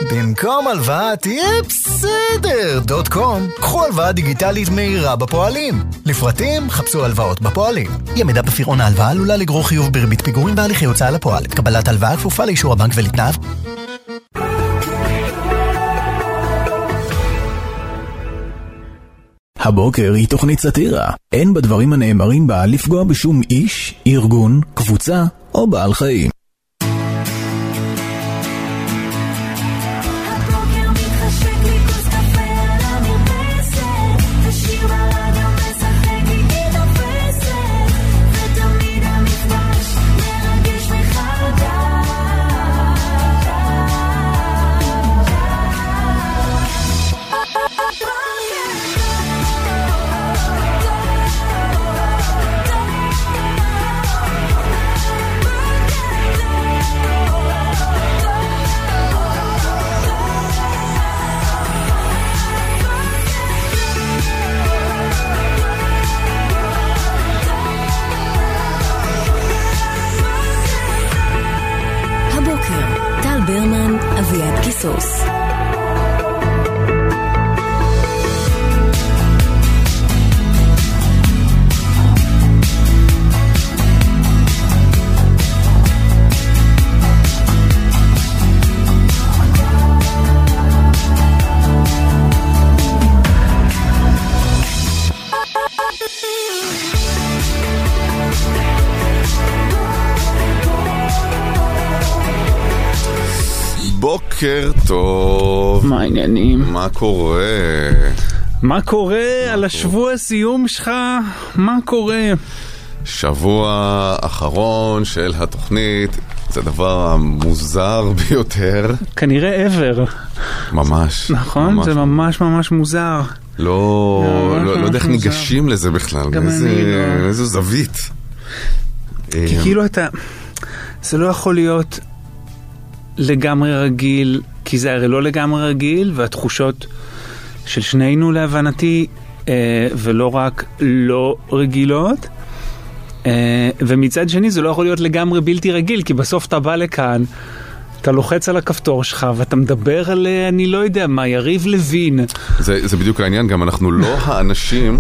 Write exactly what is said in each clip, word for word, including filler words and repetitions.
במקום הלוואה תהיה בסדר דוט קום. קחו הלוואה דיגיטלית מהירה בפועלים. לפרטים חפשו הלוואות בפועלים. אי עמידה בפירעון ההלוואה עלולה לגרור חיוב בריבית פיגורים והליכי הוצאה לפועל. קבלת הלוואה כפופה לאישור הבנק ולתנאיו. הבוקר היא תוכנית סאטירה. אין בדברים הנאמרים בה לפגוע בשום איש, ארגון, קבוצה או בעל חיים. ברמן, אביעד קיסוס. בוקר טוב. מה העניינים? מה קורה? מה קורה על השבוע סיום שלך? מה קורה? שבוע אחרון של התוכנית. זה דבר המוזר ביותר. כנראה ever. ממש. נכון? ממש. זה ממש ממש מוזר. לא, ממש לא, לא יודע איך ניגשים לזה בכלל. גם איזה, אני לא. איזו זווית. כי כאילו אתה... זה לא יכול להיות... לגמרי רגיל, כי זה הרי לא לגמרי רגיל, והתחושות של שנינו להבנתי, אה, ולא רק לא רגילות, אה, ומצד שני זה לא יכול להיות לגמרי בלתי רגיל, כי בסוף אתה בא לכאן, אתה לוחץ על הכפתור שלך, ואתה מדבר על, אני לא יודע מה, יריב לוין. זה, זה בדיוק העניין, גם אנחנו לא האנשים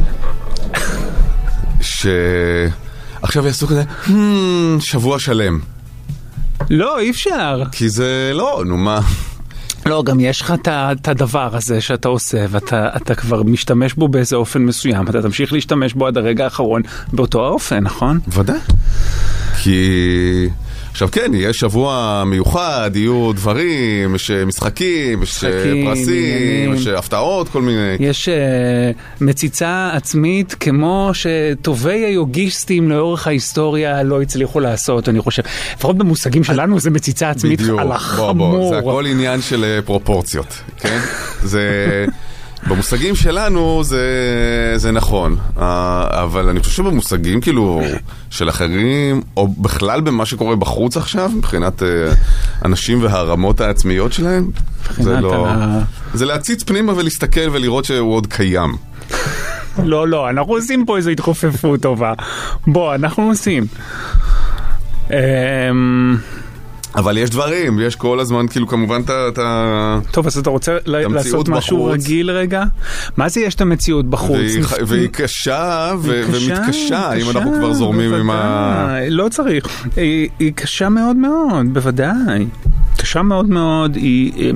שעכשיו יעשו כזה, שבוע שלם. לא, אי אפשר. כי זה לא, נו מה. לא, גם יש לך את הדבר הזה שאתה עושה, ואתה אתה כבר משתמש בו באיזה אופן מסוים, אתה תמשיך להשתמש בו עד הרגע האחרון באותו האופן, נכון? ודאי. כי... עכשיו כן, יש שבוע מיוחד, יהיו דברים, יש משחקים, יש פרסים, יש הפתעות, כל מיני. יש uh, מציצה עצמית כמו שטובי היוגיסטים לאורך ההיסטוריה לא הצליחו לעשות, אני חושב. לפחות במושגים שלנו זה מציצה עצמית בדיוק. על החמור. בוא, בוא. זה הכל עניין של פרופורציות, כן? זה... במושגים שלנו זה, זה נכון, אבל אני חושב שבמושגים כאילו של אחרים, או בכלל במה שקורה בחוץ עכשיו, מבחינת אנשים והרמות העצמיות שלהם, זה לא... זה להציץ פנימה ולהסתכל ולראות שהוא עוד קיים. לא, לא, אנחנו עושים פה איזו התחופפות טובה. בוא, אנחנו עושים. אבל יש דברים, יש כל הזמן, כאילו כמובן אתה... טוב, אז אתה רוצה לעשות משהו רגיל רגע? מה זה יש את המציאות בחוץ? והיא קשה ומתקשה, אם אנחנו כבר זורמים עם ה... לא צריך. היא קשה מאוד מאוד, בוודאי. קשה מאוד מאוד, היא...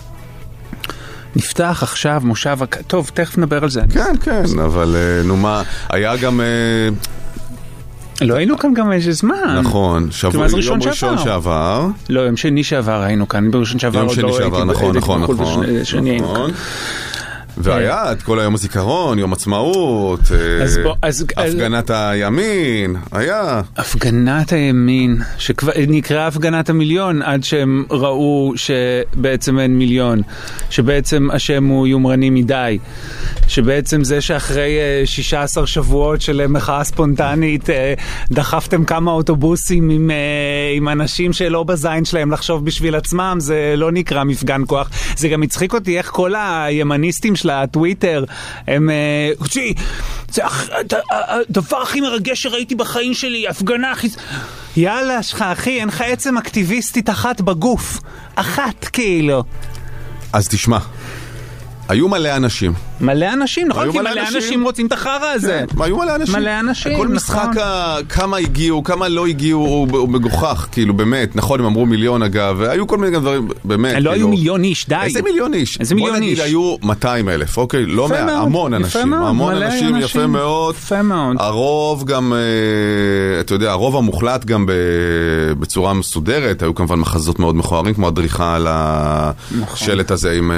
נפתח עכשיו מושב... טוב, תכף נדבר על זה. כן, כן, אבל נו מה, היה גם... לא היינו כאן גם איזה זמן. נכון, שבוע, יום ראשון שעבר. לא, יום שני שעבר היינו כאן, בראשון שעבר יום שני שעבר, נכון, נכון, נכון. והיה את כל היום הזיכרון, יום עצמאות, הפגנת הימין, היה. הפגנת הימין, שנקרא הפגנת המיליון, עד שהם ראו שבעצם אין מיליון, שבעצם השם הוא יומרני מדי, שבעצם זה שאחרי שישה עשר שבועות של מחאה ספונטנית, דחפתם כמה אוטובוסים עם, עם אנשים שלא בזין שלהם לחשוב בשביל עצמם, זה לא נקרא מפגן כוח. זה גם הצחיק אותי איך כל הימניסטים של הטוויטר, הם... זה הדבר הכי מרגש שראיתי בחיים שלי, הפגנה הכי... יאללה שלך אחי, אין לך עצם אקטיביסטית אחת בגוף. אחת כאילו. אז תשמע, היו מלא אנשים. מלא אנשים, נכון? כי מלא אנשים רוצים את החרא הזה. היו מלא אנשים. מלא אנשים, כל משחק, כמה הגיעו, כמה לא הגיעו, הוא מגוחך, כאילו, באמת. נכון, הם אמרו מיליון אגב, והיו כל מיני דברים, באמת. לא היו מיליון איש, די. איזה מיליון איש? איזה מיליון איש? בוא נגיד, היו מאתיים אלף, אוקיי? לא מעט, המון אנשים. המון אנשים, יפה מאוד. יפה מאוד. הרוב גם, אתה יודע, הרוב המוחלט גם בצורה מסודרת, היו כמובן מחזות מאוד מכוערים, כמו הדריכה על השלט הזה עם...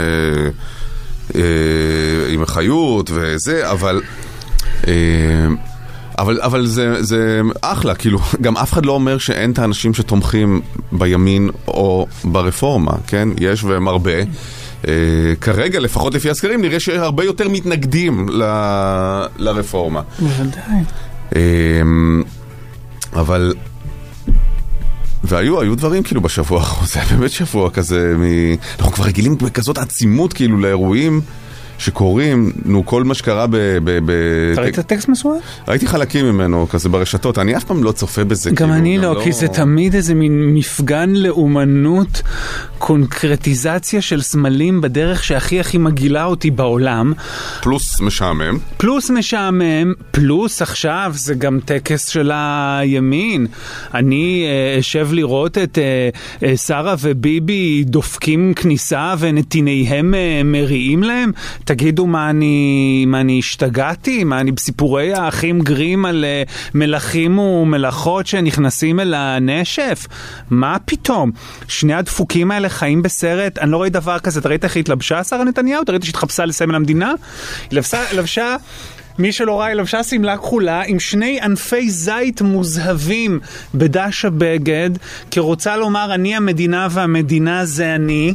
עם החיות וזה, אבל אבל, אבל זה, זה אחלה, כאילו, גם אף אחד לא אומר שאין את האנשים שתומכים בימין או ברפורמה, כן? יש והם הרבה. כרגע, לפחות לפי הסקרים, נראה שהרבה יותר מתנגדים ל, לרפורמה. בוודאי. אבל... והיו, היו דברים כאילו בשבוע, זה באמת שבוע כזה, מ... אנחנו כבר רגילים בכזאת עצימות כאילו לאירועים שקורים, נו, כל מה שקרה ב... ב, ב אתה ראית טקסט מסוים? ראיתי חלקים ממנו כזה ברשתות, אני אף פעם לא צופה בזה. גם כאילו, אני גם לא, לא, כי זה תמיד איזה מין מפגן לאומנות, קונקרטיזציה של סמלים בדרך שהכי הכי מגילה אותי בעולם. פלוס משעמם. פלוס משעמם, פלוס עכשיו זה גם טקס של הימין. אני uh, אשב לראות את uh, uh, שרה וביבי דופקים כניסה ונתיניהם uh, מריעים להם. תגידו מה אני, מה אני השתגעתי, מה אני בסיפורי האחים גרים על uh, מלכים ומלאכות שנכנסים אל הנשף. מה פתאום? שני הדפוקים האלה חיים בסרט, אני לא רואה דבר כזה. אתה ראית איך התלבשה שרה נתניהו? אתה ראית שהתחפשה לסמל המדינה? היא לבשה, לבשה, מי שלא ראה, היא לבשה סמלה כחולה עם שני ענפי זית מוזהבים בדש הבגד, כי רוצה לומר אני המדינה והמדינה זה אני.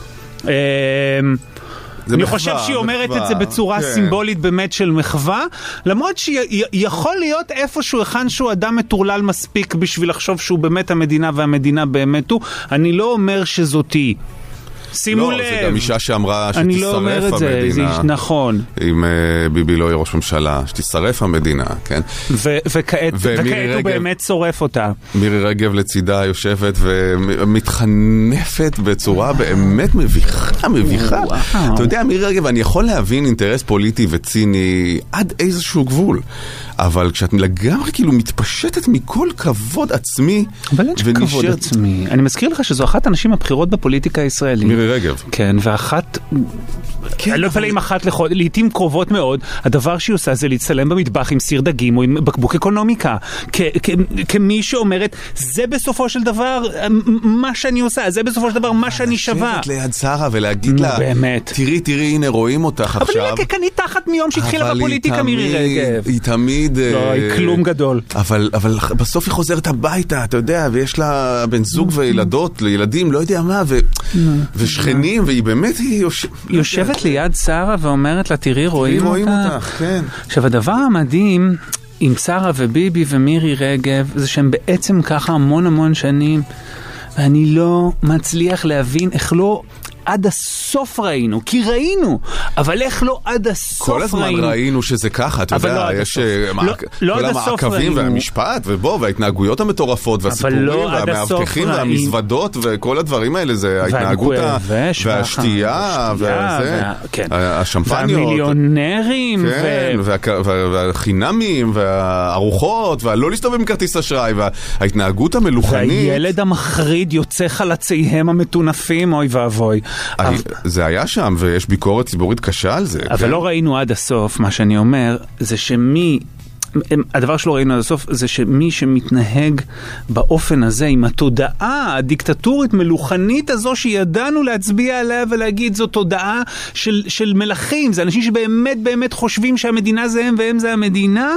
אני מחווה, חושב שהיא אומרת מחווה, את זה בצורה כן. סימבולית באמת של מחווה, למרות שיכול להיות איפשהו אחד שהוא אדם מטורלל מספיק בשביל לחשוב שהוא באמת המדינה והמדינה באמת הוא. אני לא אומר שזאתי. שימו לא, לב. זה גם אישה שאמרה שתשרף המדינה. אני לא אומר את זה, זה נכון. אם uh, ביבי לא יהיה ראש ממשלה, שתשרף המדינה, כן? ו- וכעת, וכעת רגב, הוא באמת שורף אותה. מירי רגב לצידה יושבת ומתחנפת בצורה באמת מביכה, מביכה. אתה יודע, מירי רגב, אני יכול להבין אינטרס פוליטי וציני עד איזשהו גבול. אבל כשאת לגמרי כאילו מתפשטת מכל כבוד עצמי, אבל אין שכבוד ונשאר... עצמי. אני מזכיר לך שזו אחת הנשים הבחירות בפוליטיקה הישראלית. מירי רגב. כן, ואחת... כן, אני לא אפעלה עם אחת לחוד, לעתים קרובות מאוד, הדבר שהיא עושה זה להצטלם במטבח עם סיר דגים או עם בקבוק אקונומיקה. כ- כ- כמי שאומרת, זה בסופו של דבר מה שאני עושה, זה בסופו של דבר מה שאני שווה. לשבת ליד שרה ולהגיד לה, באמת. תראי, תראי, הנה רואים אותך עכשיו. אבל היא ככנית תחת מיום שהתחילה בפוליטיקה מירי רגב. היא תמיד... לא, היא כלום גדול. אבל, אבל בסוף היא חוזרת הביתה, אתה יודע, ויש לה בן זוג וילדות, לילדים, לא יודע מה, ו... ושכנים, והיא באמת, היא יושבת ליד שרה ואומרת לה, תראי, רואים אותך. כן. עכשיו, הדבר המדהים עם שרה וביבי ומירי רגב, זה שהם בעצם ככה המון המון שנים, ואני לא מצליח להבין איך לא... עד הסוף ראינו, כי ראינו, אבל איך לא עד הסוף ראינו? כל הזמן ראינו, ראינו שזה ככה, אתה יודע, לא יש לא, לא כל המעקבים והמשפט, ובוא, וההתנהגויות המטורפות, והסיפורים, לא והמאבטחים, והמזוודות, וכל הדברים האלה, זה ההתנהגות, והשתייה, וזה, כן. השמפניות, והמיליונרים, כן, והחינמים, והארוחות, והלא להסתובב עם כרטיס אשראי, וההתנהגות המלוכנית. והילד המחריד יוצא חלציהם המטונפים, אוי ואבוי. זה היה שם, ויש ביקורת ציבורית קשה על זה. אבל לא ראינו עד הסוף, מה שאני אומר, זה שמי, הדבר שלא ראינו עד הסוף, זה שמי שמתנהג באופן הזה, עם התודעה הדיקטטורית מלוכנית הזו, שידענו להצביע עליה ולהגיד, זו תודעה של, של מלכים, זה אנשים שבאמת באמת חושבים שהמדינה זה הם והם זה המדינה,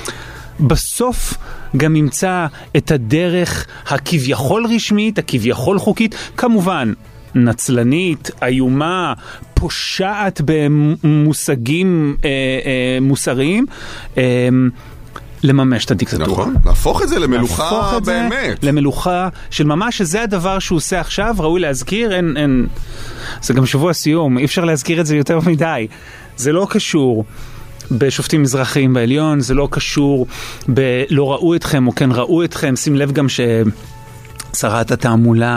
בסוף גם ימצא את הדרך הכביכול רשמית, הכביכול חוקית, כמובן, נצלנית, איומה, פושעת במושגים אה, אה, מוסריים, אה, לממש את הדיקטטורה. נכון, להפוך את זה למלוכה את באמת. זה למלוכה של ממש, שזה הדבר שהוא עושה עכשיו, ראוי להזכיר, אין, אין, זה גם שבוע סיום, אי אפשר להזכיר את זה יותר מדי. זה לא קשור בשופטים מזרחיים בעליון, זה לא קשור בלא ראו אתכם או כן ראו אתכם, שים לב גם ש... שרת התעמולה,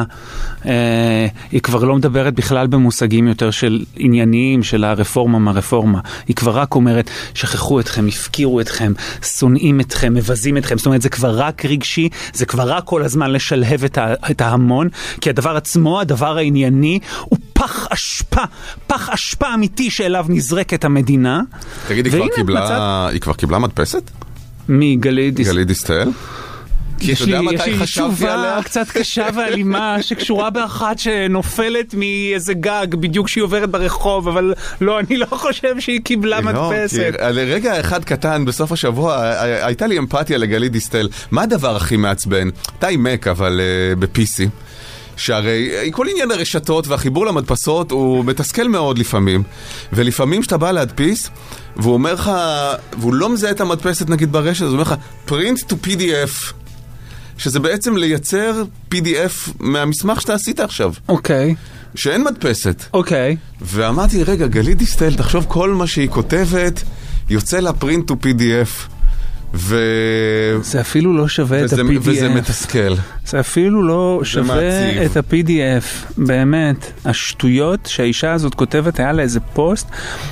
אה, היא כבר לא מדברת בכלל במושגים יותר של ענייניים, של הרפורמה מהרפורמה. היא כבר רק אומרת, שכחו אתכם, הפקירו אתכם, שונאים אתכם, מבזים אתכם. זאת אומרת, זה כבר רק רגשי, זה כבר רק כל הזמן לשלהב את, ה, את ההמון, כי הדבר עצמו, הדבר הענייני, הוא פח אשפה, פח אשפה אמיתי שאליו נזרקת המדינה. תגיד, היא כבר קיבלה, מצאת... היא כבר קיבלה מדפסת? מי? גלית דיסטל? גלית דיסטל? יש לי, יש לי תשובה קצת קשה ואלימה שקשורה באחת שנופלת מאיזה גג בדיוק שהיא עוברת ברחוב, אבל לא, אני לא חושב שהיא קיבלה מדפסת. לרגע אחד קטן בסוף השבוע הייתה לי אמפתיה לגלית דיסטל. מה הדבר הכי מעצבן? אתה עם מק אבל ב-פי סי, שהרי כל עניין הרשתות והחיבור למדפסות הוא מתסכל מאוד לפעמים, ולפעמים שאתה בא להדפיס והוא אומר לך, והוא לא מזהה את המדפסת נגיד ברשת, אז הוא אומר לך print to פי די אף, שזה בעצם לייצר פי די אף מהמסמך שאתה עשית עכשיו. אוקיי. Okay. שאין מדפסת. אוקיי. Okay. ואמרתי, רגע, גלית דיסטל, תחשוב כל מה שהיא כותבת, יוצא לה print to פי די אף. ו... זה אפילו לא שווה וזה, את ה-פי די אף. וזה מתסכל. זה אפילו לא שווה מעציב. את ה-פי די אף. באמת. השטויות שהאישה הזאת כותבת, היה לה איזה פוסט,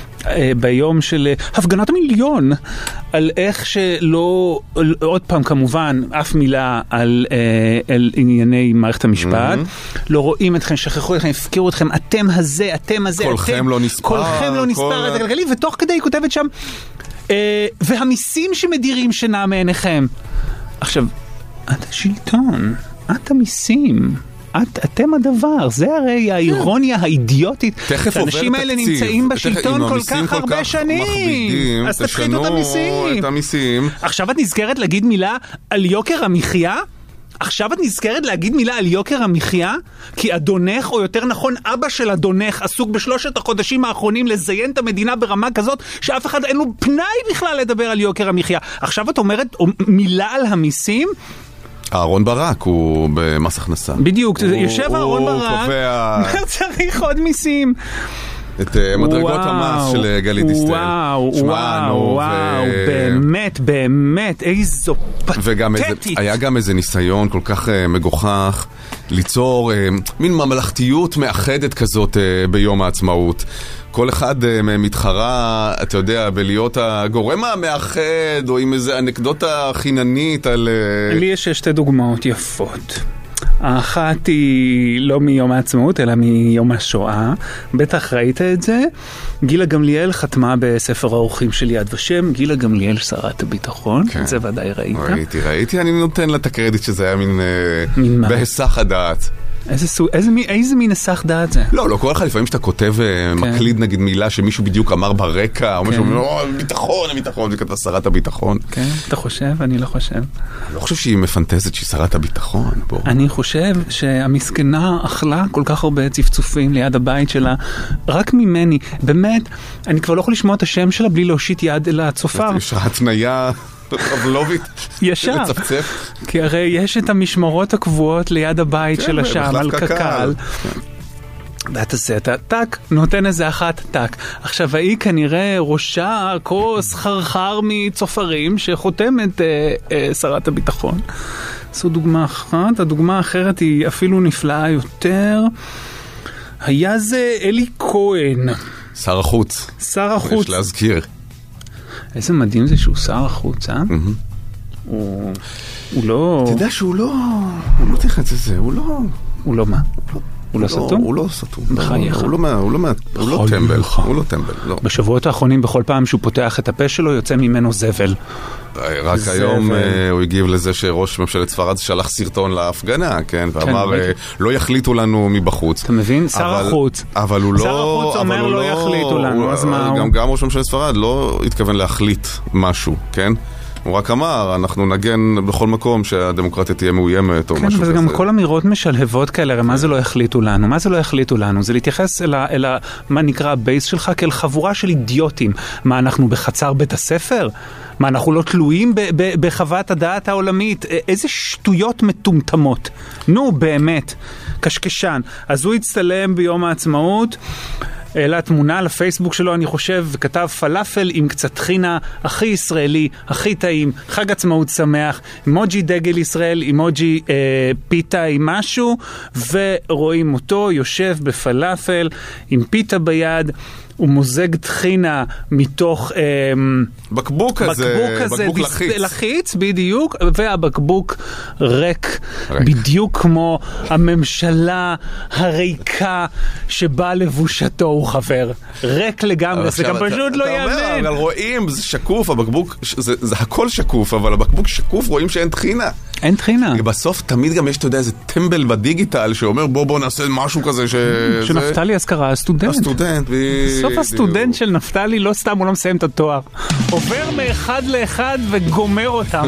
ביום של הפגנת המיליון, על איך שלא, עוד פעם כמובן, אף מילה על, על ענייני מערכת המשפט, mm-hmm. לא רואים אתכם, שכחו אתכם, הפקירו אתכם, אתם הזה, אתם הזה, כולכם אתם, לא נספר, כולכם לא נספר כל... את הגלגלים, ותוך כדי היא כותבת שם, אה, והמיסים שמדירים שינה מעיניכם. עכשיו, את השלטון, את המיסים, את, אתם הדבר, זה הרי האירוניה האידיוטית. האנשים האלה נמצאים בשלטון כל כך הרבה שנים. אז תפחיתו את המיסים. את המיסים. עכשיו את נזכרת להגיד מילה על יוקר המחיה? עכשיו את נזכרת להגיד מילה על יוקר המחיה? כי אדונך, או יותר נכון אבא של אדונך, עסוק בשלושת החודשים האחרונים לזיין את המדינה ברמה כזאת, שאף אחד אין לו פנאי בכלל לדבר על יוקר המחיה. עכשיו את אומרת מילה על המיסים? אהרון ברק הוא במס הכנסה. בדיוק, יושב אהרון ברק, הוא קובע... צריך עוד מיסים. את מדרגות המס של גלית דיסטל. וואו, וואו, וואו, באמת, באמת, איזו פתטית. היה גם איזה ניסיון כל כך מגוחך ליצור מין ממלכתיות מאחדת כזאת ביום העצמאות. כל אחד מתחרה, אתה יודע, בלהיות הגורם המאחד, או עם איזה אנקדוטה חיננית על... לי יש שתי דוגמאות יפות. האחת היא לא מיום העצמאות, אלא מיום השואה. בטח ראית את זה. גילה גמליאל חתמה בספר האורחים של יד ושם, גילה גמליאל שרת הביטחון. כן. זה ודאי ראית. ראיתי, ראיתי. אני נותן לה את הקרדיט שזה היה מין... מין מה? בהיסח הדעת. איזה, סוג, איזה, איזה מין נסח דעת זה? לא, לא, כל אחד לפעמים שאתה כותב כן. מקליד נגיד מילה שמישהו בדיוק אמר ברקע, או כן. משהו, או, ביטחון, ביטחון, וכתה שרת הביטחון. כן, אתה חושב? אני לא חושב. אני לא חושב שהיא מפנטזת שהיא שרת הביטחון. בוא. אני חושב שהמסכנה אכלה כל כך הרבה צפצופים ליד הבית שלה, רק ממני. באמת, אני כבר לא יכול לשמוע את השם שלה בלי להושיט יד אל הצופר. יש התניה... חבלובית. ישר. לצפצף. כי הרי יש את המשמרות הקבועות ליד הבית כן, של שם, על קקל. ואתה עושה, אתה טק, נותן איזה אחת טק. עכשיו, היא כנראה ראשה כוס חרחר מצופרים שחותמת אה, אה, שרת הביטחון. זו דוגמה אחת. הדוגמה האחרת היא אפילו נפלאה יותר. היה זה אלי כהן. שר החוץ. שר החוץ. יש להזכיר. איזה מדהים זה שהוא שר החוץ, אה? הוא לא... אתה יודע שהוא לא... הוא לא תחץ את זה, הוא לא... הוא לא מה? הוא לא סתום? הוא לא סתום. בחייך. הוא לא מה... הוא לא טמבל. הוא לא טמבל, לא. בשבועות האחרונים, בכל פעם שהוא פותח את הפה שלו, יוצא ממנו זבל. רק היום הוא הגיב לזה שראש ממשלת ספרד שלח סרטון להפגנה, כן? ואמר, לא יחליטו לנו מבחוץ. אתה מבין? שר החוץ. אבל הוא לא... שר החוץ אומר לא יחליטו לנו, אז מה הוא? גם ראש ממשלת ספרד לא התכוון להחליט משהו, כן? הוא רק אמר, אנחנו נגן בכל מקום שהדמוקרטיה תהיה מאוימת או משהו כזה. כן, וזה גם כל אמירות משלהבות כאלה, מה זה לא יחליטו לנו? מה זה לא יחליטו לנו? זה להתייחס אל מה נקרא הבייס שלך כאל חבורה של אידיוטים. מה, אנחנו בחצר בית הספר? מה, אנחנו לא תלויים בחוות הדעת העולמית? איזה שטויות מטומטמות. נו, באמת, קשקשן. אז הוא הצטלם ביום העצמאות, העלה תמונה לפייסבוק שלו, אני חושב, וכתב פלאפל עם קצת טחינה, הכי ישראלי, הכי טעים, חג עצמאות שמח, אימוג'י דגל ישראל, אימוג'י אה, פיתה עם משהו, ורואים אותו יושב בפלאפל עם פיתה ביד, הוא מוזג טחינה מתוך אה, בקבוק כזה, בקבוק, כזה בקבוק דיס, לחיץ. לחיץ, בדיוק, והבקבוק ריק, ריק. בדיוק כמו הממשלה הריקה שבה לבושתו הוא חבר. ריק לגמרי, זה גם פשוט לא יאמן. אבל רואים, זה שקוף, הבקבוק, זה, זה הכל שקוף, אבל הבקבוק שקוף, רואים שאין טחינה. אין טחינה. בסוף תמיד גם יש, אתה יודע, איזה טמבל בדיגיטל שאומר בוא בוא נעשה משהו כזה ש... שנפתלי אז קרא, הסטודנט. הסטודנט. בסוף הסטודנט של נפתלי לא סתם, הוא לא מסיים את התואר. עובר מאחד לאחד וגומר אותם.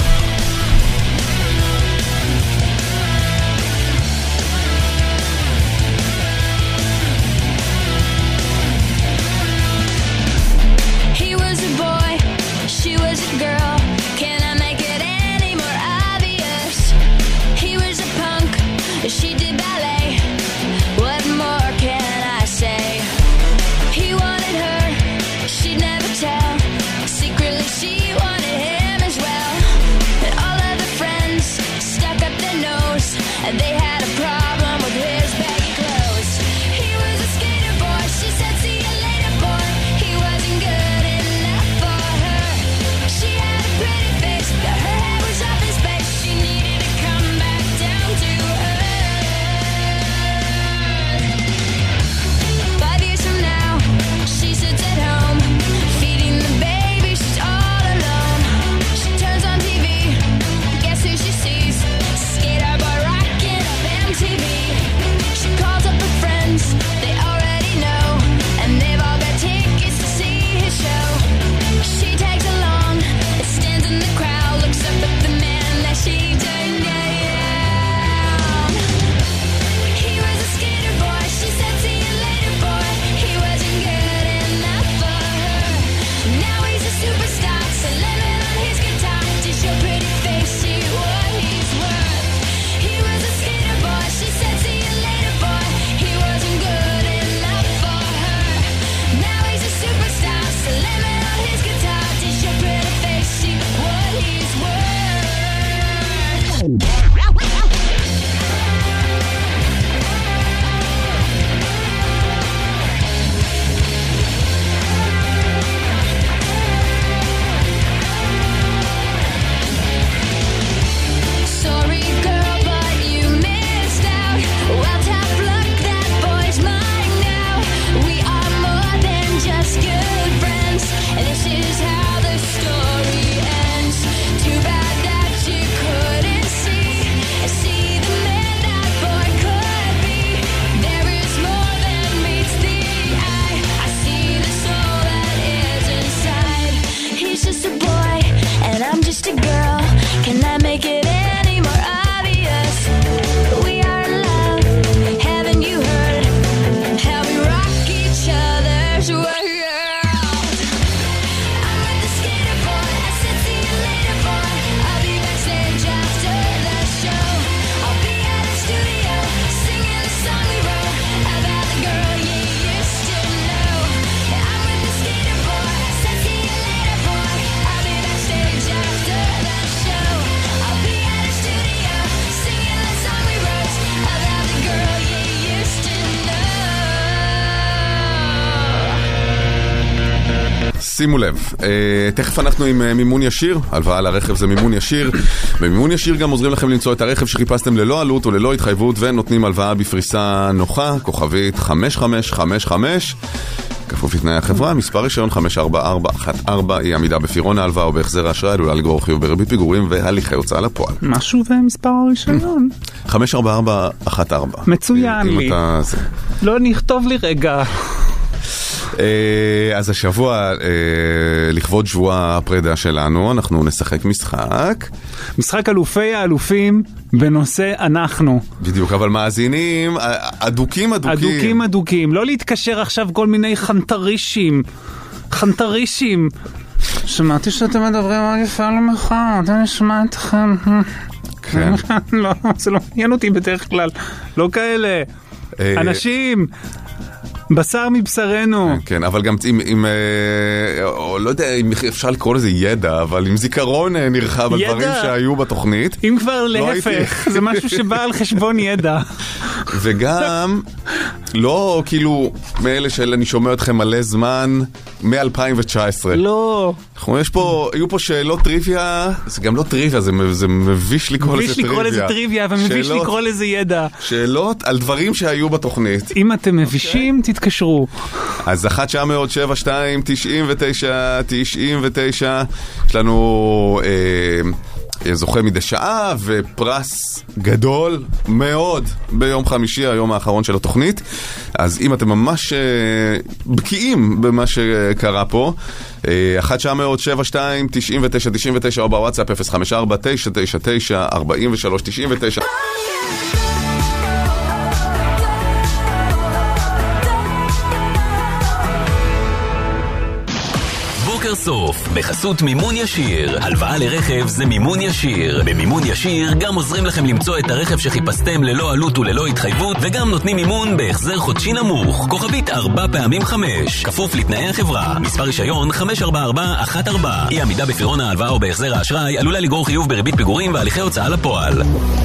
שימו לב, תכף אנחנו עם מימון ישיר, הלוואה לרכב זה מימון ישיר, במימון ישיר גם עוזרים לכם למצוא את הרכב שחיפשתם ללא עלות וללא התחייבות, ונותנים הלוואה בפריסה נוחה, כוכבית חמש חמש חמש חמש, כפוף לתנאי החברה, מספר רישיון חמש ארבע ארבע אחת ארבע, היא עמידה בפירעון ההלוואה או בהחזר האשראי, עלולה לגרור חיוב בריבית פיגורים והליכי הוצאה לפועל. משהו ומספר הרישיון? חמש ארבע ארבע אחת ארבע. מצוין לי. לא נכתוב לי רגע. אז השבוע, לכבוד שבוע הפרידה שלנו, אנחנו נשחק משחק. משחק אלופי האלופים בנושא אנחנו. בדיוק, אבל מאזינים, אדוקים אדוקים. אדוקים אדוקים, לא להתקשר עכשיו כל מיני חנטרישים. חנטרישים. שמעתי שאתם מדברים על יפה למחר, אתה נשמע אתכם. כן. לא, זה לא מעניין אותי בדרך כלל. לא כאלה. אנשים... בשר מבשרנו. כן, אבל גם עם, לא יודע אם אפשר לקרוא לזה ידע, אבל עם זיכרון נרחב על דברים שהיו בתוכנית. אם כבר להפך, זה משהו שבא על חשבון ידע. וגם, לא כאילו, מאלה שאני שומע אתכם מלא זמן, מ-אלפיים תשע עשרה. לא. יש פה, היו פה שאלות טריוויה, זה גם לא טריוויה, זה, זה מביש לקרוא לזה טריוויה. מביש לקרוא לזה טריוויה, ומביש לקרוא לזה ידע. שאלות על דברים שהיו בתוכנית. אם אתם מבישים, תתקשרו. אז אחת תשע אפס אפס שבע שתיים תשעים ותשע תשעים ותשע, יש לנו אה, זוכה מדי שעה ופרס גדול מאוד ביום חמישי, היום האחרון של התוכנית. אז אם אתם ממש אה, בקיאים במה שקרה פה, אה, אחת תשע אפס אפס שבע שתיים תשעים ותשע תשעים ותשע או בוואטסאפ אפס חמש ארבע תשע תשע תשע ארבעים ושלוש תשעים ותשע. סוף, בחסות מימון ישיר. הלוואה לרכב זה מימון ישיר. במימון ישיר גם עוזרים לכם למצוא את הרכב שחיפשתם ללא עלות וללא התחייבות, וגם נותנים מימון בהחזר חודשי נמוך. כוכבית ארבע פעמים חמש. כפוף לתנאי החברה. מספר רישיון חמש ארבע ארבע אחת ארבע. אי עמידה בפירעון ההלוואה או בהחזר האשראי עלולה לגרור חיוב בריבית פיגורים והליכי הוצאה לפועל.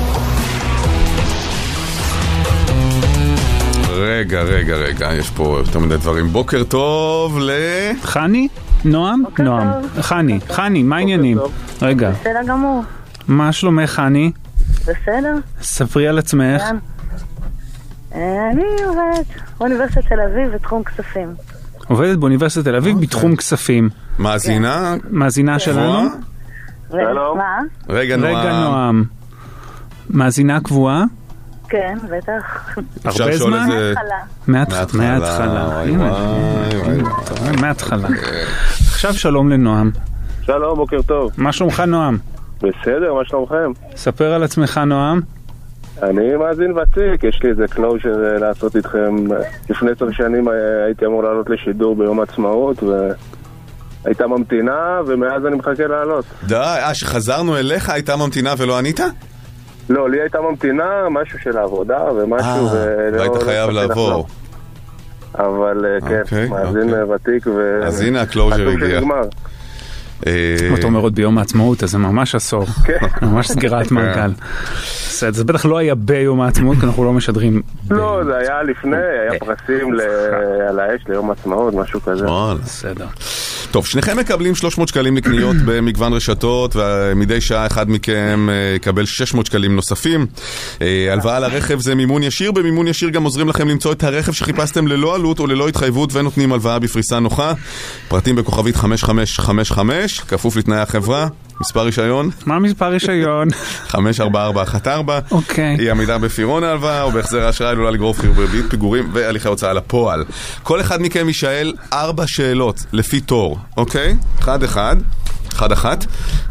רגע, רגע, רגע, יש פה יותר מדי דברים. בוקר טוב ל... חני? נועם? נועם. חני, חני, מה העניינים? רגע. בסדר גמור. מה שלומך, חני? בסדר. ספרי על עצמך. אני עובדת באוניברסיטת תל אביב בתחום כספים. עובדת באוניברסיטת תל אביב בתחום כספים. מאזינה? מאזינה שלנו? שלום. מה? רגע, נועם. רגע, נועם. מאזינה קבועה? כן, בטח. הרבה זמן? מההתחלה. מההתחלה. מההתחלה. עכשיו שלום לנועם. שלום, בוקר טוב. מה שלומך, נועם? בסדר, מה שלומכם? ספר על עצמך, נועם. אני מאזין ותיק, יש לי איזה קלוז'ר לעשות איתכם. לפני עשר שנים הייתי אמור לעלות לשידור ביום העצמאות והייתה ממתינה, ומאז אני מחכה לעלות. די, אה, שחזרנו אליך הייתה ממתינה ולא ענית? לא, לי הייתה ממתינה, משהו של העבודה ומשהו, והיית חייב לעבור. אבל כן, מאזין ותיק. אז הנה הקלוז'ר הגיע. אתה אומר עוד ביום העצמאות, אז זה ממש עשור. ממש סגירת מעגל. זה בטח לא היה ביום העצמאות, כי אנחנו לא משדרים. לא, זה היה לפני, היה פרסים על האש ליום העצמאות, משהו כזה. בסדר. טוב, שניכם מקבלים שלוש מאות שקלים לקניות במגוון רשתות, ומדי שעה אחד מכם יקבל שש מאות שקלים נוספים. הלוואה לרכב זה מימון ישיר. במימון ישיר גם עוזרים לכם למצוא את הרכב שחיפשתם ללא עלות או ללא התחייבות, ונותנים הלוואה בפריסה נוחה. פרטים בכוכבית חמש חמש חמש חמש, כפוף לתנאי החברה. מספר רישיון? מה מספר רישיון? חמש ארבע ארבע אחת ארבע. אוקיי. היא עמידה בפירעון ההלוואה או בהחזר האשראי עלולה לגרור חיוב בריבית פיגורים והליכי הוצאה לפועל. כל אחד מכם יישאל ארבע שאלות לפי תור, אוקיי? אחד אחד, אחד אחת.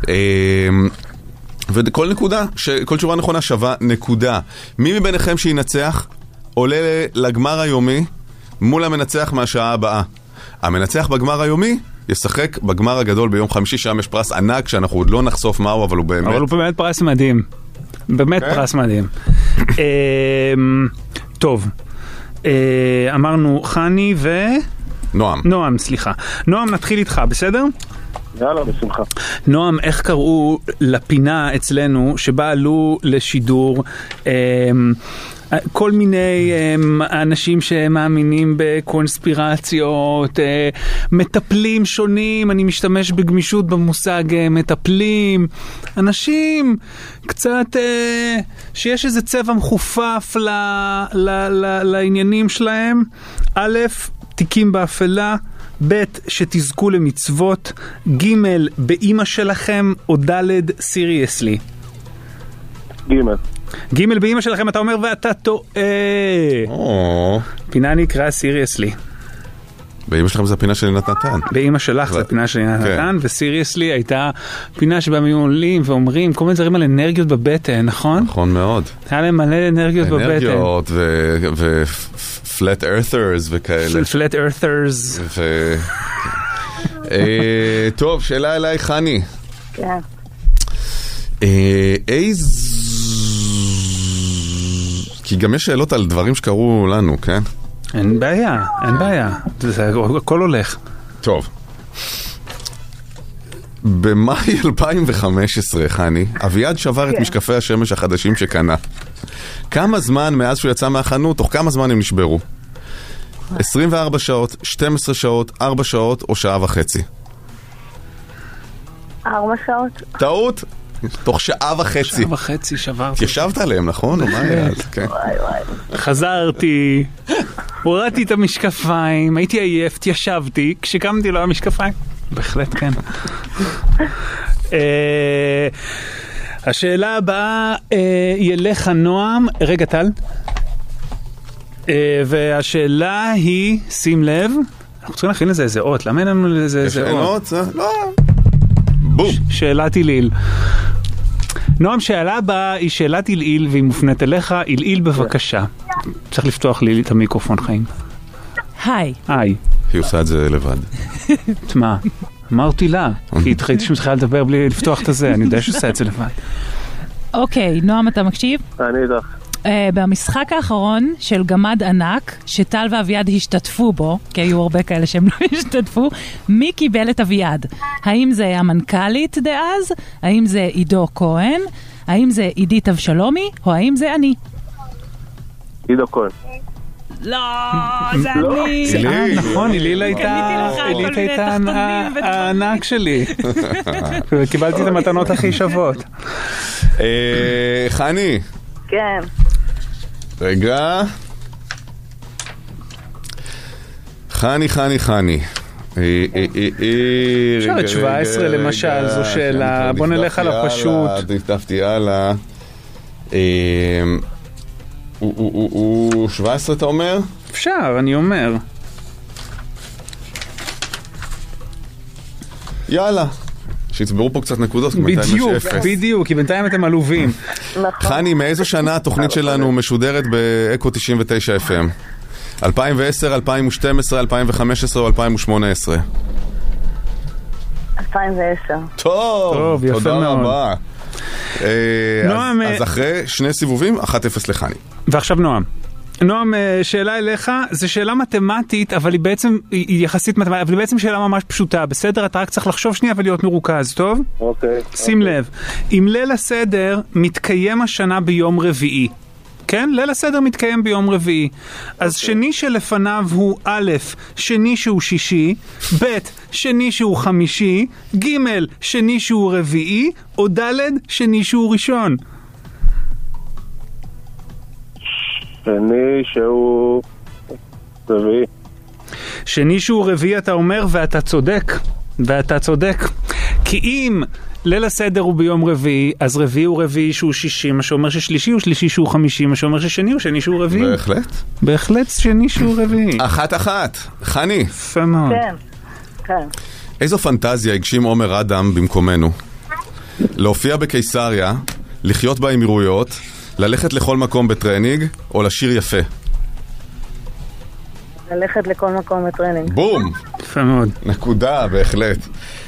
וכל נקודה, כל תשובה נכונה שווה נקודה. מי מביניכם שינצח עולה לגמר היומי מול המנצח מהשעה הבאה. המנצח בגמר היומי ישחק בגמר הגדול ביום חמישי, שם יש פרס ענק שאנחנו עוד לא נחשוף מהו, אבל הוא באמת... אבל הוא באמת פרס מדהים. באמת פרס מדהים. טוב, אמרנו חני ו... נועם. נועם, סליחה. נועם, נתחיל איתך, בסדר? יאללה, בשמחה. נועם, איך קראו לפינה אצלנו שבה עלו לשידור כל מיני אנשים שמאמינים בקונספירציות, מטפלים שונים, אני משתמש בגמישות במושג מטפלים, אנשים קצת שיש איזה צבע מחופף ל, ל, ל, לעניינים שלהם. א', תיקים באפלה, ב', שתזכו למצוות, ג', באמא שלכם, או ד', סיריוסלי. ג' ג' באמא שלכם, אתה אומר ואתה טועה. פינה נקרא סיריוסלי. באמא שלכם זה הפינה של עינת נתן. באמא שלך זה הפינה של עינת נתן, וסיריוסלי הייתה פינה שבה היו עולים ואומרים כל מיני דברים על אנרגיות בבטן, נכון? נכון מאוד. היה להם מלא אנרגיות בבטן. אנרגיות ו-flat earthers וכאלה. flat earthers. טוב, שאלה אליי, חני. כן. איז... כי גם יש שאלות על דברים שקרו לנו, כן? אין בעיה, אין בעיה. זה הכל הולך. טוב. במאי אלפיים וחמש עשרה, חני, אביעד שבר את משקפי השמש החדשים שקנה. כמה זמן מאז שהוא יצא מהחנות, תוך כמה זמן הם נשברו? עשרים וארבע שעות, שתים עשרה שעות, ארבע שעות או שעה וחצי? ארבע שעות. טעות? תוך שעה וחצי. שעה וחצי שברתי. ישבת עליהם, נכון? וואי וואי. חזרתי, הורדתי את המשקפיים, הייתי עייף, התיישבתי, כשקמתי לו המשקפיים. בהחלט כן. השאלה הבאה ילך נועם, רגע טל, והשאלה היא, שים לב, אנחנו צריכים להכין לזה איזה אות, למה אין לנו לזה איזה אות? יש אות? לא. בום. שאלת איליל. נועם, שאלה הבאה היא שאלת איליל והיא מופנית אליך. איליל בבקשה. צריך לפתוח לי את המיקרופון, חיים. היי. היי. היא עושה את זה לבד. תשמע, אמרתי לה, כי התחילתי שמתחילה לדבר בלי לפתוח את הזה, אני יודע שעושה את זה לבד. אוקיי, נועם, אתה מקשיב? אני איתך. במשחק האחרון של גמד ענק, שטל ואביעד השתתפו בו, כי היו הרבה כאלה שהם לא השתתפו, מי קיבל את אביעד? האם זה המנכ"לית דאז? האם זה עידו כהן? האם זה עידית אבשלומי? או האם זה אני? עידו כהן. לא, זה אני. נכון, איליל הייתה הענק שלי. קיבלתי את המתנות הכי שוות. חני. כן. רגע. חני, חני, חני. אפשר את שבע עשרה למשל, זו שאלה. בוא נלך על הפשוט. נפתפתי הלאה. שבע עשרה אתה אומר? אפשר, אני אומר. יאללה. שיצברו פה קצת נקודות, כי בינתיים יש אפס. בדיוק, כי בינתיים אתם עלובים. חני, מאיזו שנה התוכנית שלנו משודרת באקו תשעים ותשע אף אם? אלפיים ועשר, אלפיים ושתים עשרה, אלפיים וחמש עשרה או אלפיים ושמונה עשרה? אלפיים ועשר. טוב, תודה רבה. אז אחרי שני סיבובים, אחת אפס לחני. ועכשיו נועם. נועם, שאלה אליך, זו שאלה מתמטית, אבל היא בעצם, היא יחסית מתמטית, אבל היא בעצם שאלה ממש פשוטה, בסדר? אתה רק צריך לחשוב שנייה ולהיות מרוכז, טוב? אוקיי. שים לב, אם ליל הסדר מתקיים השנה ביום רביעי, כן? ליל הסדר מתקיים ביום רביעי, אז שני שלפניו הוא א', שני שהוא שישי, ב', שני שהוא חמישי, ג', שני שהוא רביעי, או ד', שני שהוא ראשון. שני שהוא רביעי. שני שהוא רביעי אתה אומר, ואתה צודק, ואתה צודק. כי אם ליל הסדר הוא ביום רביעי, אז רביעי הוא רביעי שהוא שישי, מה שאומר ששלישי הוא שלישי שהוא חמישי, מה שאומר ששני הוא שני שהוא רביעי. בהחלט. בהחלט שני שהוא רביעי. אחת אחת. חני. יפה מאוד. כן, כן. איזו פנטזיה הגשים עומר אדם במקומנו? להופיע בקיסריה, לחיות באמירויות, ללכת לכל מקום בטרנינג, או לשיר יפה? ללכת לכל מקום בטרנינג. בום! יפה מאוד. נקודה, בהחלט.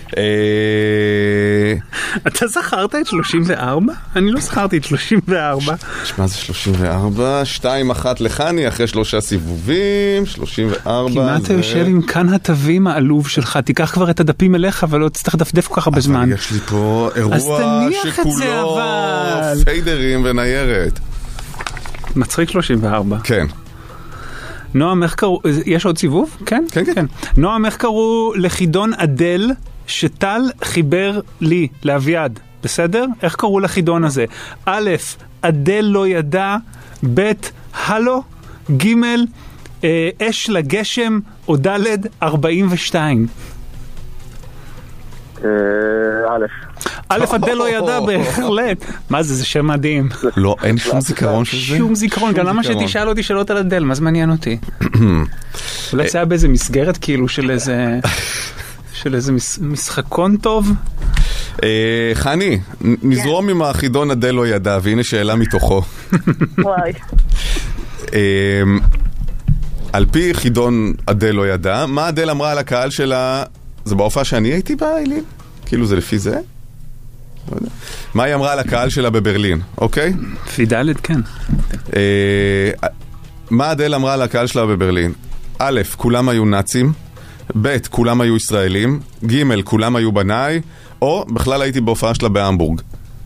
אתה זכרת את שלושים וארבע? אני לא זכרתי את שלושים וארבע. מה זה שלושים וארבע? שתיים אחת לחני אחרי שלושה סיבובים. שלושים וארבע. כמעט אתה יושב עם כאן התווים העלוב שלך. תיקח כבר את הדפים אליך ולא תצטרך דפדף כל כך הרבה זמן. אבל יש לי פה אירוע שכולו פיידרים וניירת. מצחיק שלושים וארבע. כן. נועם, איך קראו, יש עוד סיבוב? כן? כן, כן. נועם, איך קראו לחידון אדל שטל חיבר לי, לאביעד? בסדר? איך קראו לחידון הזה? א', אדל לא ידע, ב', הלו, ג', אש לגשם, או ד', ארבעים ושתיים. א'. א', אדל לא ידע, בהחלט. מה זה, זה שם מדהים. לא, אין שום זיכרון של זה? שום זיכרון, גם למה שתשאל אותי שאלות על אדל, מה זה מעניין אותי? אולי זה היה באיזה מסגרת כאילו של איזה... של איזה משחקון טוב? חני, נזרום עם החידון אדל לא ידע, והנה שאלה מתוכו. וואי. על פי חידון אדל לא ידע, מה אדל אמרה על הקהל שלה? זה בהופעה שאני הייתי בה, אילי? כאילו זה לפי זה? לא יודע. מה היא אמרה על הקהל שלה בברלין, אוקיי? פידלת, כן. מה אדל אמרה לקהל שלה בברלין? א', כולם היו נאצים, ב', כולם היו ישראלים, ג', כולם היו בניי, או בכלל הייתי בהופעה שלה בהמבורג.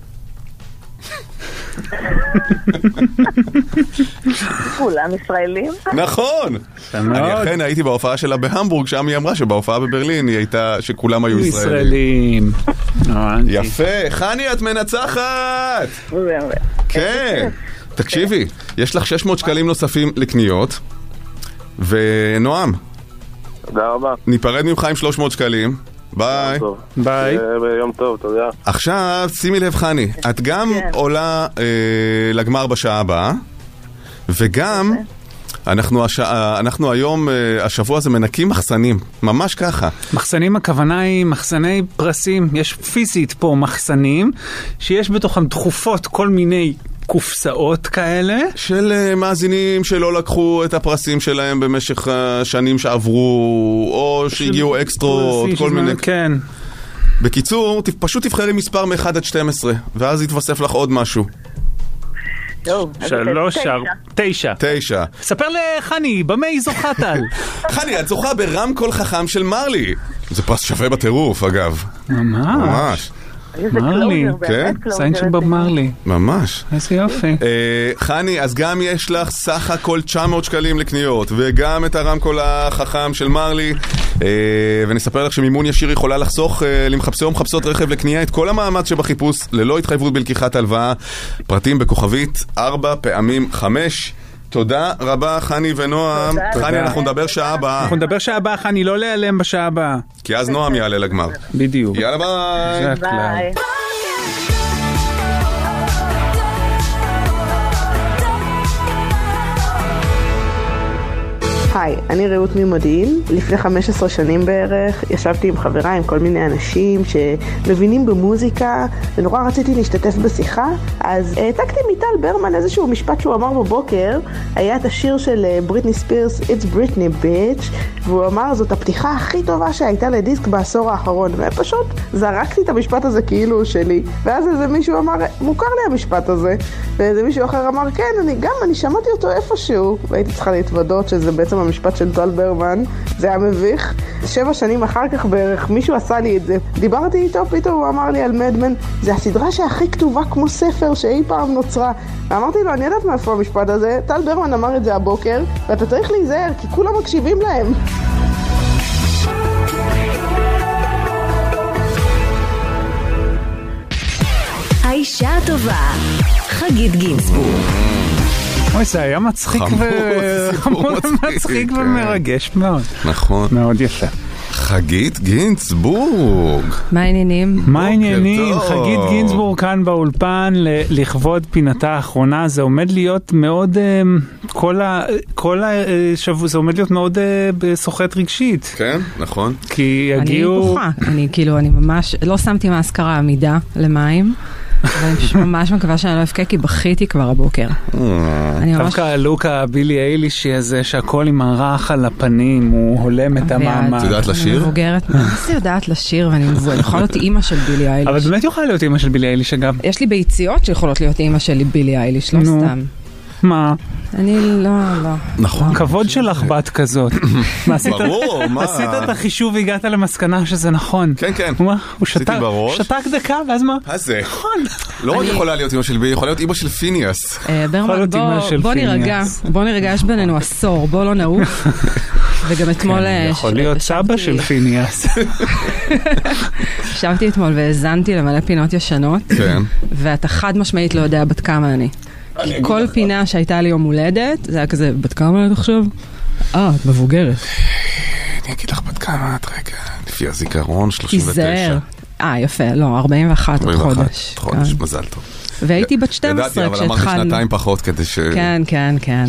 כולם ישראלים? נכון! אני אכן הייתי בהופעה שלה בהמבורג, שם היא אמרה שבהופעה בברלין היא הייתה שכולם היו ישראלים. יפה, חני את מנצחת! כן, תקשיבי, יש לך שש מאות שקלים נוספים לקניות, ונועם, תודה רבה. ניפרד ממך עם שלוש מאות שקלים. ביי. ביי. יום טוב, תודה. עכשיו, שימי לב חני, את גם עולה אה, לגמר בשעה הבאה, וגם אנחנו, הש... אנחנו היום, אה, השבוע הזה מנקים מחסנים, ממש ככה. מחסנים, הכוונה היא מחסני פרסים, יש פיזית פה מחסנים, שיש בתוכם דחופות כל מיני קופסאות כאלה של uh, מאזינים שלא לקחו את הפרסים שלהם במשך השנים שעברו, או שהגיעו אקסטרות, כל מיני... כן. בקיצור, פשוט תבחרי מספר מ-אחד עד שתים עשרה, ואז יתווסף לך עוד משהו. שלוש, תשע. תשע. ספר לחני, במה היא זוכה טל? חני, את זוכה ברמקול חכם של מרלי. זה פרס שווה בטירוף, אגב. ממש. ממש. מרלי, כן? סיין של בב מרלי. ממש. איזה יופי. חני, אז גם יש לך סך הכל תשע מאות שקלים לקניות, וגם את הרמקול החכם של מרלי, ונספר לך שמימון ישיר יכולה לחסוך למחפשי או מחפשות רכב לקנייה את כל המאמץ שבחיפוש, ללא התחייבות בלקיחת הלוואה. פרטים בכוכבית ארבע פעמים חמש. תודה רבה חני ונועם. חני, אנחנו נדבר שעה הבאה. אנחנו נדבר שעה הבאה, חני, לא להיעלם בשעה הבאה. כי אז נועם יעלה לגמר. בדיוק. יאללה ביי. זה הכלל. היי, אני רעות ממודיעין. לפני חמש עשרה שנים בערך ישבתי עם חברה, עם כל מיני אנשים שמבינים במוזיקה, ונורא רציתי להשתתף בשיחה. אז העתקתי מטל ברמן איזשהו משפט שהוא אמר בבוקר, היה את השיר של בריטני ספירס, It's Britney Bitch, והוא אמר, זאת הפתיחה הכי טובה שהייתה לדיסק בעשור האחרון, ופשוט זרקתי את המשפט הזה כאילו הוא שלי, ואז איזה מישהו אמר, מוכר לי המשפט הזה, ואיזה מישהו אחר אמר, כן, אני גם, אני שמעתי אותו איפשהו, והייתי צריכה להתוודות שזה בעצם המשפט של טל ברמן, זה היה מביך. שבע שנים אחר כך בערך מישהו עשה לי את זה, דיברתי איתו, פתאום הוא אמר לי על מדמן, זה הסדרה שהכי כתובה כמו ספר שאי פעם נוצרה, ואמרתי לו, אני יודעת מאיפה המשפט הזה, טל ברמן אמר את זה הבוקר, ואתה צריך להיזהר כי כולם מקשיבים להם. האישה הטובה, חגית גינזבורג. אוי, זה היה מצחיק ומצחיק ומרגש מאוד. נכון. מאוד יפה. חגית גינזבורג. מה העניינים? מה העניינים? חגית גינזבורג כאן באולפן לכבוד פינתה האחרונה. זה עומד להיות מאוד, כל השבוע, זה עומד להיות מאוד סוחט רגשית. כן, נכון. כי יגיעו... אני בוכה. אני כאילו, אני ממש, לא שמתי מאסקרה עמידה למים. ואני פשוט ממש מקווה שאני לא אפקה, כי בכיתי כבר הבוקר. דווקא הלוק הבילי איילישי הזה, שהכל עם הרח על הפנים, הוא הולם את המעמד. את יודעת לשיר? אני מבוגרת, מה זה יודעת לשיר, ואני יכולה להיות אימא של בילי אייליש. אבל באמת יכולה להיות אימא של בילי אייליש, אגב. יש לי ביציות שיכולות להיות אימא של בילי אייליש, לא סתם. מה? אני לא, לא. נכון. כבוד שלך בת כזאת. ברור, מה? עשית את החישוב והגעת למסקנה שזה נכון. כן, כן. הוא שתק דקה, ואז מה? מה זה? לא רק יכולה להיות אמא של בי, יכולה להיות אמא של פיניאס. ברמן, בוא נרגע, בוא נרגע, יש בינינו עשור, בוא לא נעוף. וגם אתמול... יכול להיות סבא של פיניאס. ישבתי אתמול והזנתי למלא פינות ישנות, ואתה חד משמעית לא יודע בת כמה אני. כל פינה שהייתה לי יום הולדת, זה היה כזה, בת כמה את עכשיו? אה, את מבוגרת. אני אגיד לך בת כמה את רגע, לפי הזיכרון, שלושים ותשע. תיזהר. אה, יפה, לא, ארבעים ואחת עוד חודש. חודש, מזל טוב. והייתי בת שתים עשרה כשהתחלנו. ידעתי, אבל אמרתי שנתיים פחות כדי ש... כן, כן, כן.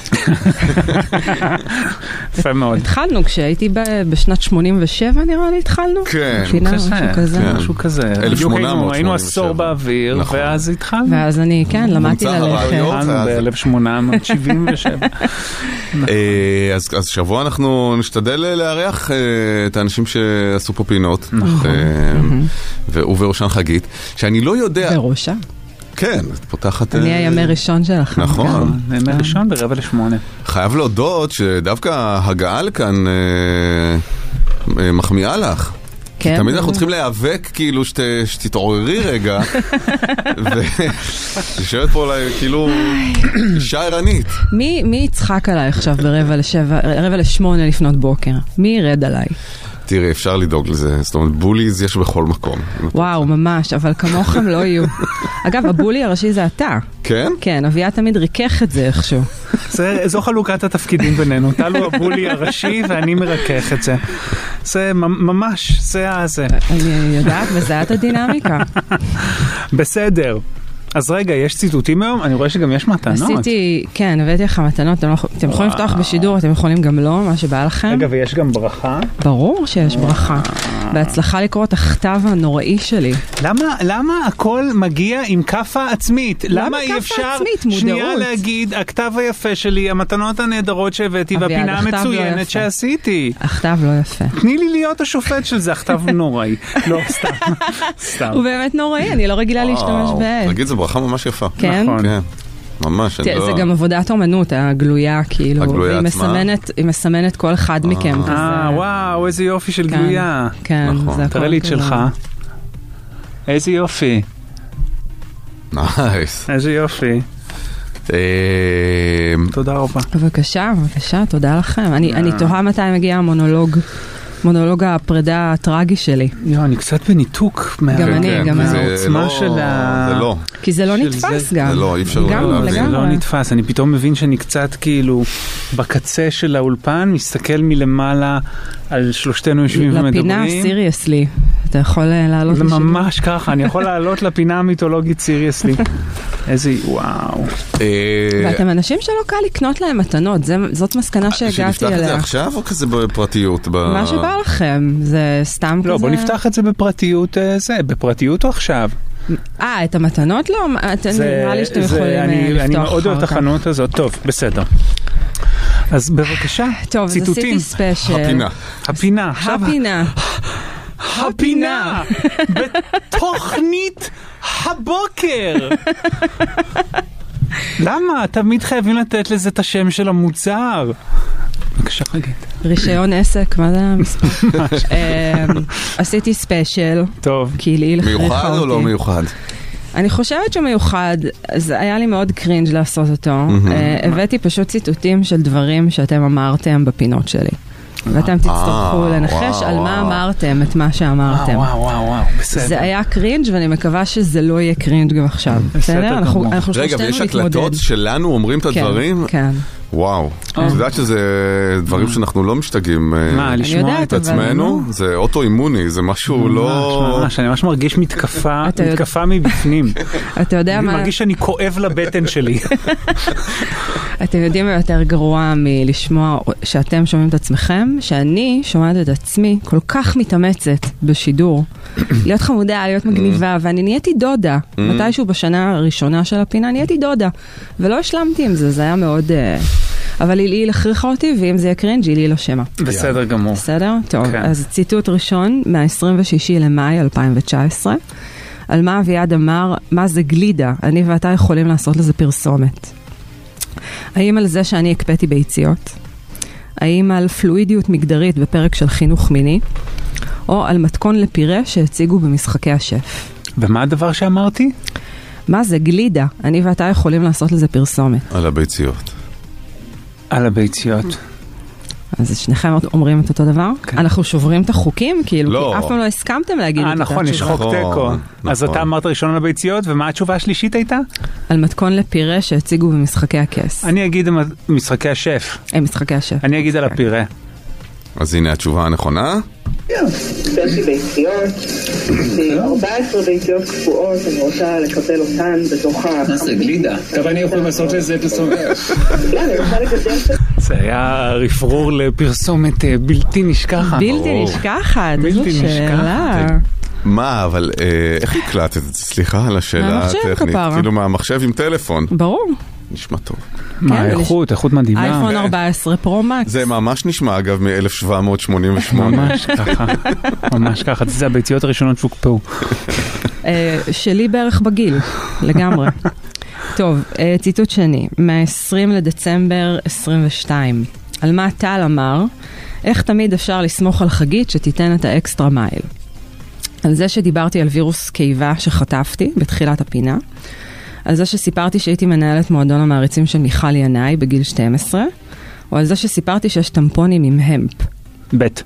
יפה מאוד. התחלנו כשהייתי בשנת שמונים ושבע נראה לי התחלנו. כן. משהו כזה. אלף שמונה מאות היינו עשור באוויר ואז התחלנו. ואז אני, כן, למדתי ללכת. ב-אלף שמונה מאות שבעים ושבע. אז שבוע אנחנו נשתדל לארח את האנשים שעשו פה פינות. ובראשן חגית. שאני לא יודע... בראשה? כן, את פותחת... אני הימי ראשון שלך. נכון. הימי ראשון ברבע לשמונה. חייב להודות שדווקא ההגעה לכאן מחמיאה לך. כי תמיד אנחנו צריכים להיאבק כאילו שתתעוררי רגע ושבת פה כאילו אישה ערנית. מי יצחק עליי עכשיו ברבע לשמונה לפנות בוקר? מי ירד עליי? תראי, אפשר לדאוג לזה. זאת אומרת, בוליז יש בכל מקום. וואו, ממש, אבל כמוכם לא יהיו. אגב, הבולי הראשי זה אתה. כן? כן, אביה תמיד ריכך את זה איכשהו. זו חלוקת התפקידים בינינו. טלו הבולי הראשי ואני מרכך את זה. זה ממש, זה הזה. אני יודעת, וזה את הדינמיקה. בסדר. אז רגע, יש ציטוטים היום? אני רואה שגם יש מתנות. עשיתי, כן, הבאתי לך מתנות, אתם יכולים לפתוח בשידור, אתם יכולים גם לא, מה שבא לכם. רגע, ויש גם ברכה? ברור שיש ברכה. בהצלחה לקרוא את הכתב הנוראי שלי. למה, למה הכל מגיע עם כפה עצמית? למה אי אפשר שנייה להגיד, הכתב היפה שלי, המתנות הנהדרות שהבאתי, והפינה המצוינת שעשיתי? הכתב לא יפה. תני לי להיות השופט של זה, הכתב נוראי. לא, סתם. סתם. הוא באמת נוראי, אני לא רגילה להשתמש בעד. תגיד, זו ברכה ממש יפה. כן? כן. ממש. זה גם עבודת אומנות, הגלויה, כאילו. הגלויה עצמה. היא מסמנת כל אחד מכם. אה, וואו, איזה יופי של גלויה. כן, זה הכל. תראה לי את שלך. איזה יופי. נייס. איזה יופי. תודה רבה. בבקשה, בבקשה, תודה לכם. אני תוהה מתי מגיע המונולוג. מונולוג הפרידה הטרגי שלי. לא, אני קצת בניתוק גם אני, גם מהעוצמה של ה... זה לא. כי זה לא נתפס גם. זה לא, אי אפשר להבין. זה לא נתפס, אני פתאום מבין שאני קצת כאילו בקצה של האולפן, מסתכל מלמעלה על שלושתנו יושבים ומדברים. לפינה סיריוסלי. אתה יכול לעלות לשידור? זה ממש ככה, אני יכול לעלות לפינה המיתולוגית סיריוסלי. איזה, וואו. ואתם אנשים שלא קל לקנות להם מתנות, זאת מסקנה שהגעתי אליה. שנפתח את זה עכשיו או כזה בפרטיות? מה שבא לכם, זה סתם כזה? לא, בוא נפתח את זה בפרטיות, זה, בפרטיות או עכשיו? אה, את המתנות לא? נראה לי שאתם יכולים לפתוח. אני מאוד אוהב את החנות הזאת, טוב, בסדר. אז בבקשה, טוב, ציטוטים. טוב, אז עשיתי ספיישל. הפינה. הפינה. הפינה. הפינה. בתוכנית הבוקר. למה? תמיד חייבים לתת לזה את השם של המוצר. בבקשה, חגית. רישיון עסק, מה זה המספר? עשיתי ספיישל. טוב. מיוחד או לא מיוחד? אני חושבת שמיוחד, זה היה לי מאוד קרינג' לעשות אותו. הבאתי פשוט ציטוטים של דברים שאתם אמרתם בפינות שלי. ואתם תצטרכו לנחש על מה אמרתם, את מה שאמרתם. וואו, וואו, וואו, בסדר. זה היה קרינג' ואני מקווה שזה לא יהיה קרינג' גם עכשיו. בסדר? אנחנו שלושתנו מתמודד. רגע, ויש הקלטות שלנו אומרים את הדברים? כן. וואו. את יודעת שזה דברים שאנחנו לא משתגעים לשמוע את עצמנו? זה אוטואימוני, זה משהו לא... ממש, אני ממש מרגיש מתקפה, מתקפה מבפנים. אתה יודע מה... אני מרגיש שאני כואב לבטן שלי. אתם יודעים מה יותר גרוע מלשמוע שאתם שומעים את עצמכם? שאני שומעת את עצמי כל כך מתאמצת בשידור. להיות חמודה, להיות מגניבה, ואני נהייתי דודה. מתישהו בשנה הראשונה של הפינה נהייתי דודה. ולא השלמתי עם זה, זה היה מאוד... אבל לילי הכריחה אותי, ואם זה יהיה קרינג' לילי לא שמה. בסדר גמור. בסדר? טוב, אז ציטוט ראשון, מה-עשרים ושישה למאי אלפיים תשע עשרה, על מה אביעד אמר, מה זה גלידה, אני ואתה יכולים לעשות לזה פרסומת. האם על זה שאני הקפאתי ביציות? האם על פלואידיות מגדרית בפרק של חינוך מיני? או על מתכון לפירה שהציגו במשחקי השף? ומה הדבר שאמרתי? מה זה גלידה, אני ואתה יכולים לעשות לזה פרסומת. על הביציות. על הביציות. אז שניכם אומרים את אותו דבר? כן. אנחנו שוברים את החוקים? כאילו, לא. כי אף פעם לא הסכמתם להגיד את אה, אותה תשובה. נכון, יש חוק טקו. נכון. אז אתה אמרת ראשון על הביציות, ומה התשובה השלישית הייתה? על מתכון לפירה שהציגו במשחקי הכס. אני אגיד משחקי השף. אה, משחקי השף. אני אגיד על הפירה. אז הנה התשובה הנכונה. יש לי ביציות, יש לי ארבע עשרה ביציות קפואות, אני רוצה לקבל אותן בתוך ה... מה זה גלידה? טוב, אני יכול לעשות לזה פרסומת. לא, אני רוצה לגדל... זה היה רפרור לפרסומת בלתי נשכחת. בלתי נשכחת, זו שאלה. מה, אבל איך הקלטת את זה? סליחה על השאלה הטכנית. כאילו מהמחשב עם טלפון. ברור. נשמע טוב. מה, איכות, איכות מדהימה. אייפון ארבע עשרה פרו מקס. זה ממש נשמע, אגב, מ-אלף שבע מאות שמונים ושמונה. ממש ככה, ממש ככה. זה הביציות הראשונות שהוקפאו. שלי בערך בגיל, לגמרי. טוב, ציטוט שני, מה-עשרים לדצמבר עשרים ושתיים. על מה טל אמר, איך תמיד אפשר לסמוך על חגית שתיתן את האקסטרה מייל. על זה שדיברתי על וירוס קיבה שחטפתי בתחילת הפינה, על זה שסיפרתי שהייתי מנהלת מועדון המעריצים של מיכל ינאי בגיל שתים עשרה, או על זה שסיפרתי שיש טמפונים עם המפ. בית.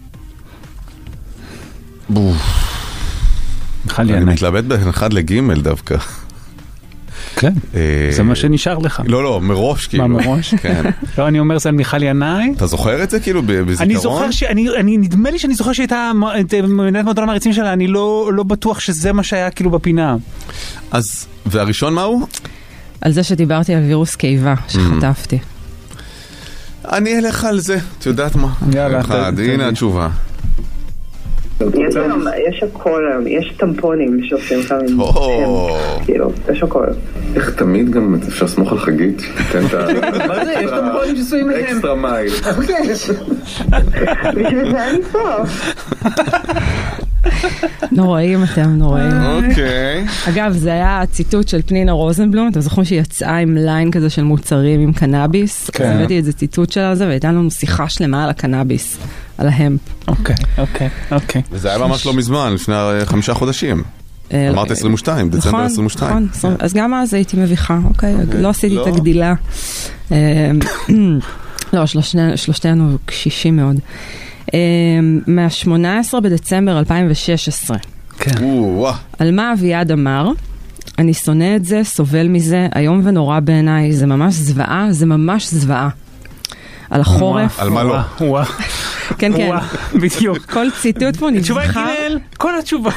מיכל ינאי. אני מתלבט בין אחד לגימל דווקא. כן, זה מה שנשאר לך. לא, לא, מראש כאילו. מה, מראש? כן. לא, אני אומר זה על מיכל ינאי. אתה זוכר את זה כאילו בזיכרון? אני זוכר ש... אני, נדמה לי שאני זוכר שהייתה מנהלת מועדון המעריצים שלה, אני לא בטוח שזה מה שהיה כאילו בפינה. אז, והראשון מה הוא? על זה שדיברתי על וירוס קיבה שחטפתי. אני אלך על זה, את יודעת מה? יאללה. הנה התשובה. יש הכל, יש טמפונים שעושים פעמים, כאילו, יש הכל. איך תמיד גם אפשר לסמוך על חגית? תן את ה... מה זה? יש טמפונים שעושים להם. אקסטרה מייל. אוקיי. בשביל זה אני פה. נוראים אתם, נוראים. אוקיי. אגב, זה היה ציטוט של פנינה רוזנבלום, אתם זוכרים שהיא יצאה עם ליין כזה של מוצרים עם קנאביס? אז הבאתי איזה ציטוט שלה זה, והייתה לנו שיחה שלמה על הקנאביס, על ההמפ. אוקיי, אוקיי, אוקיי. וזה היה ממש לא מזמן, לפני חמישה חודשים. אמרת עשרים ושתיים, דצמבר עשרים ושתיים. נכון, אז גם אז הייתי מביכה, אוקיי, לא עשיתי את הגדילה. לא, שלושתנו קשישים מאוד. מה-שמונה עשרה בדצמבר אלפיים ושש עשרה. כן. על מה אביעד אמר? אני שונא את זה, סובל מזה, היום ונורא בעיניי, זה ממש זוועה, זה ממש זוועה. על החורף. על מה לא? וואו. כן, כן. בדיוק. כל ציטוט פה נבחר. תשובה גימל, כל התשובה.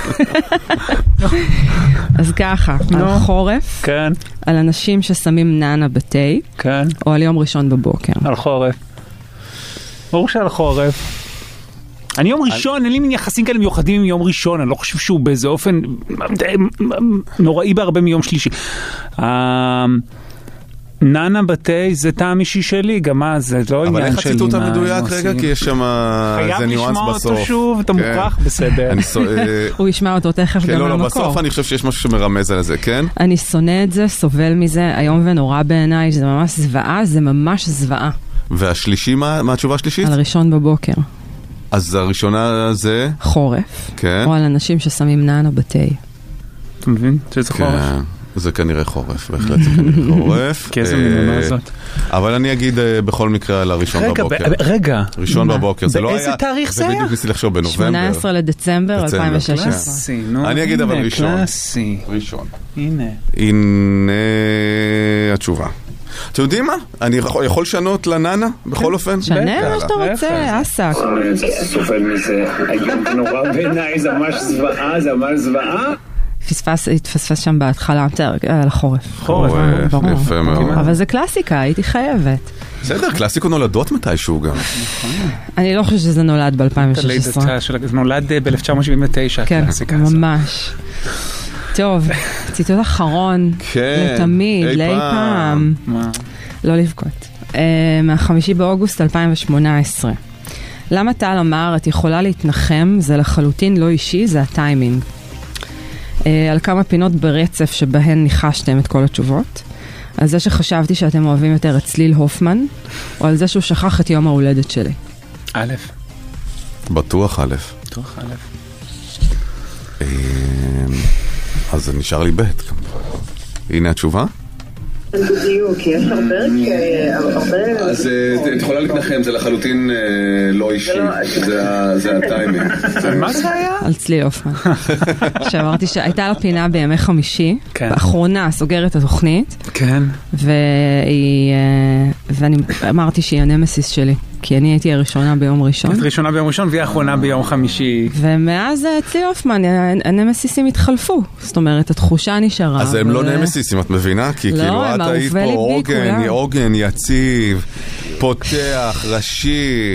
אז ככה, על החורף. כן. על אנשים ששמים נאנה בתה. כן. או על יום ראשון בבוקר. על חורף. ברור שעל חורף. אני יום ראשון, אין לי מין יחסים כאלה מיוחדים עם יום ראשון, אני לא חושב שהוא באיזה אופן נוראי בהרבה מיום שלישי. נאנה בתי זה טעם אישי שלי, גם מה, זה לא עניין שלי. אבל איך הציטוט המדויק רגע, כי יש שם איזה ניואנס בסוף. חייב לשמוע אותו שוב, אתה מוכרח, בסדר. הוא ישמע אותו תכף גם לא, לא, במקור. בסוף אני חושב שיש משהו שמרמז על זה, כן? אני שונא את זה, סובל מזה, היום ונורא בעיניי, זה ממש זוועה, זה ממש זוועה. והשלישי, מה התשובה השלישית? על ראשון בבוקר. אז הראשונה זה? חורף. כן. או על אנשים ששמים נאנה בתה. אתה מבין? שזה חורף. כן. זה כנראה חורף, בהחלט זה כנראה חורף. כסם מנהמה הזאת. אבל אני אגיד בכל מקרה על הראשון בבוקר. רגע. ראשון בבוקר, זה לא היה... באיזה תאריך זה היה? זה בדיוק ניסי לחשוב בנובמבר. שמונה עשרה לדצמבר אלפיים ושש עשרה. קלאסי, נו. אני אגיד אבל ראשון. קלאסי. ראשון. הנה. הנה התשובה. אתם יודעים מה? אני יכול לשנות לנאנה בכל אופן? שנה מה שאתה רוצה, אסק. סובל מזה, היום נורא בעיניי, זה ממש זוועה, זה ממש זוועה. פספס, התפספס שם בהתחלה, על החורף. חורף, יפה מאוד. אבל זה קלאסיקה, הייתי חייבת. בסדר, קלאסיקות נולדות מתישהו גם. אני לא חושבת שזה נולד ב-אלפיים ושש עשרה. זה נולד ב-אלף תשע מאות שבעים ותשע. כן, ממש. טוב, ציטוט אחרון, לתמיד, לאי פעם. לא לבכות. מהחמישי באוגוסט אלפיים ושמונה עשרה. למה טל אמר, את יכולה להתנחם, זה לחלוטין לא אישי, זה הטיימינג. על כמה פינות ברצף שבהן ניחשתם את כל התשובות. על זה שחשבתי שאתם אוהבים יותר את צליל הופמן, או על זה שהוא שכח את יום ההולדת שלי. א'. בטוח א'. בטוח א'. אז נשאר לי ב'. הנה התשובה. בדיוק, כי יש הרבה... אז את יכולה להתנחם, זה לחלוטין לא אישי, זה הטיימינג. מה זה היה? על צליל הופמן. שאמרתי שהייתה לה פינה בימי חמישי, באחרונה סוגרת התוכנית, ואני אמרתי שהיא הנמסיס שלי. כי אני הייתי הראשונה ביום ראשון. את ראשונה ביום ראשון והיא האחרונה ביום חמישי. ומאז צלי הופמן, הנמסיסים התחלפו. זאת אומרת, התחושה נשארה. אז הם לא נמסיסים, את מבינה? כי כאילו את היית פה עוגן, עוגן, יציב, פותח, ראשי,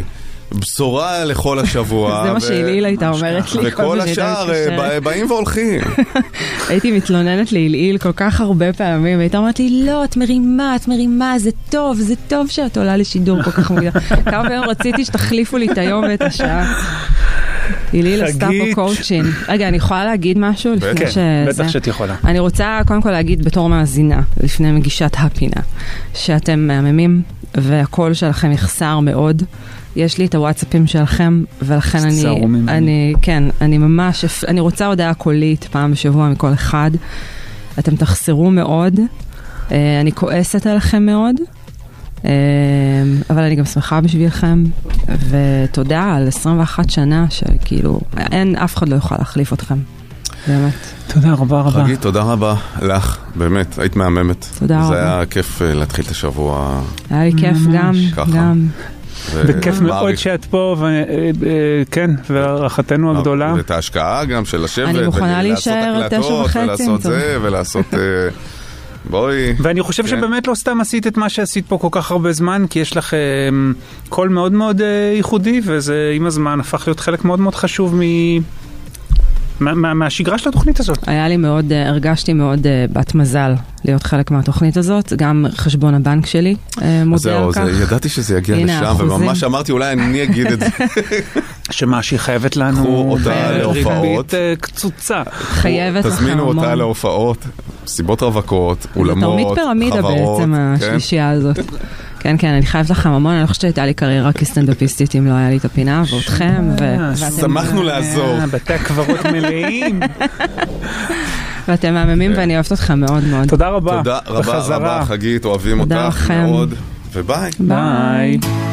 בשורה לכל השבוע. זה מה שאליל הייתה אומרת לי. וכל השאר באים והולכים. הייתי מתלוננת לאליל כל כך הרבה פעמים, הייתה אומרת לי, לא, את מרימה, את מרימה, זה טוב, זה טוב שאת עולה לשידור כל כך מוקדם. כמה פעמים רציתי שתחליפו לי את היום ואת השעה. אליל עשתה פה קואוצ'ין. רגע, אני יכולה להגיד משהו? כן, בטח שאת יכולה. אני רוצה קודם כל להגיד בתור מאזינה, לפני מגישת הפינה, שאתם מהממים, והקול שלכם יחסר מאוד. יש לי את הוואטסאפים שלכם, ולכן אני, אני, כן, אני ממש, אני רוצה הודעה קולית פעם בשבוע מכל אחד. אתם תחסרו מאוד, אני כועסת עליכם מאוד, אבל אני גם שמחה בשבילכם, ותודה על עשרים ואחת שנה, שכאילו, אין, אף אחד לא יוכל להחליף אתכם. באמת. תודה רבה רבה. חגית, תודה רבה לך, באמת, היית מהממת. תודה רבה. זה היה כיף להתחיל את השבוע. היה לי כיף גם, גם. בכיף מאוד שאת פה, וכן, והערכתנו הגדולה. ואת ההשקעה גם של לשבת, אני מוכנה להישאר עד תשע וחצי. ולעשות זה, ולעשות... בואי. ואני חושב שבאמת לא סתם עשית את מה שעשית פה כל כך הרבה זמן, כי יש לך קול מאוד מאוד ייחודי, וזה עם הזמן הפך להיות חלק מאוד מאוד חשוב מ... מה, מהשגרה של התוכנית הזאת. היה לי מאוד, הרגשתי מאוד בת מזל להיות חלק מהתוכנית הזאת, גם חשבון הבנק שלי מודה על כך. ידעתי שזה יגיע לשם, וממש אמרתי אולי אני אגיד את זה. שמה שהיא חייבת לנו, קחו אותה להופעות, קצוצה. חייבת לכם המון. תזמינו אותה להופעות, סיבות רווקות, אולמות, חברות. זה תרמית פירמידה בעצם השלישייה הזאת. כן, כן, אני חייבת לכם המון, אני לא חושבת שהייתה לי קריירה כסטנדאפיסטית אם לא היה לי את הפינה, ואותכם, שמחנו לעזור. בתי הקברות מלאים. ואתם מהממים ואני אוהבת אתכם מאוד מאוד. תודה רבה. תודה רבה רבה, חגית, אוהבים אותך מאוד, וביי. ביי.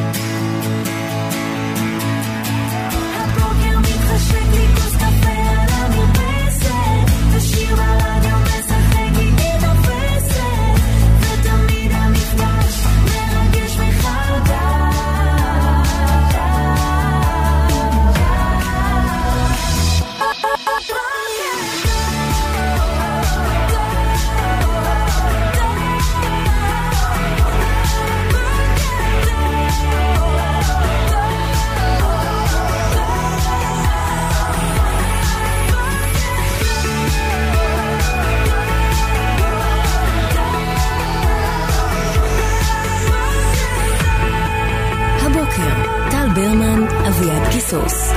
סוס.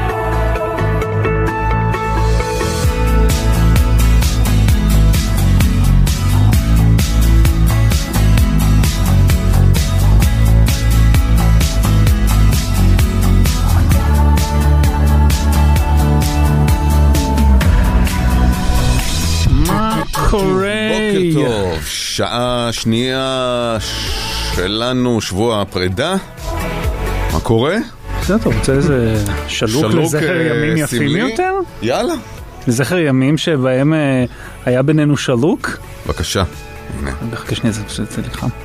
בוקר טוב, שעה שנייה שלנו, שבוע הפרידה. מה קורה? אתה רוצה איזה שלוק לזכר ימים יפים יותר? יאללה. לזכר ימים שבהם היה בינינו שלוק? בבקשה. הנה. חכה שנייה, זה יצא לי חם.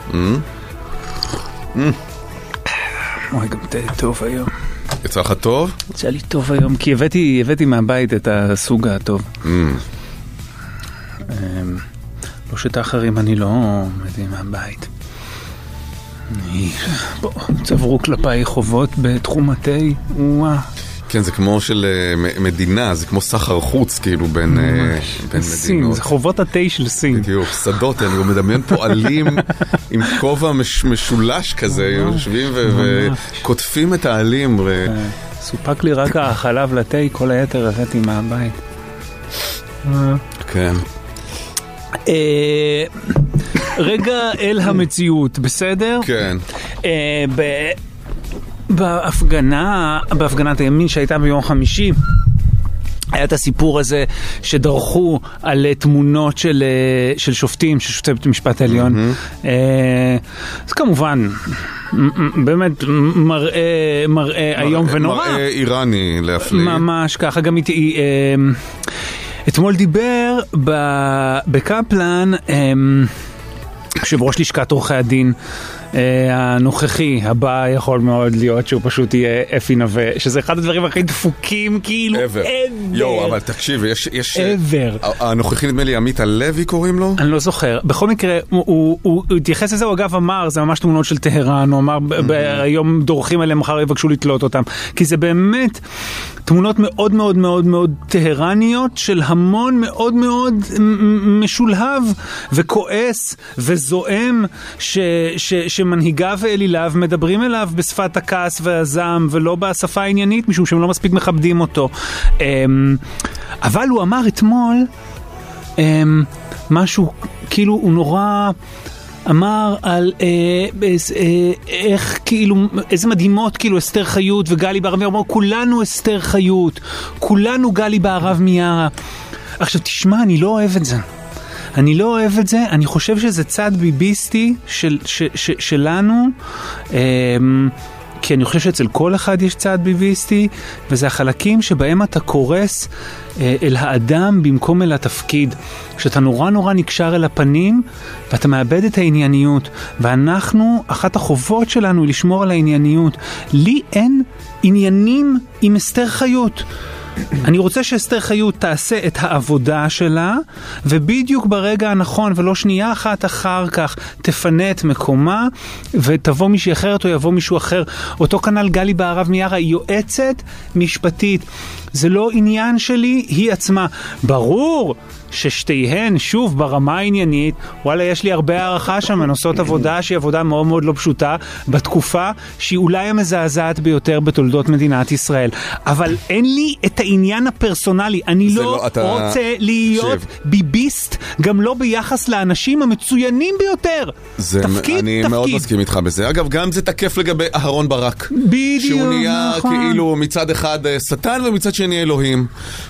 אוי, גם טוב היום. יצא לך טוב? יצא לי טוב היום, כי הבאתי, הבאתי מהבית את הסוג הטוב. לא שאת האחרים אני לא מביא מהבית. בוא, צברו כלפיי חובות בתחום התי. כן, זה כמו של מדינה, זה כמו סחר חוץ כאילו בין מדינות. זה חובות התי של סין. בדיוק, שדות, אני מדמיין פועלים עם כובע משולש כזה, יושבים וכותפים את העלים. סופק לי רק החלב לתי, כל היתר הבאתי מהבית. כן. רגע אל המציאות, בסדר? כן. בהפגנה, בהפגנת הימין שהייתה ביום חמישי, היה את הסיפור הזה שדרכו על תמונות של, של שופטים, של שופטי בית המשפט העליון. אז כמובן, באמת מראה, מראה היום ונורא. מראה איראני להפליא. ממש ככה, גם איתי... אתמול דיבר בקפלן יושב ראש לשכת עורכי הדין הנוכחי הבא יכול מאוד להיות שהוא פשוט יהיה אפי נווה, שזה אחד הדברים הכי דפוקים כאילו ever. יו, אבל תקשיב, יש, יש ever. הנוכחי נדמה לי עמית הלוי קוראים לו? אני לא זוכר. בכל מקרה, הוא, הוא, הוא, הוא התייחס לזה, הוא אגב אמר, זה ממש תמונות של טהרן, הוא אמר, היום דורכים עליהם, מחר יבקשו לתלות אותם. כי זה באמת תמונות מאוד מאוד מאוד מאוד טהרניות של המון מאוד מאוד משולהב וכועס וזועם ש, ש, שמנהיגיו ואליליו מדברים אליו בשפת הכעס והזעם ולא בשפה העניינית משום שהם לא מספיק מכבדים אותו. אבל הוא אמר אתמול משהו, כאילו הוא נורא אמר על אה, אה, איך כאילו, איזה מדהימות כאילו אסתר חיות וגלי בערב מיארה, כולנו אסתר חיות, כולנו גלי בערב מיארה. עכשיו תשמע, אני לא אוהב את זה. אני לא אוהב את זה, אני חושב שזה צד ביביסטי של, ש, ש, שלנו, אה, כי אני חושב שאצל כל אחד יש צד ביביסטי, וזה החלקים שבהם אתה קורס אה, אל האדם במקום אל התפקיד. שאתה נורא נורא נקשר אל הפנים, ואתה מאבד את הענייניות. ואנחנו, אחת החובות שלנו היא לשמור על הענייניות. לי אין עניינים עם אסתר חיות. אני רוצה שאסתר חיות תעשה את העבודה שלה, ובדיוק ברגע הנכון, ולא שנייה אחת אחר כך, תפנה את מקומה, ותבוא מישהי אחרת או יבוא מישהו אחר. אותו כנ"ל גלי בערב מיארה, היא יועצת משפטית. זה לא עניין שלי, היא עצמה. ברור ששתיהן, שוב, ברמה העניינית, וואלה, יש לי הרבה הערכה שם, הן עושות עבודה שהיא עבודה מאוד מאוד לא פשוטה, בתקופה שהיא אולי המזעזעת ביותר בתולדות מדינת ישראל. אבל אין לי את העניין הפרסונלי. אני לא, לא אתה... רוצה להיות שיב. ביביסט, גם לא ביחס לאנשים המצוינים ביותר. זה, תפקיד, אני תפקיד. מאוד מסכים איתך בזה. אגב, גם זה תקף לגבי אהרון ברק. בדיוק, שהוא נהיה נכון. כאילו מצד אחד שטן ומצד שני אלוהים.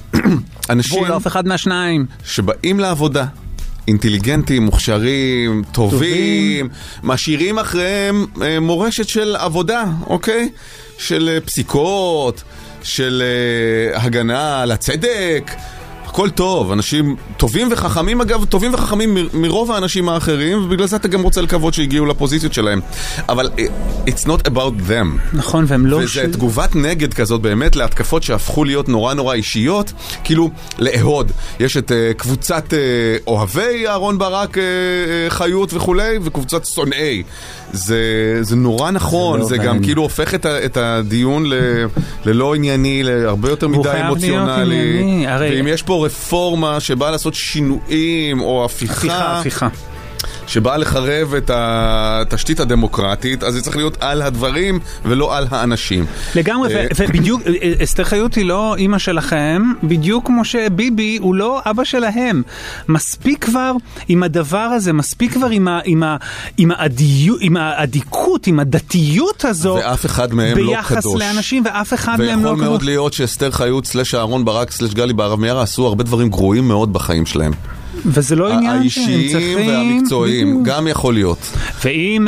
אנשים... והוא לא אף אחד מהשניים. שבאים לעבודה, אינטליגנטים, מוכשרים, טובים, טובים. משאירים אחריהם אה, מורשת של עבודה, אוקיי? של אה, פסיקות, של אה, הגנה על הצדק, הכל טוב, אנשים טובים וחכמים, אגב, טובים וחכמים מ- מרוב האנשים האחרים, ובגלל זה אתה גם רוצה לקוות שהגיעו לפוזיציות שלהם. אבל it's not about them. נכון, והם לא... וזה של... תגובת נגד כזאת באמת להתקפות שהפכו להיות נורא נורא אישיות, כאילו לאהוד. יש את uh, קבוצת uh, אוהבי אהרון ברק uh, uh, חיות וכולי, וקבוצת שונאי. זה, זה נורא נכון, זה, לא זה גם כאילו הופך את, ה, את הדיון ל, ללא ענייני, להרבה יותר מדי אמוציונלי. הרי... ואם יש פה רפורמה שבאה לעשות שינויים או הפיכה, הפיכה, הפיכה. שבאה לחרב את התשתית הדמוקרטית, אז זה צריך להיות על הדברים ולא על האנשים. לגמרי, ובדיוק, אסתר חיות היא לא אמא שלכם, בדיוק כמו שביבי הוא לא אבא שלהם. מספיק כבר עם הדבר הזה, מספיק כבר עם, ה, עם, ה, עם, הדיו, עם האדיקות, עם הדתיות הזו, ואף אחד מהם לא קדוש. ביחס לאנשים, ואף אחד מהם לא קדוש. ויכול מאוד להיות שאסתר חיות סלש אהרון ברק סלש גלי בערב מיארה עשו הרבה דברים גרועים מאוד בחיים שלהם. וזה לא עניין האישיים והמקצועיים, גם יכול להיות. ואם,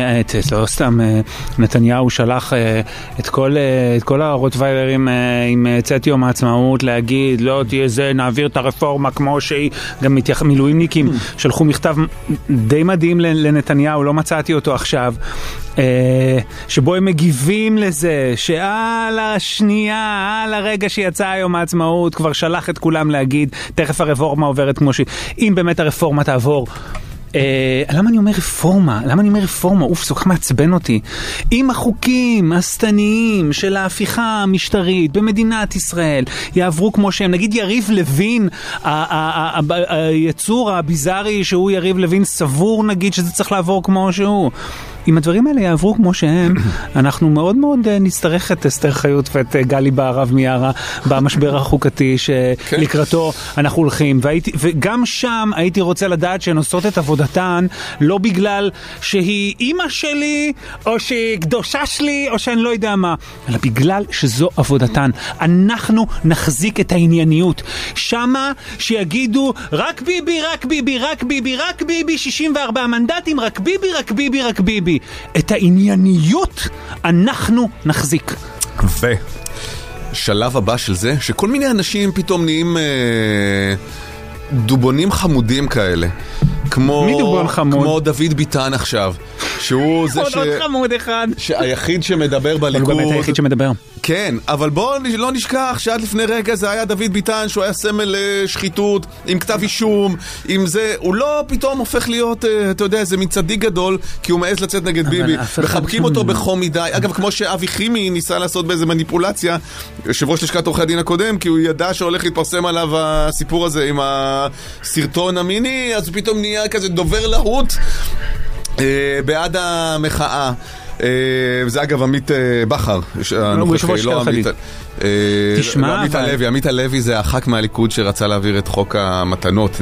לא סתם, נתניהו שלח את כל הרוטוויילרים עם צאת יום העצמאות להגיד, לא תהיה זה, נעביר את הרפורמה כמו שהיא, גם מילואימניקים שלחו מכתב די מדהים לנתניהו, לא מצאתי אותו עכשיו, שבו הם מגיבים לזה, שעל השנייה, על הרגע שיצא היום העצמאות, כבר שלח את כולם להגיד, תכף הרפורמה עוברת כמו שהיא. אם באמת הרפורמה תעבור, אה, למה אני אומר רפורמה? למה אני אומר רפורמה? אוף, זה כך מעצבן אותי. אם החוקים הסתניים של ההפיכה המשטרית במדינת ישראל יעברו כמו שהם, נגיד יריב לוין, היצור הביזארי שהוא יריב לוין סבור, נגיד שזה צריך לעבור כמו שהוא. אם הדברים האלה יעברו כמו שהם, אנחנו מאוד מאוד נצטרך את אסתר חיות ואת גלי בערב מיארה במשבר החוקתי שלקראתו אנחנו הולכים. והייתי, וגם שם הייתי רוצה לדעת שהן עושות את עבודתן, לא בגלל שהיא אימא שלי, או שהיא קדושה שלי, או שאני לא יודע מה, אלא בגלל שזו עבודתן. אנחנו נחזיק את הענייניות. שמה שיגידו, רק ביבי, רק ביבי, רק ביבי, רק ביבי, שישים וארבעה מנדטים, רק ביבי, רק ביבי, רק ביבי. את הענייניות אנחנו נחזיק. ושלב הבא של זה, שכל מיני אנשים פתאום נהיים אה, דובונים חמודים כאלה. כמו, מי דובון חמוד? כמו דוד ביטן עכשיו. שהוא זה עוד עוד חמוד אחד. היחיד שמדבר בליכוד. הוא באמת היחיד שמדבר. כן, אבל בואו לא נשכח שעד לפני רגע זה היה דוד ביטן, שהוא היה סמל שחיתות, עם כתב אישום, עם זה, הוא לא פתאום הופך להיות, אתה יודע, איזה מין צדיק גדול, כי הוא מעז לצאת נגד ביבי, מחבקים אותו בחום מדי. אגב, כמו שאבי חימי ניסה לעשות באיזה מניפולציה, יושב ראש לשכת עורכי הדין הקודם, כי הוא ידע שהולך להתפרסם עליו הסיפור הזה עם הסרטון המיני, אז הוא פתאום נהיה כזה דובר להוט בעד המחאה. וזה אגב עמית בכר, הנוכחי, לא עמית תשמע, עמית הלוי, עמית הלוי זה הח"כ מהליכוד שרצה להעביר את חוק המתנות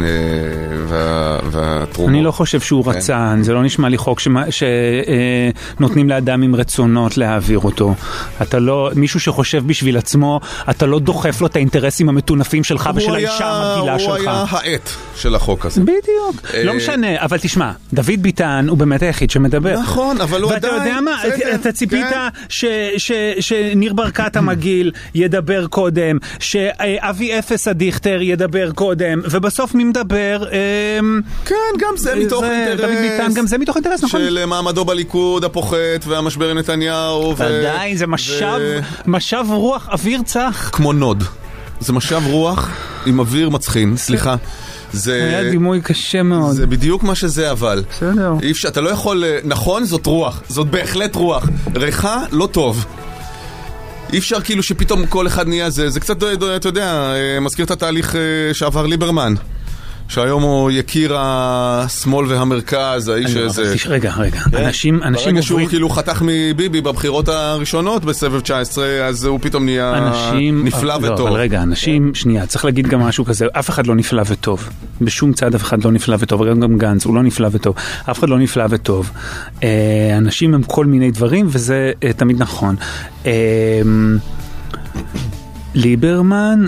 והתרומות. אני לא חושב שהוא רצה, זה לא נשמע לי חוק שנותנים לאדם עם רצונות להעביר אותו. אתה לא, מישהו שחושב בשביל עצמו, אתה לא דוחף לו את האינטרסים המטונפים שלך ושל האישה המגעילה שלך. הוא היה העט של החוק הזה. בדיוק, לא משנה, אבל תשמע, דוד ביטן הוא באמת היחיד שמדבר. נכון, אבל הוא עדיין... ואתה יודע מה, אתה ציפית שניר ברקת המגיל ידבר קודם, שאבי אפס הדיכטר ידבר קודם, ובסוף מי מדבר? כן, גם זה מתוך אינטרס. דוד ביטן, גם זה מתוך אינטרס, נכון? של מעמדו בליכוד הפוחת, והמשבר עם נתניהו. עדיין, זה משב רוח, אוויר צח. כמו נוד. זה משב רוח עם אוויר מצחין, סליחה. היה דימוי קשה מאוד. זה בדיוק מה שזה, אבל בסדר. אתה לא יכול, נכון, זאת רוח, זאת בהחלט רוח. ריחה לא טוב. אי אפשר כאילו שפתאום כל אחד נהיה זה, זה קצת, אתה יודע, מזכיר את התהליך שעבר ליברמן, שהיום הוא יקיר השמאל והמרכז, האיש הזה. רגע, רגע, אנשים, אנשים ברגע שהוא כאילו חתך מביבי בבחירות הראשונות בסבב תשע עשרה, אז הוא פתאום נהיה נפלא וטוב. אבל רגע, אנשים, שנייה, צריך להגיד גם משהו כזה, אף אחד לא נפלא וטוב. בשום צד אף אחד לא נפלא וטוב, גם גנץ, הוא לא נפלא וטוב. אף אחד לא נפלא וטוב. אנשים הם כל מיני דברים, וזה תמיד נכון. ליברמן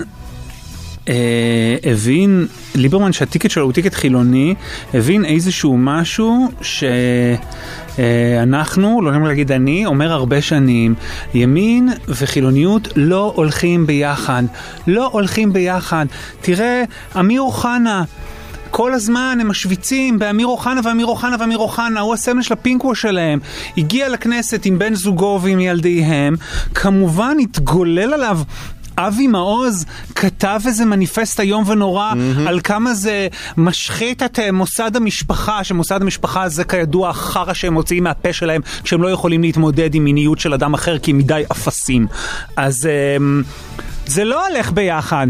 הבין, ליברמן שהטיקט שלו הוא טיקט חילוני, הבין איזשהו משהו שאנחנו, לא נאמר להגיד אני, אומר הרבה שנים, ימין וחילוניות לא הולכים ביחד, לא הולכים ביחד. תראה, אמיר אוחנה, כל הזמן הם משוויצים באמיר אוחנה ואמיר אוחנה ואמיר אוחנה, הוא הסמל של הפינקוו שלהם. הגיע לכנסת עם בן זוגו ועם ילדיהם, כמובן התגולל עליו אבי מעוז, כתב איזה מניפסט היום ונורא mm-hmm. על כמה זה משחית את מוסד המשפחה, שמוסד המשפחה הזה כידוע אחר שהם מוציאים מהפה שלהם, שהם לא יכולים להתמודד עם מיניות של אדם אחר כי מדי אפסים. אז זה לא הולך ביחד.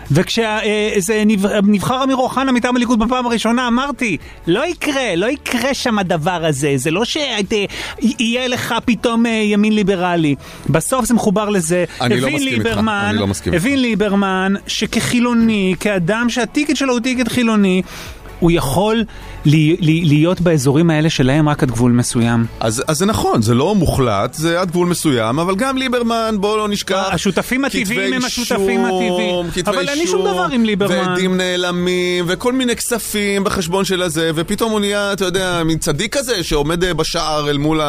וכשזה נבחר אמיר אוחנה מטעם הליכוד בפעם הראשונה, אמרתי, לא יקרה, לא יקרה שם הדבר הזה, זה לא שיהיה לך פתאום ימין ליברלי. בסוף זה מחובר לזה. הבין ליברמן, הבין ליברמן שכחילוני, כאדם שהטיקט שלו הוא טיקט חילוני, הוא יכול להיות באזורים האלה שלהם רק עד גבול מסוים. אז, אז זה נכון, זה לא מוחלט, זה עד גבול מסוים, אבל גם ליברמן, בואו לא נשכח, השותפים הטבעיים הם השותפים הטבעיים. אבל אין לי שום דבר עם ליברמן. ועדים נעלמים, וכל מיני כספים בחשבון של הזה, ופתאום הוא נהיה, אתה יודע, מין צדיק כזה שעומד בשער אל מול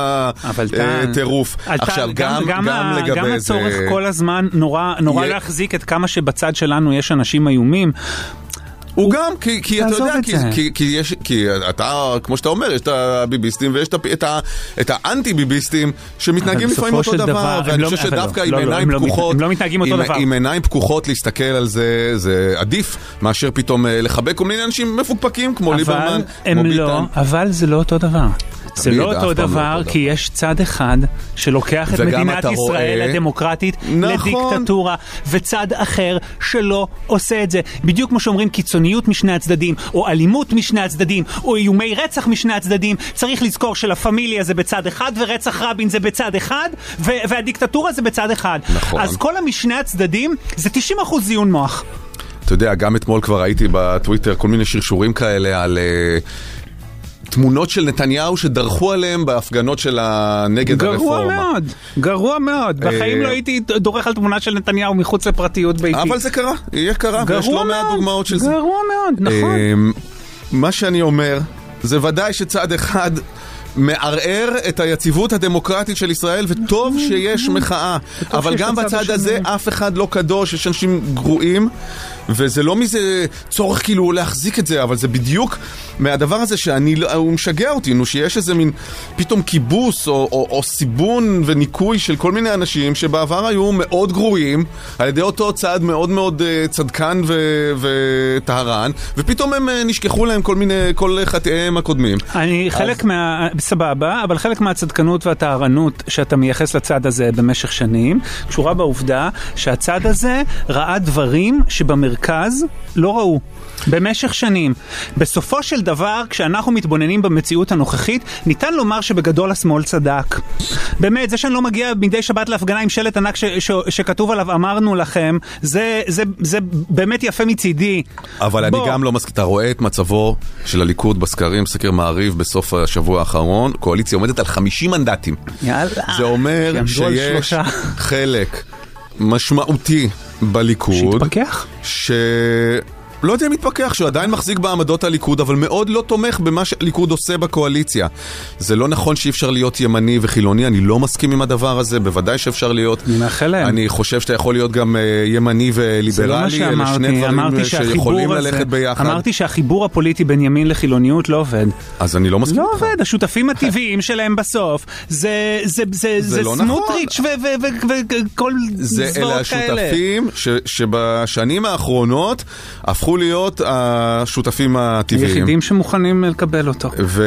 הטירוף. עכשיו, גם, גם, גם לגבי גם זה... הצורך כל הזמן נורא, נורא יה... להחזיק את כמה שבצד שלנו יש אנשים איומים. הוא גם, כי, כי אתה יודע, כי, כי, כי, יש, כי אתה, כמו שאתה אומר, יש את הביביסטים ויש את, את האנטי-ביביסטים שמתנהגים לפעמים אותו דבר, ואני חושב שדווקא עם עיניים פקוחות, עם עיניים פקוחות להסתכל על זה, זה עדיף מאשר פתאום לחבק כל מיני אנשים מפוקפקים, כמו ליברמן, כמו ביטן. אבל זה לא אותו דבר. זה לא אותו דבר, כי יש צד אחד שלוקח את מדינת ישראל הדמוקרטית לדיקטטורה, וצד אחר שלא עושה את זה. בדיוק כמו שאומרים קיצוניות משני הצדדים, או אלימות משני הצדדים, או איומי רצח משני הצדדים. צריך לזכור שלפמיליה זה בצד אחד, ורצח רבין זה בצד אחד, והדיקטטורה זה בצד אחד. אז כל המשני הצדדים זה תשעים אחוז זיון מוח. אתה יודע, גם אתמול כבר ראיתי בטוויטר כל מיני שרשורים כאלה על... תמונות של נתניהו שדרכו עליהם בהפגנות של הנגד הרפורמה. גרוע מאוד, גרוע מאוד. בחיים לא הייתי דורך על תמונה של נתניהו מחוץ לפרטיות ביתי. אבל זה קרה, יהיה קרה, ויש לא מעט דוגמאות של זה. גרוע מאוד, נכון. מה שאני אומר, זה ודאי שצד אחד מערער את היציבות הדמוקרטית של ישראל, וטוב שיש מחאה. אבל גם בצד הזה אף אחד לא קדוש, יש אנשים גרועים, וזה לא מזה צורך כאילו להחזיק את זה, אבל זה בדיוק מהדבר הזה שאני, הוא משגע אותי, נו, שיש איזה מין פתאום כיבוס או, או, או סיבון וניקוי של כל מיני אנשים שבעבר היו מאוד גרועים, על ידי אותו צעד מאוד מאוד צדקן וטהרן, ופתאום הם נשכחו להם כל מיני, כל חטאיהם הקודמים. אני חלק מה... סבבה, אבל חלק מהצדקנות והטהרנות שאתה מייחס לצד הזה במשך שנים, קשורה בעובדה שהצד הזה ראה דברים שבמרכז לא ראו. במשך שנים. בסופו של דבר, כשאנחנו מתבוננים במציאות הנוכחית, ניתן לומר שבגדול השמאל צדק. באמת, זה שאני לא מגיע מדי שבת להפגנה עם שלט ענק ש- ש- שכתוב עליו, אמרנו לכם, זה, זה, זה באמת יפה מצידי. אבל בוא. אני גם לא מסכים, אתה רואה את מצבו של הליכוד בסקרים, סקר מעריב בסוף השבוע האחרון, קואליציה עומדת על חמישים מנדטים. יאללה. זה אומר שיש חלק משמעותי בליכוד. שהתפקח? ש... לא יודע אם מתפקח, שהוא עדיין מחזיק בעמדות הליכוד, אבל מאוד לא תומך במה שהליכוד עושה בקואליציה. זה לא נכון שאי אפשר להיות ימני וחילוני, אני לא מסכים עם הדבר הזה, בוודאי שאפשר להיות. אני מאחל להם. אני חושב שאתה יכול להיות גם ימני וליברלי, אלה שני דברים שיכולים ללכת ביחד. אמרתי שהחיבור הפוליטי בין ימין לחילוניות לא עובד. אז אני לא מסכים. לא עובד, השותפים הטבעיים שלהם בסוף, זה סמוטריץ' וכל זוועות כאלה. אלה השותפים שבשנים האחרונות הפכו להיות השותפים הטבעיים. היחידים שמוכנים לקבל אותו.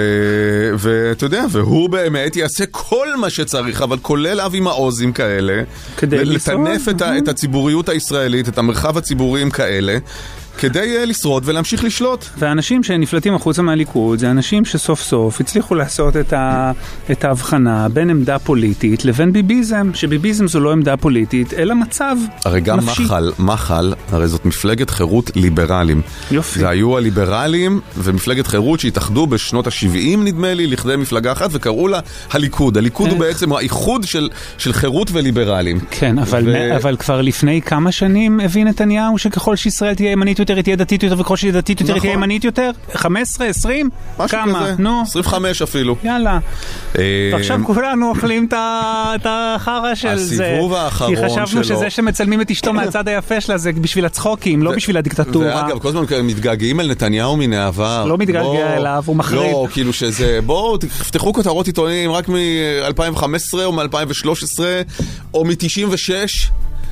ואתה יודע, והוא באמת יעשה כל מה שצריך, אבל כולל אבי מעוזים כאלה, לטנף את הציבוריות הישראלית, את המרחב הציבוריים כאלה, כדי לשרוד ולהמשיך לשלוט. והאנשים שנפלטים החוצה מהליכוד, זה אנשים שסוף סוף הצליחו לעשות את, ה, את ההבחנה בין עמדה פוליטית לבין ביביזם, שביביזם זו לא עמדה פוליטית, אלא מצב הרי גם נפשי. מחל, מחל, הרי זאת מפלגת חירות ליברלים. יופי. זה היו הליברלים ומפלגת חירות שהתאחדו בשנות ה-שבעים, נדמה לי, לכדי מפלגה אחת, וקראו לה הליכוד. הליכוד הוא בעצם האיחוד של, של חירות וליברלים. כן, אבל, ו... אבל כבר לפני כמה שנים הבין נתניהו שככל שישראל תהיה ימנית יותר, תהיה דתית יותר, וככל שהיא דתית יותר, תהיה ימנית יותר? חמש עשרה, עשרים? כמה? נו. עשרים וחמש אפילו. יאללה. ועכשיו כולנו אוכלים את החרה של זה. הסיבוב האחרון שלו. כי חשבנו שזה שמצלמים את אשתו מהצד היפה שלה, זה בשביל הצחוקים, לא בשביל הדיקטטורה. ואגב, כל הזמן מתגעגעים אל נתניהו מן העבר. לא מתגעגע אליו, הוא מחריב. לא, כאילו שזה, בואו, תפתחו כותרות עיתונים רק מ-אלפיים וחמש עשרה או מ-אלפיים ושלוש עשרה או מ-תשעים ושש.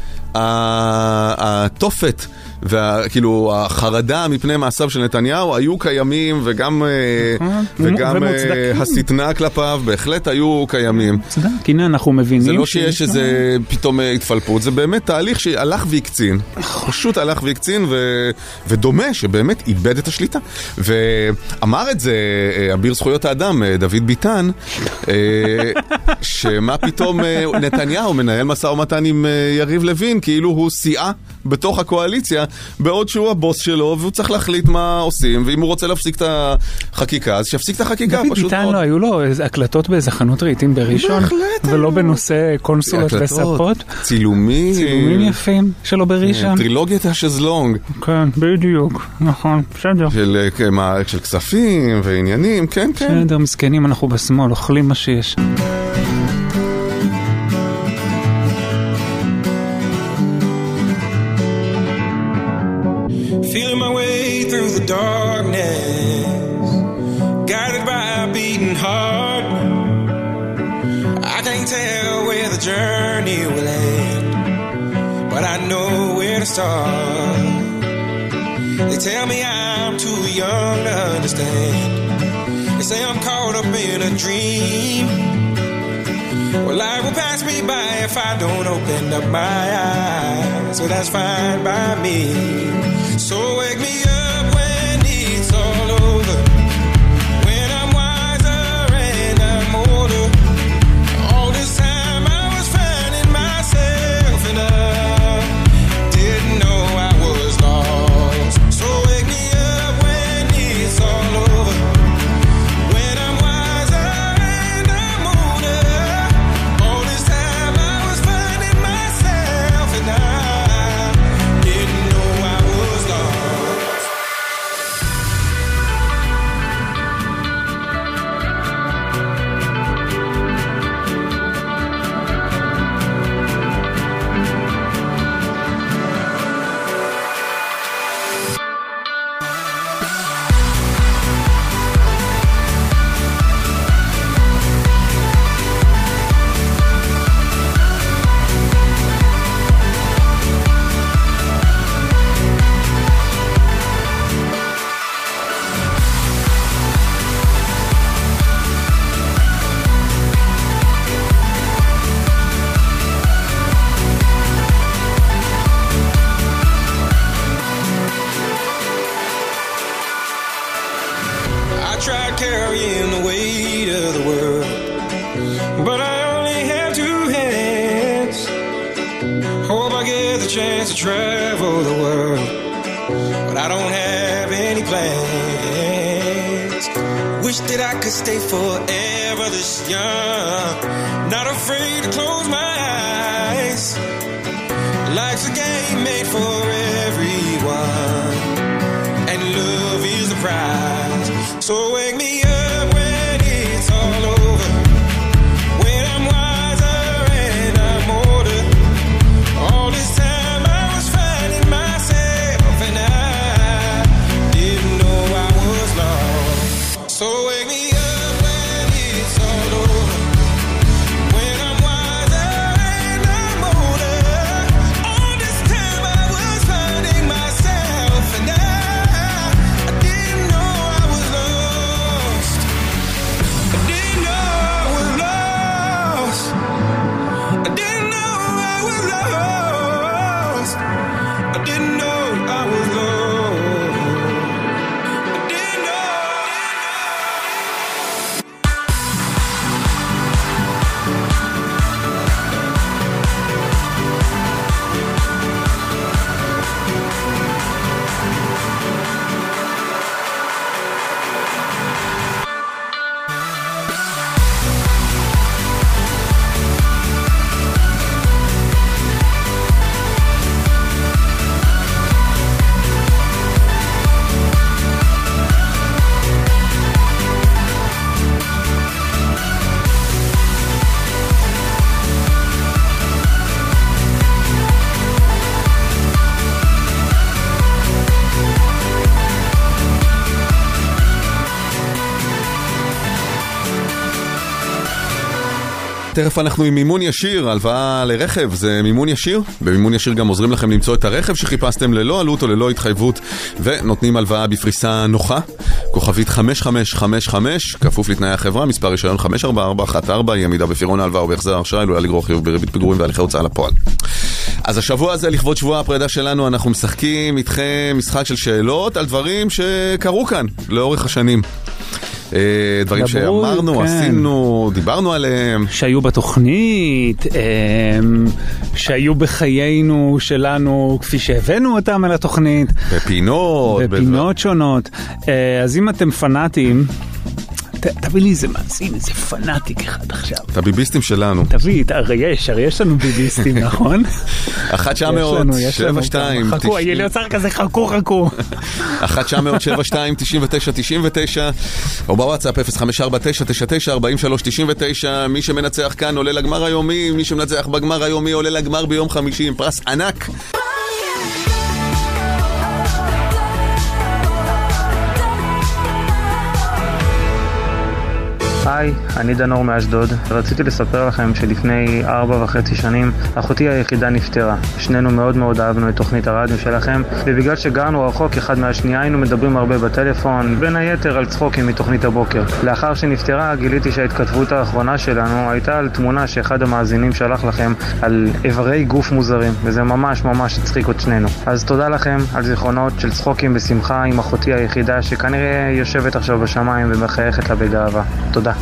התופת וכאילו החרדה מפני מעשיו של נתניהו היו קיימים, וגם וגם הסתנה כלפיו בהחלט היו קיימים. הנה אנחנו מבינים. זה לא שיש איזה פתאום התפלפות, זה באמת תהליך שהלך והקצין, פשוט הלך והקצין, ודומה שבאמת איבד את השליטה. ואמר את זה אביר זכויות האדם דוד ביטן, שמה פתאום נתניהו מנהל משא ומתן עם יריב לוין, כאילו הוא סיעה בתוך הקואליציה, בעוד שהוא הבוס שלו, והוא צריך להחליט מה עושים, ואם הוא רוצה להפסיק את החקיקה, אז שיפסיק את החקיקה. דוד ביטן לא, היו לו הקלטות באיזה חנות רהיטים בראשון, ולא בנושא קונסולות וספות. צילומים. צילומים יפים שלו בראשון. טרילוגיית השזלונג. כן, בדיוק, נכון, בסדר. של כספים ועניינים, כן, כן. בסדר, מסכנים, אנחנו בשמאל, אוכלים מה שיש. Darkness, guided by a beating heart. I can't tell where the journey will end, but I know where to start. They tell me I'm too young to understand. They say I'm caught up in a dream. Well, life will pass me by if I don't open up my eyes. So that's fine by me. So wake me up all over, when I'm wiser and I'm older. All this time I was finding myself and I didn't know I was lost. So wake me up when it's all over, when I'm wiser and I'm older. All this time I was finding myself and I didn't know I was lost. chance to travel the world, but I don't have any plans. Wish that I could stay forever this young, not afraid to close my eyes. Life's a game made for everyone, and love is the prize. So wake me up when it's all over, when I'm wiser and I'm older. All this time I was finding myself, and I didn't know I was lost. So wake me up when it's all over, when I'm wiser and I'm older. All this time I was finding myself, and I, I didn't know I was lost. I didn't know I was lost. I didn't know I was lost. I didn't know I was lost. I didn't know. תכף אנחנו עם מימון ישיר, הלוואה לרכב, זה מימון ישיר. במימון ישיר גם עוזרים לכם למצוא את הרכב שחיפשתם ללא עלות או ללא התחייבות, ונותנים הלוואה בפריסה נוחה. כוכבית חמש חמש חמש חמש, כפוף לתנאי החברה, מספר רישיון חמש ארבע ארבע אחת ארבע, היא עמידה בפירעון ההלוואה או בהחזר האשראי, עלולה לגרור חיוב בריבית פיגורים והליכי הוצאה לפועל. אז השבוע הזה, לכבוד שבוע הפרידה שלנו, אנחנו משחקים איתכם משחק של שאלות על דברים שקרו כאן לאורך השנים. דברים שאמרנו, עשינו, דיברנו עליהם. שהיו בתוכנית, שהיו בחיינו שלנו, כפי שהבאנו אותם על התוכנית. בפינות. בפינות שונות. אז אם אתם פנאטים, תביא לי איזה מאזין, איזה פנאטיק אחד עכשיו. את הביביסטים שלנו. תביא, הרי יש, הרי יש לנו ביביסטים, נכון? אחת תשע מאות שבע שתיים חכו, יהיה לי יוצר כזה, חכו, חכו. אחת תשע מאות שבע שתיים תשעים ותשע תשעים ותשע, או בוואטסאפ אפס חמש ארבע תשע תשע תשע ארבעים ושלוש תשעים ותשע. מי שמנצח כאן עולה לגמר היומי, מי שמנצח בגמר היומי עולה לגמר ביום חמישי עם פרס ענק. היי, אני דנור מאשדוד. רציתי לספר לכם שלפני ארבע וחצי שנים אחותי היחידה נפטרה. שנינו מאוד מאוד אהבנו את תוכנית הרדיו שלכם, ובגלל שגרנו רחוק אחד מהשנייה היינו מדברים הרבה בטלפון, בין היתר על צחוקים מתוכנית הבוקר. לאחר שנפטרה גיליתי שההתכתבות האחרונה שלנו הייתה על תמונה שאחד המאזינים שלח לכם על איברי גוף מוזרים, וזה ממש ממש הצחיק את שנינו. אז תודה לכם על זיכרונות של צחוקים בשמחה עם אחותי היחידה שכנראה יושבת עכשיו בשמיים ומחייכת לה בגאווה. תודה.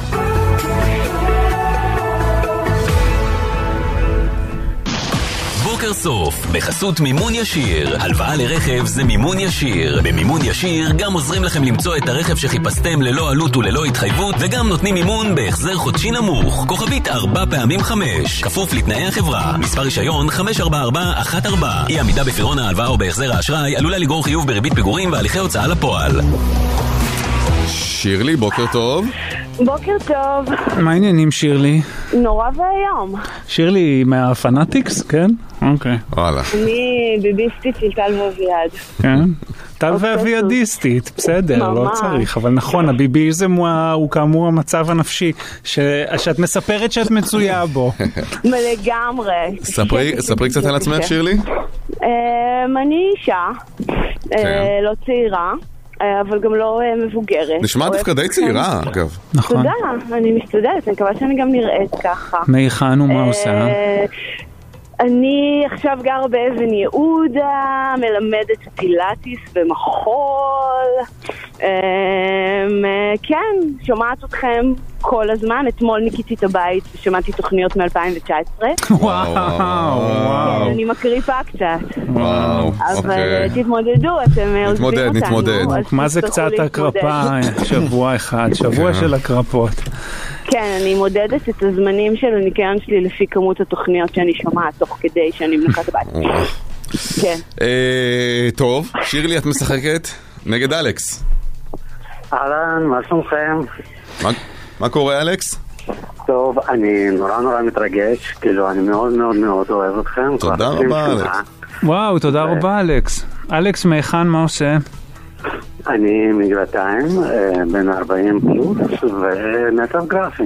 בוקר סוף, בחסות מימון ישיר. הלוואה לרכב זה מימון ישיר. במימון ישיר גם עוזרים לכם למצוא את הרכב שחיפשתם ללא עלות וללא התחייבות, וגם נותנים מימון בהחזר חודשי נמוך. כוכבית ארבע פעמים חמש, כפוף לתנאי החברה. מספר רישיון חמש ארבע ארבע אחת ארבע. אי עמידה בפירעון ההלוואה או בהחזר האשראי עלולה לגרור חיוב בריבית פיגורים והליכי הוצאה לפועל. שירלי, בוקר טוב. בוקר טוב. מה העניינים, שירלי? נורא והיום. שירלי מהפנאטיקס, כן? אוקיי. וואלה. אני ביביסטית של טל ואביעד. כן? טל ואביעדיסטית, בסדר, לא צריך. אבל נכון, הביביזם הוא כאמור המצב הנפשי שאת מספרת שאת מצויה בו. לגמרי. ספרי קצת על עצמך, שירלי. אני אישה, לא צעירה. אבל גם לא מבוגרת. נשמע דווקא די צעירה, אגב. נכון. תודה, אני מסתדרת, אני מקווה שאני גם נראית ככה. מייחן ומה עושה? אני עכשיו גרה באבן יהודה, מלמדת פילאטיס במחול. כן, שומעת אתכם כל הזמן. אתמול ניקיתי את הבית ושמעתי תוכניות מ-אלפיים תשע עשרה. וואו, וואו. אני מקריפה קצת. וואו, אבל תתמודדו, אתם עוזבים אותנו. נתמודד, נתמודד. מה זה קצת הקרפה? שבוע אחד, שבוע של הקרפות. כן, אני מודדת את הזמנים של הניקיון שלי לפי כמות התוכניות שאני שומעת תוך כדי שאני מנקה את הבית. כן. טוב, שירלי, את משחקת נגד אלכס. אהלן, מה שלומכם? מה קורה, אלכס? טוב, אני נורא נורא מתרגש, כאילו אני מאוד מאוד מאוד אוהב אתכם. תודה רבה, אלכס. וואו, תודה רבה, אלכס. אלכס, מהיכן, מה עושה? אני מגבעתיים, בן ארבעים פלוס ונצב גרפי.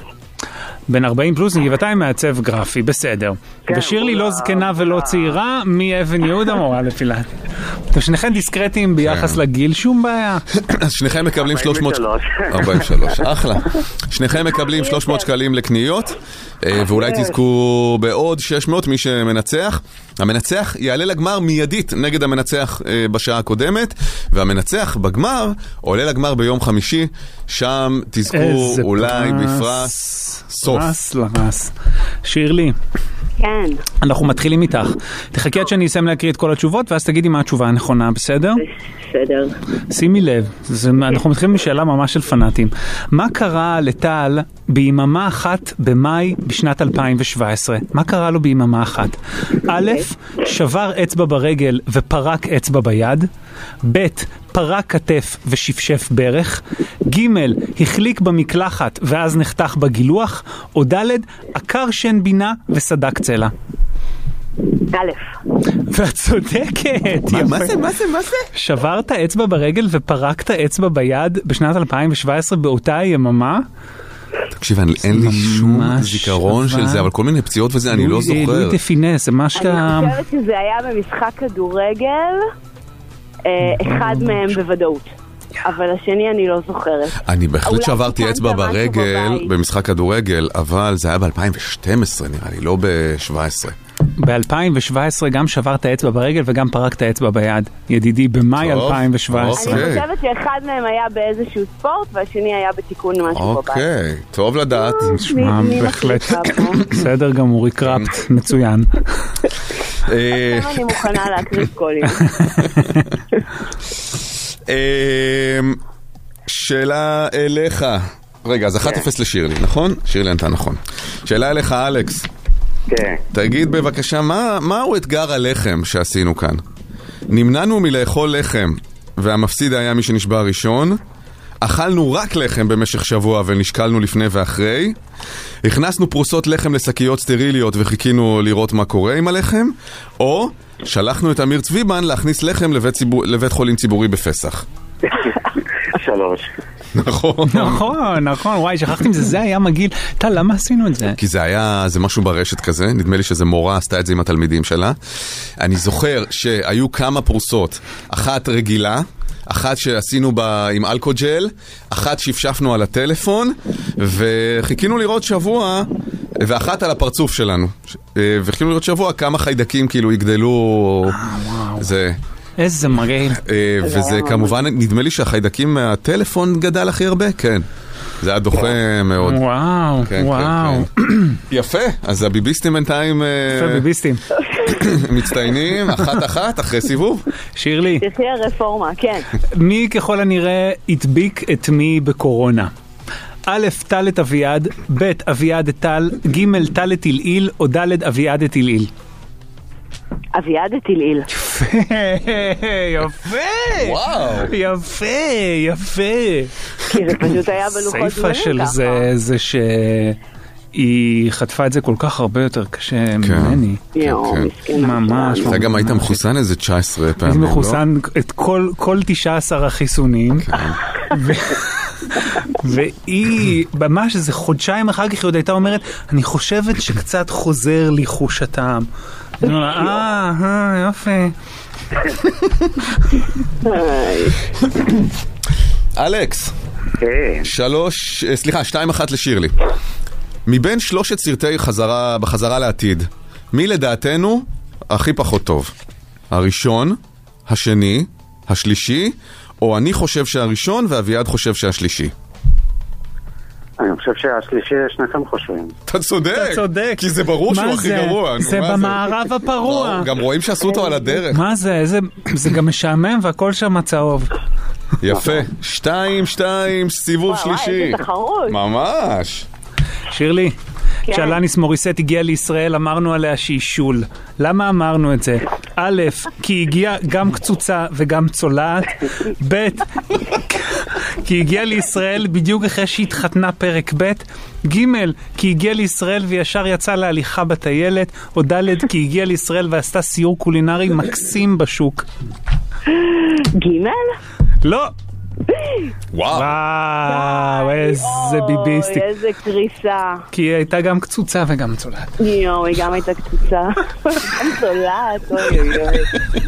בן ארבעים פלוס מגבעתיים מעצב גרפי, בסדר. ושירלי לא זקנה ולא צעירה, מאבן יהודה מורה לפילת. אתם שניכם דיסקרטיים ביחס לגיל, שום בעיה. אז שניכם מקבלים שלוש מאות... ארבעים ושלוש, אחלה. שניכם מקבלים שלוש מאות שקלים לקניות, ואולי תזכו בעוד שש מאות מי שמנצח. המנצח יעלה לגמר מיידית נגד המנצח בשעה הקודמת, והמנצח בגמר עולה לגמר ביום חמישי, שם תזכו אולי בפרס סוף. פרס לרס. שירלי. כן. אנחנו מתחילים איתך. תחכי עד שאני אסיים להקריא את כל התשובות, ואז תגידי מה התשובה הנכונה, בסדר? בסדר. שימי לב, זה, אנחנו מתחילים משאלה ממש של פנאטים. מה קרה לטל ביממה אחת במאי בשנת אלפיים שבע עשרה? מה קרה לו ביממה אחת? א', שבר אצבע ברגל ופרק אצבע ביד. ב', פרק כתף ושפשף ברך. ג', החליק במקלחת ואז נחתך בגילוח. או ד', עקר שן בינה וסדק צלע. א'. ואת צודקת. מה זה, מה זה, מה זה? שברת אצבע ברגל ופרקת אצבע ביד בשנת אלפיים שבע עשרה באותה יממה? תקשיב, אין לי שום זיכרון של זה, אבל כל מיני פציעות וזה, אני לא זוכר. לואי דפינס, זה מה שאתה... אני חושבת שזה היה במשחק כדורגל, אחד מהם בוודאות. אבל השני אני לא זוכרת. אני בהחלט שברתי אצבע ברגל במשחק כדורגל, אבל זה היה ב-אלפיים ושתים עשרה נראה לי, לא ב-שבע עשרה. ב-אלפיים שבע עשרה גם שברת אצבע ברגל וגם פרקת אצבע ביד. ידידי, במאי אלפיים שבע עשרה. אני חושבת שאחד מהם היה באיזשהו ספורט, והשני היה בתיקון משהו בבית. אוקיי, טוב לדעת. נשמע בהחלט. בסדר גמור, הקרפט, מצוין. עכשיו אני מוכנה להקריב קולים. שאלה אליך. רגע, אז אחת אפס לשירלי, נכון? שירלי ענתה נכון. שאלה אליך, אלכס. כן. תגיד בבקשה, מה, מהו אתגר הלחם שעשינו כאן? נמנענו מלאכול לחם, והמפסיד היה מי שנשבע ראשון. אכלנו רק לחם במשך שבוע ונשקלנו לפני ואחרי. הכנסנו פרוסות לחם לשקיות סטריליות וחיכינו לראות מה קורה עם הלחם. או שלחנו את אמיר צביבן להכניס לחם לבית, ציבור, לבית חולים ציבורי בפסח. שלוש. נכון. נכון, נכון, וואי, שכחתי עם זה, זה היה מגעיל. טל, למה עשינו את זה? כי זה היה, זה משהו ברשת כזה, נדמה לי שזה מורה עשתה את זה עם התלמידים שלה. אני זוכר שהיו כמה פרוסות, אחת רגילה, אחת שעשינו בה עם אלכוג'ל, אחת שפשפנו על הטלפון, וחיכינו לראות שבוע, ואחת על הפרצוף שלנו. וחיכינו לראות שבוע כמה חיידקים כאילו יגדלו. זה... איזה מגעיל. וזה כמובן, נדמה לי שהחיידקים מהטלפון גדל הכי הרבה, כן. זה היה דוחה מאוד. וואו, וואו. יפה, אז הביביסטים בינתיים... יפה, ביביסטים. מצטיינים, אחת אחת, אחרי סיבוב. שירלי. תחי הרפורמה, כן. מי ככל הנראה הדביק את מי בקורונה? א', טל את אביעד, ב', אביעד את טל, ג', טל את אילאיל, או ד', אביעד את אילאיל. אביעד את אילאיל. יפה, יפה. וואו. יפה, יפה. כי זה פשוט היה בלוחות זמנים ככה. הסייפה של זה, זה שהיא חטפה את זה כל כך הרבה יותר קשה ממני. ממש. אתה גם היית מחוסן איזה תשע עשרה פעמים, לא? הייתי מחוסן את כל תשעה עשר החיסונים. והיא, ממש איזה חודשיים אחר כך, היא עוד הייתה אומרת, אני חושבת שקצת חוזר לי חוש הטעם. אני אומר לה, אה, אה, יופי. אלכס, שלוש, סליחה, שתיים אחת לשירלי. מבין שלושת סרטי חזרה, בחזרה לעתיד, מי לדעתנו הכי פחות טוב? הראשון, השני, השלישי, או אני חושב שהראשון ואביעד חושב שהשלישי? אני חושב שהשלישי שניכם חושבים. אתה צודק. אתה צודק. כי זה ברור שהוא הכי גרוע. זה במערב הפרוע. גם רואים שעשו אותו על הדרך. מה זה? זה גם משעמם והכל שם צהוב. יפה. שתיים, שתיים, סיבוב שלישי. וואי, איזה תחרות. ממש. שירלי, כשאלניס מוריסט הגיע לישראל אמרנו עליה שהיא שול. למה אמרנו את זה? א', כי הגיעה גם קצוצה וגם צולעת. ב', כי הגיעה לישראל בדיוק אחרי שהתחתנה פרק ב'. ג', כי הגיעה לישראל וישר יצאה להליכה בטיילת. או ד', כי הגיעה לישראל ועשתה סיור קולינרי מקסים בשוק. ג'? לא. וואו. וואו, איזה ביביסטי. אוי, איזה קריסה. כי היא הייתה גם קצוצה וגם צולעת. יואו, היא גם הייתה קצוצה. גם צולעת, אוי אוי אוי.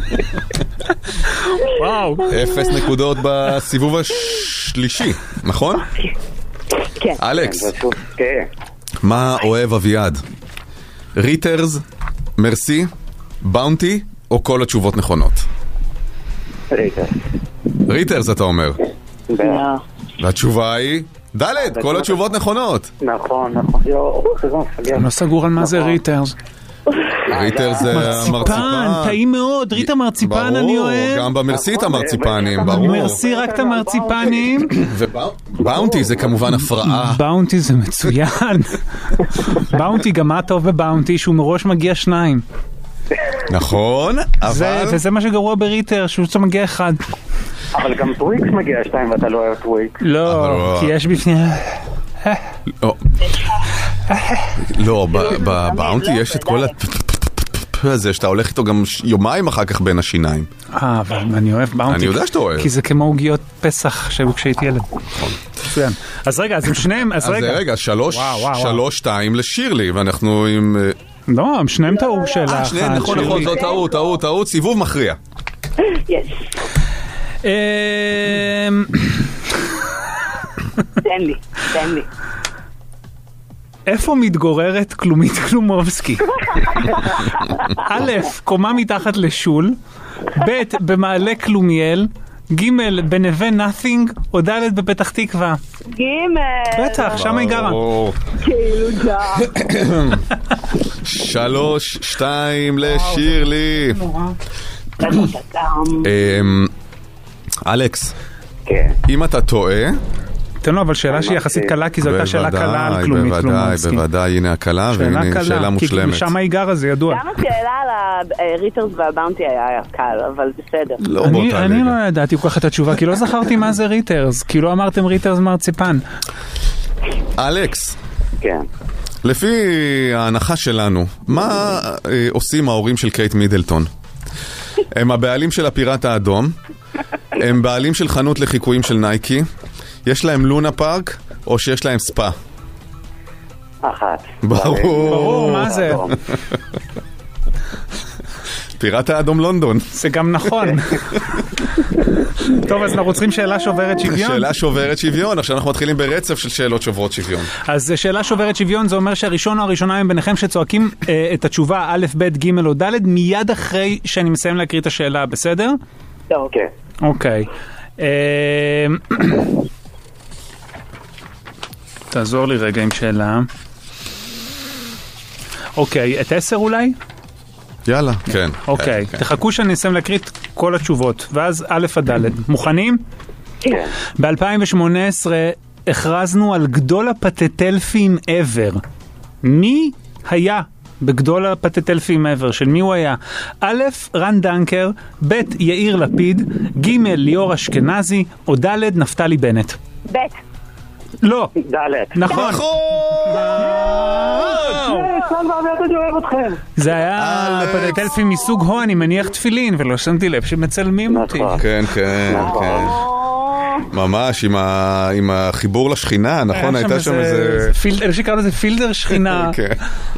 וואו. אפס נקודות בסיבוב השלישי, נכון? כן. אלכס, מה אוהב אביעד? ריטרס, מרסי, באונטי או כל התשובות נכונות? ריטרס. ריטרס אתה אומר. והתשובה היא ד', כל התשובות נכונות. נכון, נכון. אני לא סגור על מה זה ריטרס. ריטרס זה מרציפן. טעים מאוד, ריטה מרציפן אני אוהב. גם במרסית המרציפנים, ברור. מרסי רק את המרציפנים. ובאונטי זה כמובן הפרעה. באונטי זה מצוין. באונטי, גם מה טוב בבאונטי שהוא מראש מגיע שניים. נכון, אבל... וזה מה שגרוע בריטר, שהוא צריך מגיע אחד. אבל גם טוויקס מגיע שתיים ואתה לא אוהב טוויקס. לא, כי יש בפני... לא, בבאונטי יש את כל הזה שאתה הולך איתו גם יומיים אחר כך בין השיניים. אה, אבל אני אוהב באונטי. אני יודע שאתה אוהב. כי זה כמו עוגיות פסח שהיו כשהייתי ילד. מצוין. אז רגע, אז עם שניהם, אז רגע. אז רגע, שלוש, שלוש, שתיים לשירלי, ואנחנו עם... לא, הם שניהם טעו שאלה אחת. שניהם, נכון, נכון, זו טעות, טעות, טעות, סיבוב מכריע. יש. תן לי, תן לי. איפה מתגוררת קלומית קלומובסקי? א', קומה מתחת לשול, ב', במעלה קלומיאל, ג', בנווה נאטינג, או ד', בפתח תקווה. ג'. בטח, שם היא גרה. כאילו דם. שלוש, שתיים לשירלי. אלכס, אם אתה טועה... תן לו, אבל שאלה שהיא יחסית קלה, כי זו הייתה שאלה קלה על קלומית קלומובסקי. בוודאי, בוודאי, הנה הקלה, והנה שאלה מושלמת. כי שם היא גרה, זה ידוע. גם השאלה על הריטרס והבאונטי היה קל, אבל בסדר. אני לא ידעתי כל כך את התשובה, כי לא זכרתי מה זה ריטרס, כי לא אמרתם ריטרס מרציפן. אלכס. כן. לפי ההנחה שלנו, מה עושים ההורים של קייט מידלטון? הם הבעלים של הפיראט האדום, הם בעלים של חנות לחיקויים של נייקי, יש להם לונה פארק, או שיש להם ספה? אחת. ברור. ברור, מה זה? פיראט האדום לונדון. זה גם נכון. טוב, אז אנחנו צריכים שאלה שוברת שוויון. שאלה שוברת שוויון, עכשיו אנחנו מתחילים ברצף של שאלות שוברות שוויון. אז שאלה שוברת שוויון, זה אומר שהראשון או הראשונה הם ביניכם שצועקים אה, את התשובה א', ב', ג' או ד', מיד אחרי שאני מסיים להקריא את השאלה, בסדר? אוקיי. אוקיי. אה, תעזור לי רגע עם שאלה. אוקיי, את עשר אולי? יאללה, כן. אוקיי, תחכו שאני אסיים להקריא את כל התשובות, ואז א' עד ד'. מוכנים? כן. ב-אלפיים ושמונה עשרה הכרזנו על גדול הפטטלפים ever. מי היה בגדול הפטטלפים ever? של מי הוא היה? א', רן דנקר, ב', יאיר לפיד, ג', ליאור אשכנזי, או ד', נפתלי בנט. ב'. לא. ד'. נכון. זה היה פטטלפים מסוג הו, אני מניח תפילין, ולא שמתי לב שמצלמים אותי. כן, כן, כן. ממש, עם החיבור לשכינה, נכון? הייתה שם איזה... אני שקראו לזה פילדר שכינה. כן.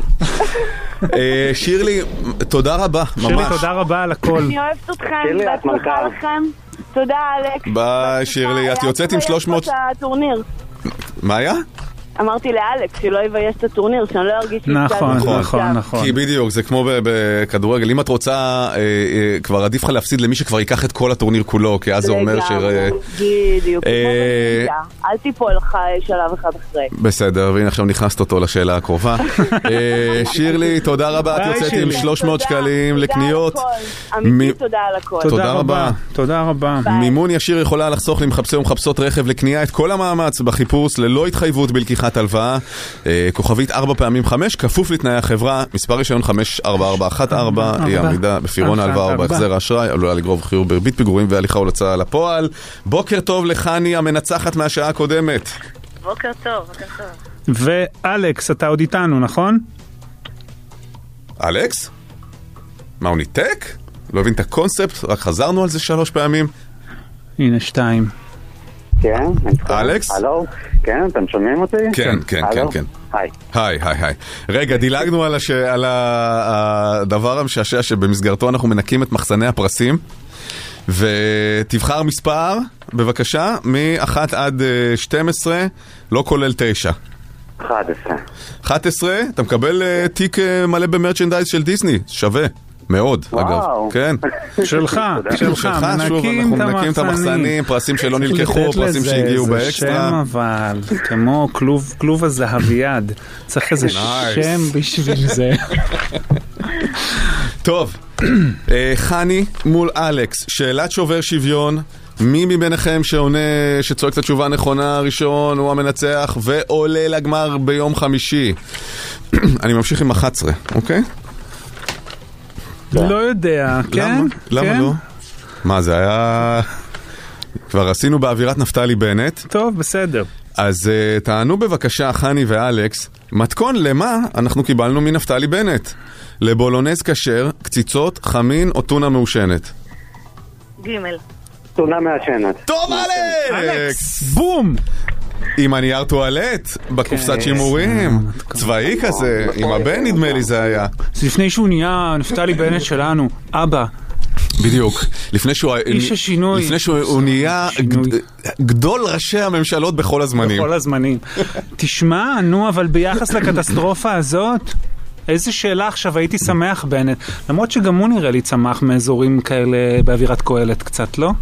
שירלי, תודה רבה, ממש. שירלי, תודה רבה על הכל. אני אוהבת אתכם, בהצלחה לכם. תודה, אלכס. ביי, שירלי, את יוצאת עם שלוש מאות... הטורניר. מה היה? אמרתי לאלכס שלא יבייש את הטורניר, שאני לא ארגיש נכון, נכון, נכון. כי בדיוק, זה כמו בכדורגל, אם את רוצה, כבר עדיף לך להפסיד למי שכבר ייקח את כל הטורניר כולו, כי אז זה אומר ש... בדיוק, אל תיפול לך שלב אחד אחרי. בסדר, והנה עכשיו נכנסת אותו לשאלה הקרובה. שירלי, תודה רבה, את יוצאת עם שלוש מאות שקלים לקניות. אמיתי, תודה על הכל. תודה רבה. תודה רבה. מימון ישיר יכולה לחסוך למחפשי ומחפשות רכב לקנייה את כל המאמץ בחיפוש ללא התחייבות בלקיחת הלוואה. כוכבית ארבע פעמים חמש, כפוף לתנאי החברה, מספר רישיון חמש ארבע ארבע אחת ארבע, היא עמידה בפירעון ההלוואה או בהחזר האשראי, עלולה לגרוב חיוב בריבית פיגורים והליכה או הוצאה לפועל. בוקר טוב לחני המנצחת מהשעה הקודמת. בוקר טוב, בוקר טוב. ואלכס, אתה עוד איתנו, נכון? אלכס? מה, הוא ניתק? לא הבין את הקונספט, רק חזרנו על זה שלוש פעמים. הנה שתיים. כן, אלכס? הלו, כן, אתם שומעים אותי? כן, כן, כן, כן. היי. היי, היי, היי. רגע, דילגנו על, הש... על הדבר המשעשע שבמסגרתו אנחנו מנקים את מחסני הפרסים, ותבחר מספר, בבקשה, מ-אחת עד שתים עשרה, לא כולל תשע. אחת עשרה. אחת עשרה, אתה מקבל תיק מלא במרצ'נדייז של דיסני, שווה. מאוד, אגב. כן. שלך, שלך, מנקים את המחסנים, פרסים שלא נלקחו, פרסים שהגיעו באקסטרה. זה שם אבל, כמו כלוב הזהביד. צריך איזה שם בשביל זה. טוב, חני מול אלכס, שאלת שובר שוויון. מי מביניכם שעונה, שצועק את התשובה הנכונה הראשון הוא המנצח ועולה לגמר ביום חמישי. אני ממשיך עם אחת עשרה, אוקיי? לא יודע, כן? למה לא? מה, זה היה... כבר עשינו באווירת נפתלי בנט. טוב, בסדר. אז תענו בבקשה, חני ואלכס, מתכון למה אנחנו קיבלנו מנפתלי בנט? לבולונז כשר, קציצות, חמין או טונה מעושנת? גימל. טונה מעשנת. טוב, אלכס! בום! עם הנייר טואלט, בקופסת שימורים, צבאי כזה, עם הבן נדמה לי זה היה. זה לפני שהוא נהיה נפתלי בנט שלנו, אבא. בדיוק, לפני שהוא... איש השינוי. לפני שהוא נהיה גדול ראשי הממשלות בכל הזמנים. בכל הזמנים. תשמע, נו, אבל ביחס לקטסטרופה הזאת, איזה שאלה עכשיו, הייתי שמח בנט. למרות שגם הוא נראה לי צמח מאזורים כאלה באווירת קהלת קצת, לא?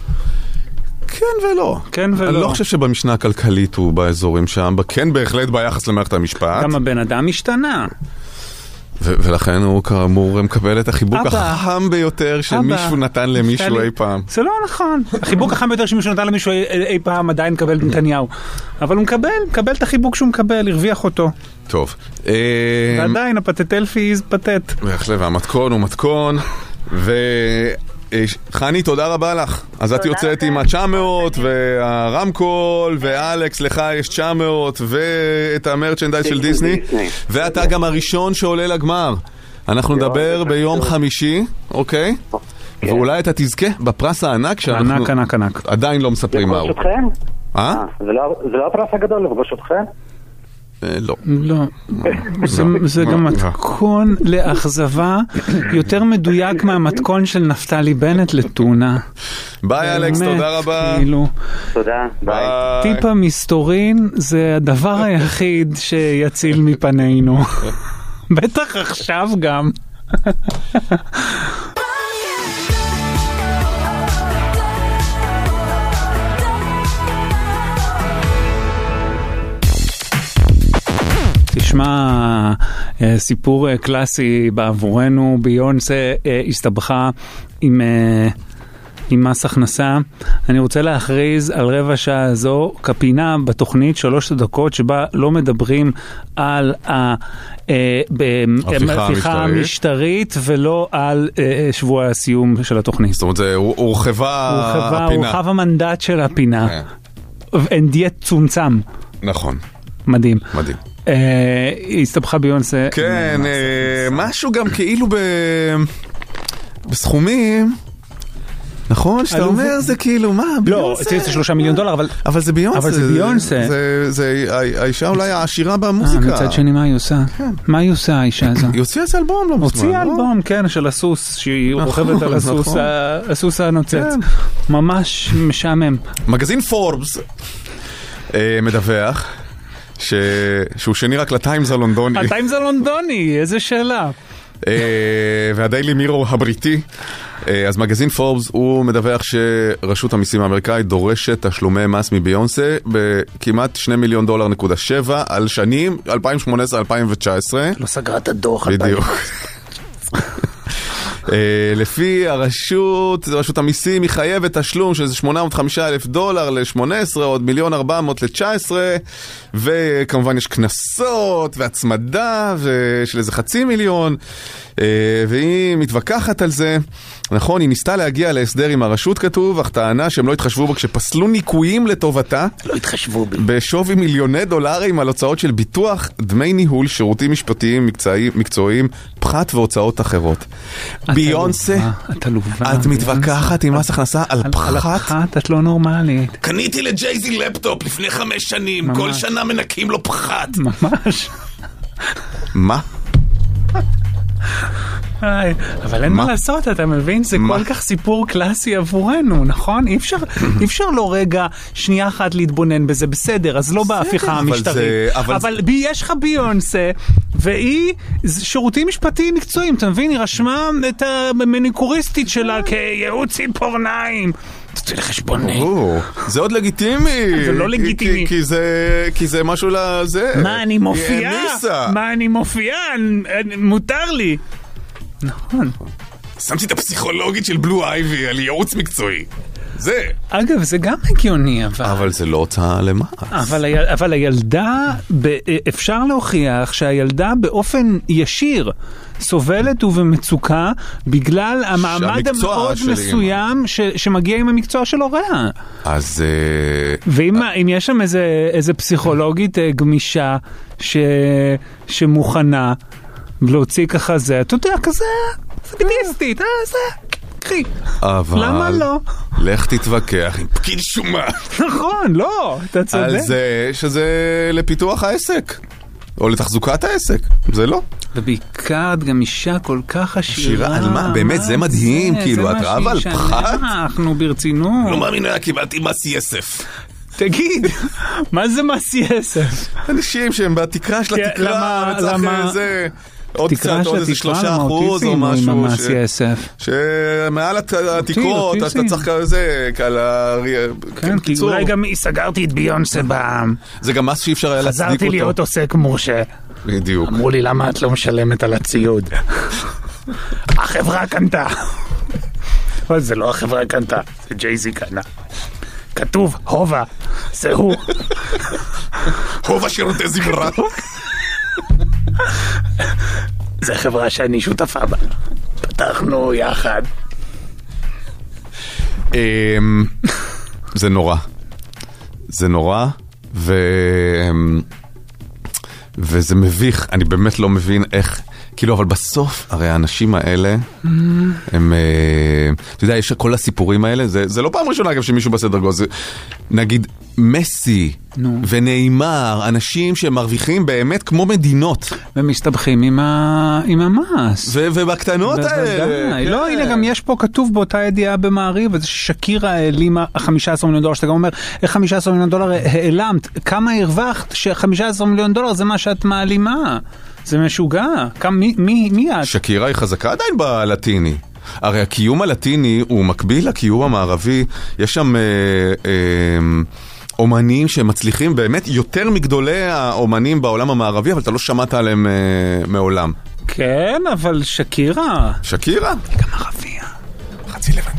כן ולא. כן ולא. אני לא חושב שבמשנה הכלכלית הוא באזורים שם, כן בהחלט ביחס למערכת המשפט. גם הבן אדם השתנה. ו- ולכן הוא כאמור מקבל את החיבוק החם ביותר שמישהו נתן למישהו אי פעם. זה לא נכון. החיבוק החם ביותר שמישהו נתן למישהו אי פעם עדיין מקבל נתניהו. אבל הוא מקבל, מקבל את החיבוק שהוא מקבל, הרוויח אותו. טוב. ועדיין הפתטלפי is פתט. בהחלט, והמתכון הוא מתכון. ו... חני, תודה רבה לך. אז את יוצאת עם ה-תשע מאות והרמקול, ואלכס, לך יש תשע מאות ואת המרצ'נדייז של דיסני, ואתה גם הראשון שעולה לגמר. אנחנו נדבר ביום חמישי, אוקיי? ואולי אתה תזכה בפרס הענק שאנחנו ענק, ענק, ענק. עדיין לא מספרים מהו. אה? זה לא הפרס הגדול, לפגוש אתכם? לא. לא. זה גם מתכון לאכזבה יותר מדויק מהמתכון של נפתלי בנט לטונה. ביי אלכס, תודה רבה. תודה, ביי. טיפ המסתורין זה הדבר היחיד שיציל מפנינו. בטח עכשיו גם. תשמע, סיפור קלאסי בעבורנו, ביונסה הסתבכה עם, עם מס הכנסה. אני רוצה להכריז על רבע שעה הזו כפינה בתוכנית שלוש דקות שבה לא מדברים על ההפיכה המשטרית ולא על שבוע הסיום של התוכנית. זאת אומרת, זה הורחבה הפינה. הורחב המנדט של הפינה. אנדיית צומצם. נכון. מדהים. מדהים. היא הסתבכה ביונסה. כן, משהו גם כאילו בסכומים, נכון? שאתה אומר זה כאילו, מה? לא, זה שלושה מיליון דולר, אבל... אבל זה ביונסה. אבל זה ביונסה. זה האישה אולי העשירה במוזיקה. מצד שני, מה היא עושה? מה היא עושה, האישה הזו? היא הוציאה איזה אלבום, לא מזמן. הוציאה אלבום, כן, של הסוס, שהיא רוכבת על הסוס הנוצץ. ממש משעמם. מגזין פורבס מדווח שהוא שני רק לטיימס הלונדוני. הטיימס הלונדוני, איזה שאלה. והדיילי מירור הבריטי. אז מגזין פורבס הוא מדווח שרשות המיסים האמריקאית דורשת תשלומי מס מביונסה בכמעט שני מיליון דולר נקודה שבע על שנים אלפיים שמונה עשרה אלפיים תשע עשרה. לא סגרה את הדוח. בדיוק. לפי הרשות, רשות המיסים היא חייבת תשלום של שמונה מאות וחמישה אלף דולר ל-שמונה עשרה, עוד מיליון ארבע מאות ל-תשע עשרה, וכמובן יש כנסות והצמדה של איזה חצי מיליון, והיא מתווכחת על זה. נכון, היא ניסתה להגיע להסדר עם הרשות כתוב, אך טענה שהם לא התחשבו בה כשפסלו ניקויים לטובתה. לא התחשבו בי. בשווי מיליוני דולרים על הוצאות של ביטוח, דמי ניהול, שירותים משפטיים, מקצועיים, פחת והוצאות אחרות. ביונסה, את מתווכחת עם מס הכנסה על פחת? על הפחת, את לא נורמלית. קניתי לג'ייזי לפטופ לפני חמש שנים, כל שנה מנקים לו פחת. ממש. מה? אבל אין מה לעשות, אתה מבין? זה כל כך סיפור קלאסי עבורנו, נכון? אי אפשר, אי אפשר לא רגע שנייה אחת להתבונן בזה, בסדר, אז לא בהפיכה המשטרית. אבל יש לך ביונסה, והיא שירותים משפטיים מקצועיים, אתה מבין? היא רשמה את המניקוריסטית שלה כייעוץ ציפורניים. תצא לחשבוני. זה עוד לגיטימי. זה לא לגיטימי. כי זה משהו לזה. מה אני מופיע? מה אני מופיע? מותר לי. נכון. שמתי את הפסיכולוגית של בלו אייבי על ייעוץ מקצועי. זה. אגב, זה גם הגיוני, אבל... אבל זה לא הוצאה למס. אבל, אבל הילדה, אפשר להוכיח שהילדה באופן ישיר סובלת ובמצוקה בגלל המעמד המאוד מסוים ש, שמגיע עם המקצוע של הוריה. אז... ואם uh, אם יש שם איזה, איזה פסיכולוגית גמישה ש, שמוכנה להוציא ככה זה, אתה יודע, כזה סגדיסטית, אה, זה... קחי. אבל... למה לא? לך תתווכח עם פקיד שומה. נכון, לא, אתה צודק. על זה שזה לפיתוח העסק. או לתחזוקת העסק. זה לא. ובעיקר גם אישה כל כך עשירה. עשירה, על מה? באמת, זה מדהים. כאילו, את רב על פחת? אנחנו ברצינות. לא מאמינה, קיבלתי מס יסף. תגיד, מה זה מס יסף? אנשים שהם בתקרה של התקרה, וצריך איזה... עוד קצת, עוד איזה שלושה אחוז או משהו שמעל התקרות אתה צריך כזה כן, כי אולי גם סגרתי את ביונסה בעם, זה גם מס שאי אפשר היה להצדיק אותו, חזרתי להיות עוסק מורשה, בדיוק, אמרו לי למה את לא משלמת על הציוד, החברה קנתה, אבל זה לא החברה קנתה, זה ג'ייזי קנה, כתוב הובה, זה הוא הובה שירותי זמרה, זה חברה שאני שותפה בה. פתחנו יחד. זה נורא. זה נורא, ו... וזה מביך. אני באמת לא מבין איך... כאילו, אבל בסוף, הרי האנשים האלה, הם... אתה יודע, יש כל הסיפורים האלה, זה, זה לא פעם ראשונה, אגב, שמישהו בסדר גודל, זה... נגיד, מסי ונאמר, אנשים שמרוויחים באמת כמו מדינות. ומסתבכים עם, ה... עם המס. ו... ובקטנות האלה. לא, הנה, גם יש פה כתוב באותה ידיעה במעריב, זה ששקירה העלימה חמישה עשר מיליון דולר, שאתה גם אומר, איך חמישה עשר מיליון דולר העלמת? כמה הרווחת ש-חמישה עשר מיליון דולר זה מה שאת מעלימה? זה משוגע. כמה, מי, מי, מי את? שקירה היא חזקה עדיין בלטיני. הרי הקיום הלטיני הוא מקביל לקיום המערבי. יש שם... אה, אה, אומנים שמצליחים באמת יותר מגדולי האומנים בעולם המערבי, אבל אתה לא שמעת עליהם אה, מעולם. כן, אבל שקירה. שקירה? היא גם ערבייה. חצי לבנוני.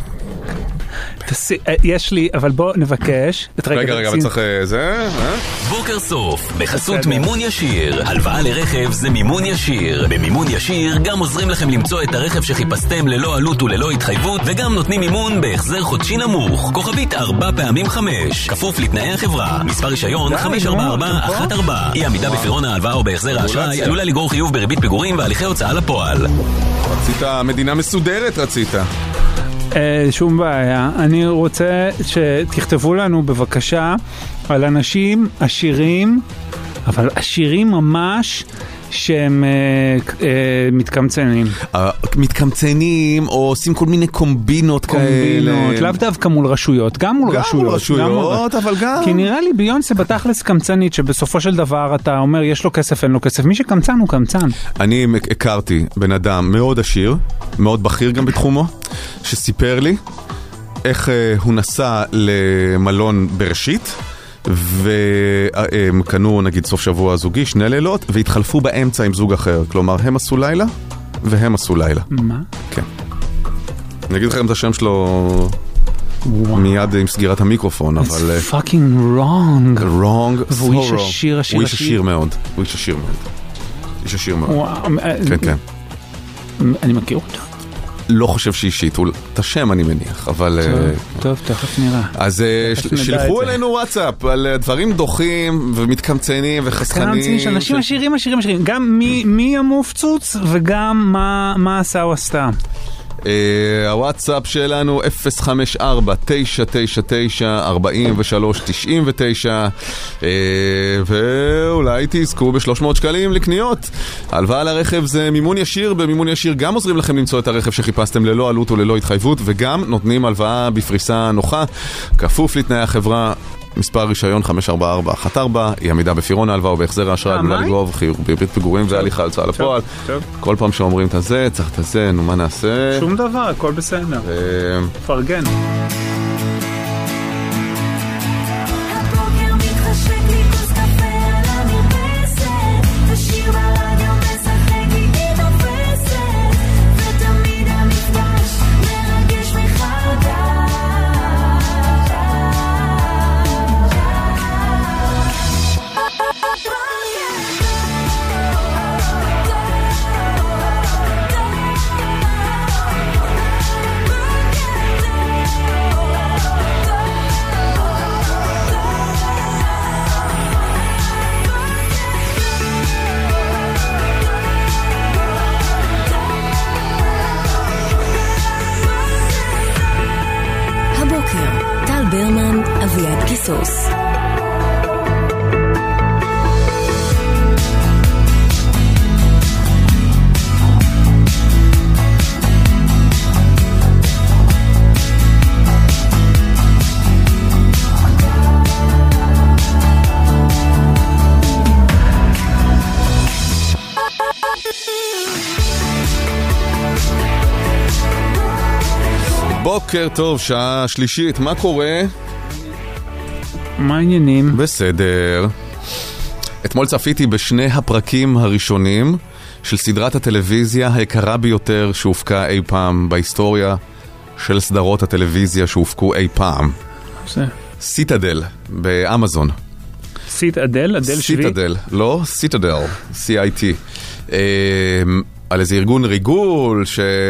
יש לי, אבל בוא נבקש. רגע, רגע, אבל צריך זה... בוקר סוף, בחסות מימון ישיר. הלוואה לרכב זה מימון ישיר. במימון ישיר גם עוזרים לכם למצוא את הרכב שחיפשתם ללא עלות וללא התחייבות, וגם נותנים מימון בהחזר חודשי נמוך. כוכבית ארבע פעמים חמש. כפוף לתנאי החברה. מספר רישיון חמש ארבע ארבע אחת ארבע. אי עמידה בפירעון ההלוואה או בהחזר האשראי עלולה לגרור חיוב בריבית פיגורים והליכי הוצאה לפועל. רצית מדינה מסודרת, רצית. שום בעיה. אני רוצה שתכתבו לנו בבקשה על אנשים עשירים, אבל עשירים ממש, שהם אה, אה, מתקמצנים. אה, מתקמצנים, או עושים כל מיני קומבינות כאלה. קומבינות, לאו דווקא מול רשויות, גם מול גם רשויות. מול רשויות, גם אבל גם... כי נראה לי ביונסה בתכלס קמצנית, שבסופו של דבר אתה אומר, יש לו כסף, אין לו כסף. מי שקמצן הוא קמצן. אני הכרתי בן אדם מאוד עשיר, מאוד בכיר גם בתחומו, שסיפר לי איך אה, הוא נסע למלון בראשית, והם קנו נגיד סוף שבוע זוגי, שני לילות, והתחלפו באמצע עם זוג אחר. כלומר, הם עשו לילה, והם עשו לילה. מה? כן. אני אגיד לכם את השם שלו מיד עם סגירת המיקרופון, אבל... It's fucking wrong. wrong, so wrong. והוא איש עשיר, עשיר, הוא איש עשיר מאוד. הוא איש עשיר מאוד. איש עשיר מאוד. כן, כן. אני מכיר אותו. לא חושב שאישית, את השם אני מניח, אבל... טוב, תכף נראה. אז שלחו אלינו וואטסאפ על דברים דוחים ומתקמצנים וחסכנים. אנשים עשירים, עשירים, עשירים. גם מי המופצוץ וגם מה עשה או עשתה. הוואטסאפ שלנו אפס חמש ארבע תשע תשע תשע ארבע שלוש תשע תשע, ואולי תזכו ב-שלוש מאות שקלים לקניות. הלוואה לרכב זה מימון ישיר. במימון ישיר גם עוזרים לכם למצוא את הרכב שחיפשתם ללא עלות וללא התחייבות, וגם נותנים הלוואה בפריסה נוחה, כפוף לתנאי החברה. מספר רישיון חמש ארבע ארבע אחת ארבע, היא עמידה בפירעון ההלוואה ובהחזר האשראי, עלולה לגרוב חיוב בריבית פיגורים והליכה הוצאה לפועל. כל פעם שאומרים את הזה, צריך את הזה, נו מה נעשה? שום דבר, הכל בסדר. פרגן. סוס. בוקר טוב, שעה שלישית, מה קורה? מה העניינים? בסדר. אתמול צפיתי בשני הפרקים הראשונים של סדרת הטלוויזיה היקרה ביותר שהופקה אי פעם בהיסטוריה של סדרות הטלוויזיה שהופקו אי פעם. זה? סיטדל, באמזון. סיטדל? אדל שבי? סיטדל, לא? סיטדל, סי איי טי. על איזה ארגון ריגול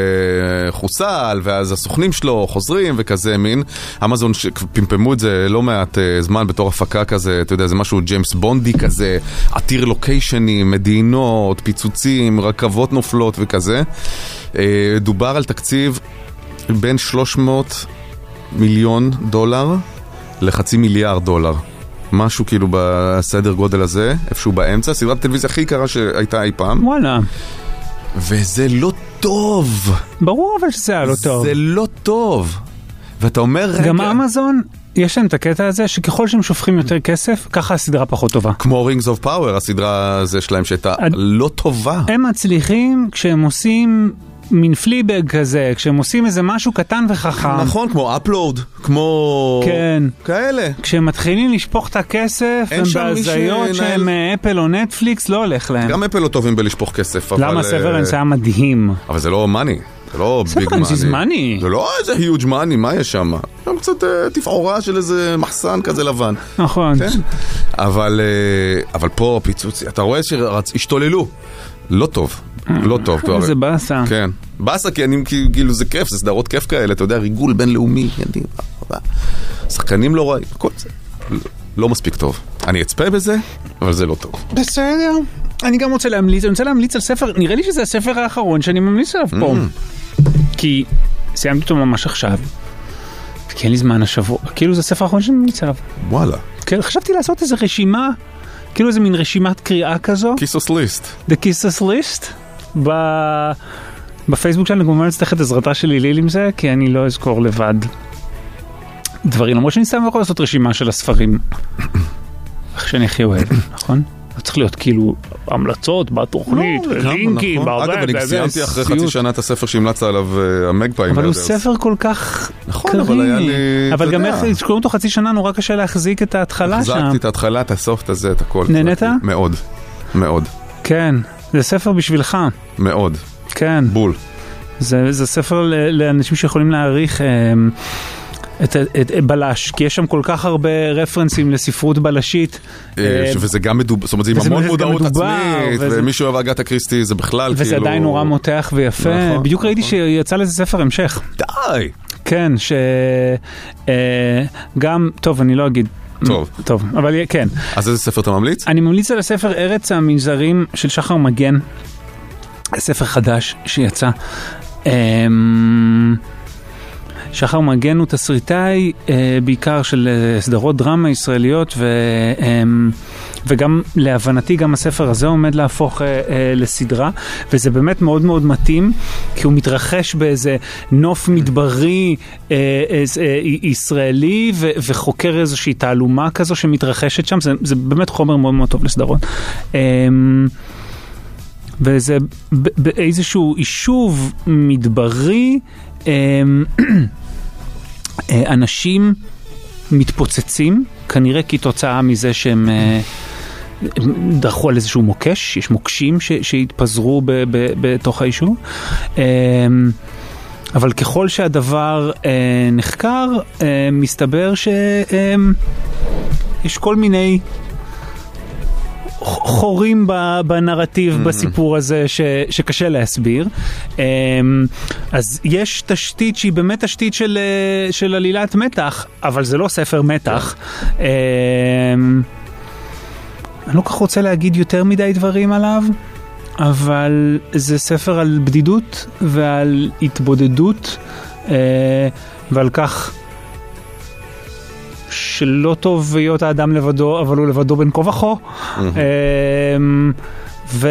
שחוסל, ואז הסוכנים שלו חוזרים וכזה מין. אמזון פמפמו את זה לא מעט זמן בתור הפקה כזה, אתה יודע, זה משהו ג'יימס בונדי כזה, עתיר לוקיישנים, מדינות, פיצוצים, רכבות נופלות וכזה. דובר על תקציב בין שלוש מאות מיליון דולר לחצי מיליארד דולר. משהו כאילו בסדר גודל הזה, איפשהו באמצע, סדרת הטלוויזיה הכי יקרה שהייתה אי פעם. וואלה. וזה לא טוב. ברור אבל שזה היה לא טוב. זה לא טוב. ואתה אומר רגע... גם אמזון, יש להם את הקטע הזה שככל שהם שופכים יותר כסף, ככה הסדרה פחות טובה. כמו Rings of Power, הסדרה הזה שלהם שהייתה לא טובה. הם מצליחים כשהם עושים... מין פליבג כזה, כשהם עושים איזה משהו קטן וחכם. נכון, כמו אפלוד, כמו... כן. כאלה. כשהם מתחילים לשפוך את הכסף, הם בהזיות שהם אפל או נטפליקס, לא הולך להם. גם אפל לא טובים בלשפוך כסף, אבל... למה סוורנס היה מדהים? אבל זה לא מאני, זה לא ביג מאני. סוורנס זה מאני. זה לא איזה היוג' מאני, מה יש שם? גם קצת תפעורה של איזה מחסן כזה לבן. נכון. אבל פה פיצוצי, אתה רואה שהשתוללו. לא טוב, לא טוב. זה באסה. כן, באסה כי אני, כאילו זה כיף, זה סדרות כיף כאלה, אתה יודע, ריגול בינלאומי, שחקנים לא רעים, כל זה לא מספיק טוב. אני אצפה בזה, אבל זה לא טוב. בסדר. אני גם רוצה להמליץ, אני רוצה להמליץ על ספר, נראה לי שזה הספר האחרון שאני ממליץ עליו פה. כי סיימתי אותו ממש עכשיו, כי אין לי זמן השבוע, כאילו זה הספר האחרון שאני ממליץ עליו. וואלה. כן, חשבתי לעשות איזו רשימה כאילו איזה מין רשימת קריאה כזו. כיסוס ליסט. The כיסוס ליסט. ב... בפייסבוק שלנו כמובן צריך את עזרתה שלי ליל עם זה, כי אני לא אזכור לבד דברים, למרות שאני סתם יכול לעשות רשימה של הספרים. איך שאני הכי אוהב, נכון? צריך להיות כאילו המלצות בתוכנית, לינקים, אגב, אני סיימתי אחרי חצי שנה את הספר שהמלצה עליו המגפיים. אבל הוא ספר כל כך קריא. אבל גם איך שקוראים אותו חצי שנה נורא קשה להחזיק את ההתחלה שם. החזקתי את ההתחלה, את הסוף, את הזה, את הכל. נהנית? מאוד, מאוד. כן, זה ספר בשבילך. מאוד. כן. בול. זה ספר לאנשים שיכולים להעריך את, את, את בלש, כי יש שם כל כך הרבה רפרנסים לספרות בלשית. וזה גם מדובר, זאת אומרת, זה עם המון מודעות עצמית, ומי שאוהב אגתה קריסטי זה בכלל כאילו... וזה עדיין נורא מותח ויפה. בדיוק ראיתי שיצא לזה ספר המשך. די! כן, שגם, טוב, אני לא אגיד. טוב. טוב, אבל כן. אז איזה ספר אתה ממליץ? אני ממליץ על הספר ארץ המנזרים של שחר מגן. ספר חדש שיצא. שחר מגן הוא תסריטאי בעיקר של סדרות דרמה ישראליות, וגם להבנתי גם הספר הזה עומד להפוך לסדרה, וזה באמת מאוד מאוד מתאים, כי הוא מתרחש באיזה נוף מדברי ישראלי, וחוקר איזושהי תעלומה כזו שמתרחשת שם. זה, זה באמת חומר מאוד מאוד טוב לסדרות. וזה באיזשהו יישוב מדברי, אנשים מתפוצצים, כנראה כתוצאה מזה שהם דרכו על איזשהו מוקש, יש מוקשים שהתפזרו בתוך היישוב, אבל ככל שהדבר נחקר, מסתבר שיש כל מיני חורים בנרטיב בסיפור הזה שקשה להסביר. אז יש תשתית שהיא באמת תשתית של עלילת מתח, אבל זה לא ספר מתח. אני לא כך רוצה להגיד יותר מדי דברים עליו, אבל זה ספר על בדידות ועל התבודדות, ועל כך שלא טוב להיות האדם לבדו, אבל הוא לבדו בין כה וכה. ו...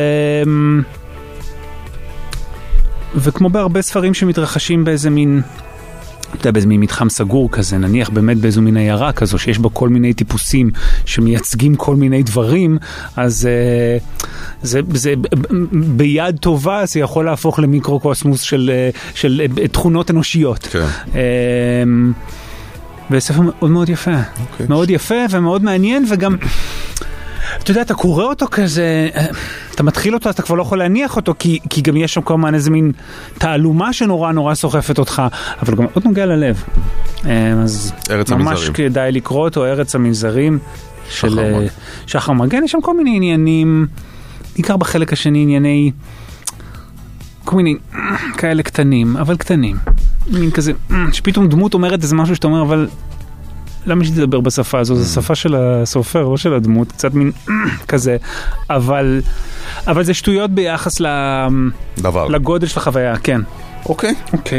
וכמו בהרבה ספרים שמתרחשים באיזה מין, אתה יודע, באיזה מין מתחם סגור כזה, נניח באמת באיזו מין עיירה כזו, שיש בה כל מיני טיפוסים שמייצגים כל מיני דברים, אז זה, זה ביד טובה זה יכול להפוך למיקרוקוסמוס של, של תכונות אנושיות. כן. וספר מאוד מאוד יפה. Okay. מאוד יפה ומאוד מעניין, וגם, אתה יודע, אתה קורא אותו כזה, אתה מתחיל אותו, אתה כבר לא יכול להניח אותו, כי, כי גם יש שם כמובן איזה מין תעלומה שנורא נורא סוחפת אותך, אבל גם מאוד נוגע ללב. אז ממש כדאי לקרוא אותו, ארץ המנזרים של שחר מגן. יש שם כל מיני עניינים, בעיקר בחלק השני ענייני, כל מיני כאלה קטנים, אבל קטנים. מין כזה, שפתאום דמות אומרת איזה משהו שאתה אומר, אבל למה שתדבר בשפה הזו? זו שפה של הסופר, לא של הדמות, קצת מין כזה, אבל אבל זה שטויות ביחס לגודל של החוויה, כן. אוקיי. אוקיי.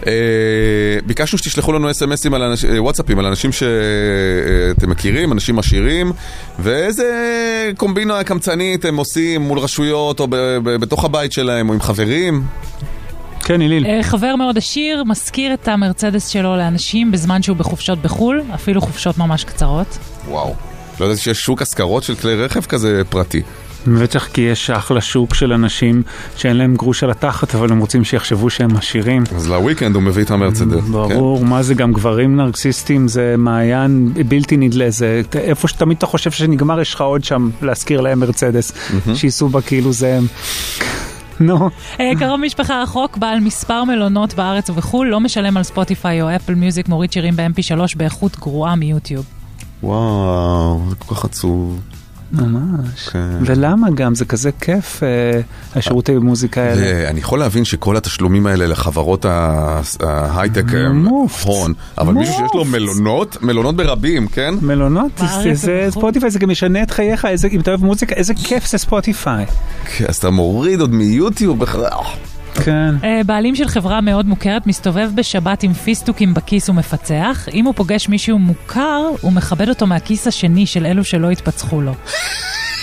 ביקשנו שתשלחו לנו אס אם אסים, וואטסאפים, על אנשים שאתם מכירים, אנשים עשירים, ואיזה קומבינה קמצנית הם עושים מול רשויות, או בתוך הבית שלהם, או עם חברים. כן, איליל. חבר מאוד עשיר, מזכיר את המרצדס שלו לאנשים בזמן שהוא בחופשות בחול, אפילו חופשות ממש קצרות. וואו. לא יודעת שיש שוק השכרות של כלי רכב כזה פרטי. בטח כי יש אחלה שוק של אנשים שאין להם גרוש על התחת, אבל הם רוצים שיחשבו שהם עשירים. אז לוויקנד הוא מביא את המרצדס. ברור, מה זה גם גברים נרקסיסטים, זה מעיין בלתי נדלה, זה איפה שתמיד אתה חושב שנגמר, יש לך עוד שם להזכיר להם מרצדס, שייסעו בה כאילו זה... נו. קרוב משפחה רחוק, בעל מספר מלונות בארץ ובחול, לא משלם על ספוטיפיי או אפל מיוזיק, מוריד שירים ב-אם פי שלוש באיכות גרועה מיוטיוב. וואו, זה כל כך עצוב. ממש. ולמה גם? זה כזה כיף, השירותי במוזיקה האלה. ואני יכול להבין שכל התשלומים האלה לחברות ההייטק הון, אבל מישהו שיש לו מלונות, מלונות ברבים, כן? מלונות, זה ספוטיפיי, זה גם משנה את חייך, אם אתה אוהב מוזיקה, איזה כיף זה ספוטיפיי. אז אתה מוריד עוד מיוטיוב בכלל. כן. בעלים של חברה מאוד מוכרת מסתובב בשבת עם פיסטוקים בכיס ומפצח. אם הוא פוגש מישהו מוכר, הוא מכבד אותו מהכיס השני של אלו שלא התפצחו לו.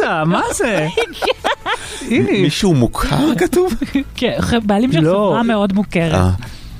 פיצה, מה זה? מישהו מוכר כתוב? כן, בעלים של חברה מאוד מוכרת.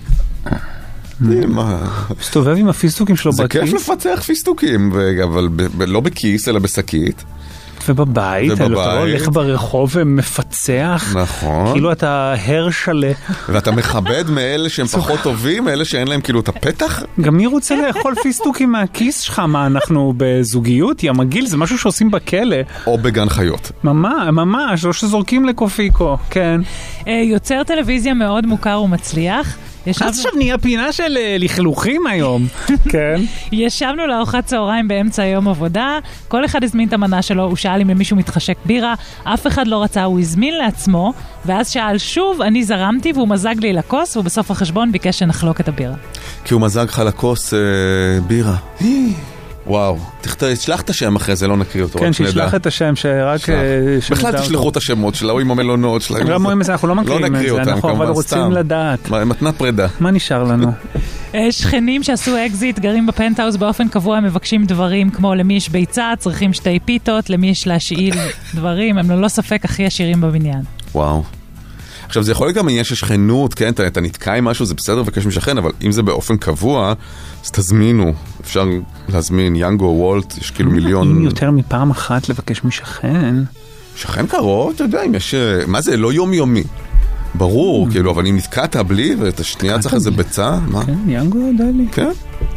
מסתובב עם הפיסטוקים שלו בכיס. זה כיף לפצח פיסטוקים, אבל לא בכיס, אלא בשקית. ובבית, אתה לא הולך ברחוב ומפצח. נכון. כאילו אתה הרשלה. ואתה מכבד מאלה שהם פחות טובים, מאלה שאין להם כאילו את הפתח. גם מי רוצה לאכול פיסטוקים מהכיס שלך? מה, אנחנו בזוגיות? יא מגיל, זה משהו שעושים בכלא. או בגן חיות. ממש, ממש, לא שזורקים לקופיקו, כן. יוצר טלוויזיה מאוד מוכר ומצליח. אז עכשיו נהיה פינה של לכלוכים היום, כן? ישבנו לארוחת צהריים באמצע יום עבודה, כל אחד הזמין את המנה שלו, הוא שאל אם למישהו מתחשק בירה, אף אחד לא רצה, הוא הזמין לעצמו, ואז שאל שוב, אני זרמתי והוא מזג לי לכוס, ובסוף החשבון ביקש שנחלוק את הבירה. כי הוא מזג לך לכוס אה, בירה. וואו, תשלח את השם אחרי זה, לא נקריא אותו. כן, שישלח את השם, שרק... בכלל תשלחו את השמות שלה, או עם המלונות שלה. אנחנו לא מקריאים את זה, אנחנו אבל רוצים לדעת. מתנת פרידה. מה נשאר לנו? שכנים שעשו אקזיט, גרים בפנטהאוס באופן קבוע, הם מבקשים דברים כמו למי יש ביצה, צריכים שתי פיתות, למי יש להשאיל דברים, הם ללא ספק הכי עשירים בבניין. וואו. עכשיו, זה יכול להיות גם אם יש שכנות, כן, אתה, אתה נתקע עם משהו, זה בסדר לבקש משכן, אבל אם זה באופן קבוע, אז תזמינו. אפשר להזמין יאנגו, וולט, יש כאילו מיליון... אם יותר מפעם אחת לבקש משכן... שכן קרוב, אתה יודע, אם יש... מה זה? לא יומיומי. ברור, כאילו, אבל אם נתקעת בלי, ואת השנייה צריך איזה ביצה, מה? כן, יאנגו יודע לי. כן.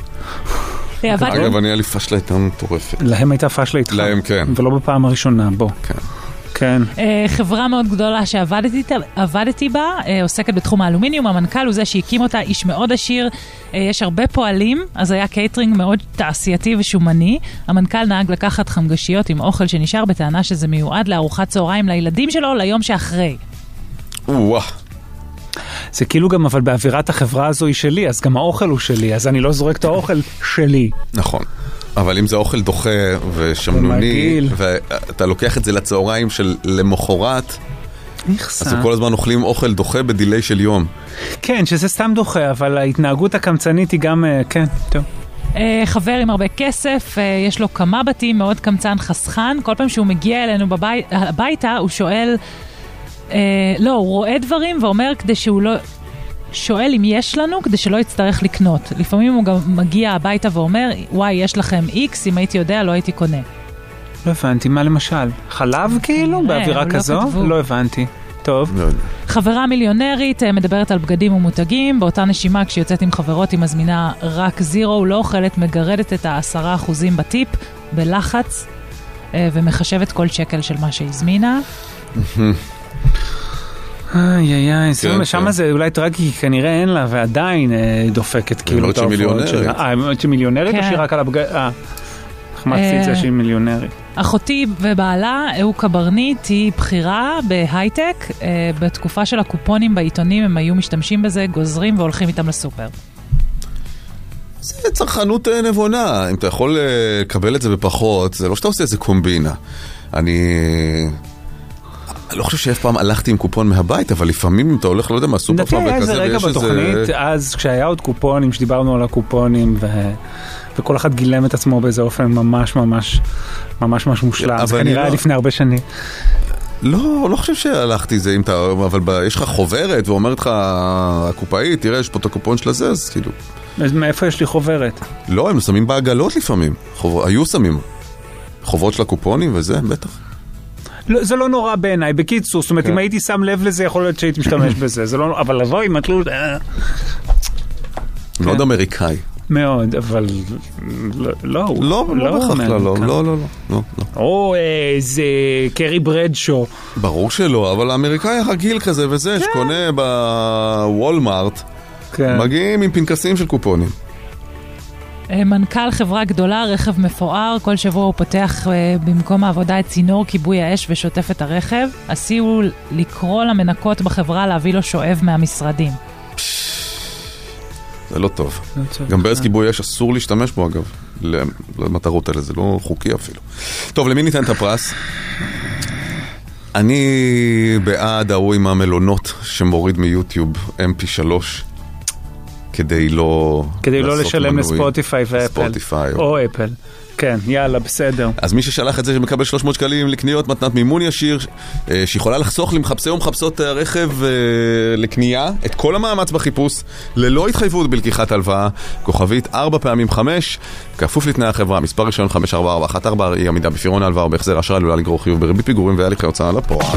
אגב, אני היה לי פשלה איתה מטורפת. להם הייתה פשלה איתך. להם, כן. ולא בפעם הראשונה, בוא. כן. כן. חברה מאוד גדולה שעבדתי בה, עוסקת בתחום האלומיניום, המנכ"ל הוא זה שהקים אותה, איש מאוד עשיר, יש הרבה פועלים, אז היה קייטרינג מאוד תעשייתי ושומני, המנכ"ל נהג לקחת חמגשיות עם אוכל שנשאר בטענה שזה מיועד לארוחת צהריים לילדים שלו ליום שאחרי. וואו. זה כאילו גם, אבל באווירת החברה הזו היא שלי, אז גם האוכל הוא שלי, אז אני לא זורק את האוכל שלי. נכון. אבל אם זה אוכל דוחה ושמנוני, ואתה לוקח את זה לצהריים של למחרת, אז כל הזמן אוכלים אוכל דוחה בדילי של יום. כן, שזה סתם דוחה, אבל ההתנהגות הקמצנית היא גם, כן, טוב. חבר עם הרבה כסף, יש לו כמה בתים, מאוד קמצן חסכן, כל פעם שהוא מגיע אלינו הביתה, הוא שואל, לא, הוא רואה דברים ואומר כדי שהוא לא... שואל אם יש לנו כדי שלא יצטרך לקנות. לפעמים הוא גם מגיע הביתה ואומר, וואי, יש לכם איקס, אם הייתי יודע, לא הייתי קונה. לא הבנתי, מה למשל? חלב כאילו? באווירה כזו? לא הבנתי. טוב. חברה מיליונרית מדברת על בגדים ומותגים, באותה נשימה כשיוצאת עם חברות היא מזמינה רק זירו, לא אוכלת, מגרדת את העשרה אחוזים בטיפ, בלחץ, ומחשבת כל שקל של מה שהזמינה. איי איי איי, שמה זה אולי טרגי, כנראה אין לה, ועדיין דופקת כאילו את ההופעות שלה. אה, היא מיליונרית או שהיא רק על הבגד... אה, החמצתי את זה שהיא מיליונרית. אחותי ובעלה, הוא קברנית, היא בחירה בהייטק, בתקופה של הקופונים בעיתונים הם היו משתמשים בזה, גוזרים והולכים איתם לסופר. זה צרכנות נבונה, אם אתה יכול לקבל את זה בפחות, זה לא שאתה עושה איזה קומבינה. אני... אני לא חושב שאף פעם הלכתי עם קופון מהבית, אבל לפעמים אם אתה הולך, לא יודע מה, סופר פארם וכזה, זה רגע בתוכנית, אז כשהיה עוד קופונים, שדיברנו על הקופונים, וכל אחד גילם את עצמו באיזה אופן ממש ממש ממש ממש מושלם, זה כנראה לפני הרבה שנים. לא, לא חושב שהלכתי זה, אבל יש לך חוברת ואומרת לך, הקופאית, תראה, יש פה את הקופון של הזה, אז כאילו... אז מאיפה יש לי חוברת? לא, הם שמים בעגלות לפעמים, היו שמים חוברות של הקופונים וזה, בטח. לא, זה לא נורא בעיניי, בקיצור, זאת אומרת, אם הייתי שם לב לזה, יכול להיות שהייתי משתמש בזה, זה לא, אבל לבוא עם התלות... מאוד אמריקאי. מאוד, אבל לא, לא, לא, לא בכך, לא, לא, לא, לא, לא. או איזה קרי ברדשו. ברור שלא, אבל האמריקאי הרגיל כזה וזה, שקונה בוולמארט, מגיעים עם פנקסים של קופונים. מנכ"ל חברה גדולה, רכב מפואר, כל שבוע הוא פותח במקום העבודה את צינור כיבוי האש ושוטף את הרכב. עשיו לקרוא למנקות בחברה להביא לו שואב מהמשרדים. זה לא טוב. גם ברז כיבוי אש אסור להשתמש בו אגב, למטרות האלה, זה לא חוקי אפילו. טוב, למי ניתן את הפרס? אני בעד ההוא עם המלונות שמוריד מיוטיוב אם פי שלוש. כדי לא... כדי לא לשלם לספוטיפיי ואפל. ספוטיפיי. או אפל. כן, יאללה, בסדר. אז מי ששלח את זה שמקבל שלוש מאות שקלים לקניות מתנת מימון ישיר, שיכולה לחסוך למחפשי ומחפשות רכב לקנייה, את כל המאמץ בחיפוש, ללא התחייבות בלקיחת הלוואה, כוכבית ארבע פעמים חמש, כפוף לתנאי החברה, מספר ראשון חמש ארבע ארבע אחת ארבע, היא עמידה בפירעון ההלוואה ובהחזר אשראי, עלולה לגרור חיוב בריבית פיגורים והליכי הוצאה לפועל.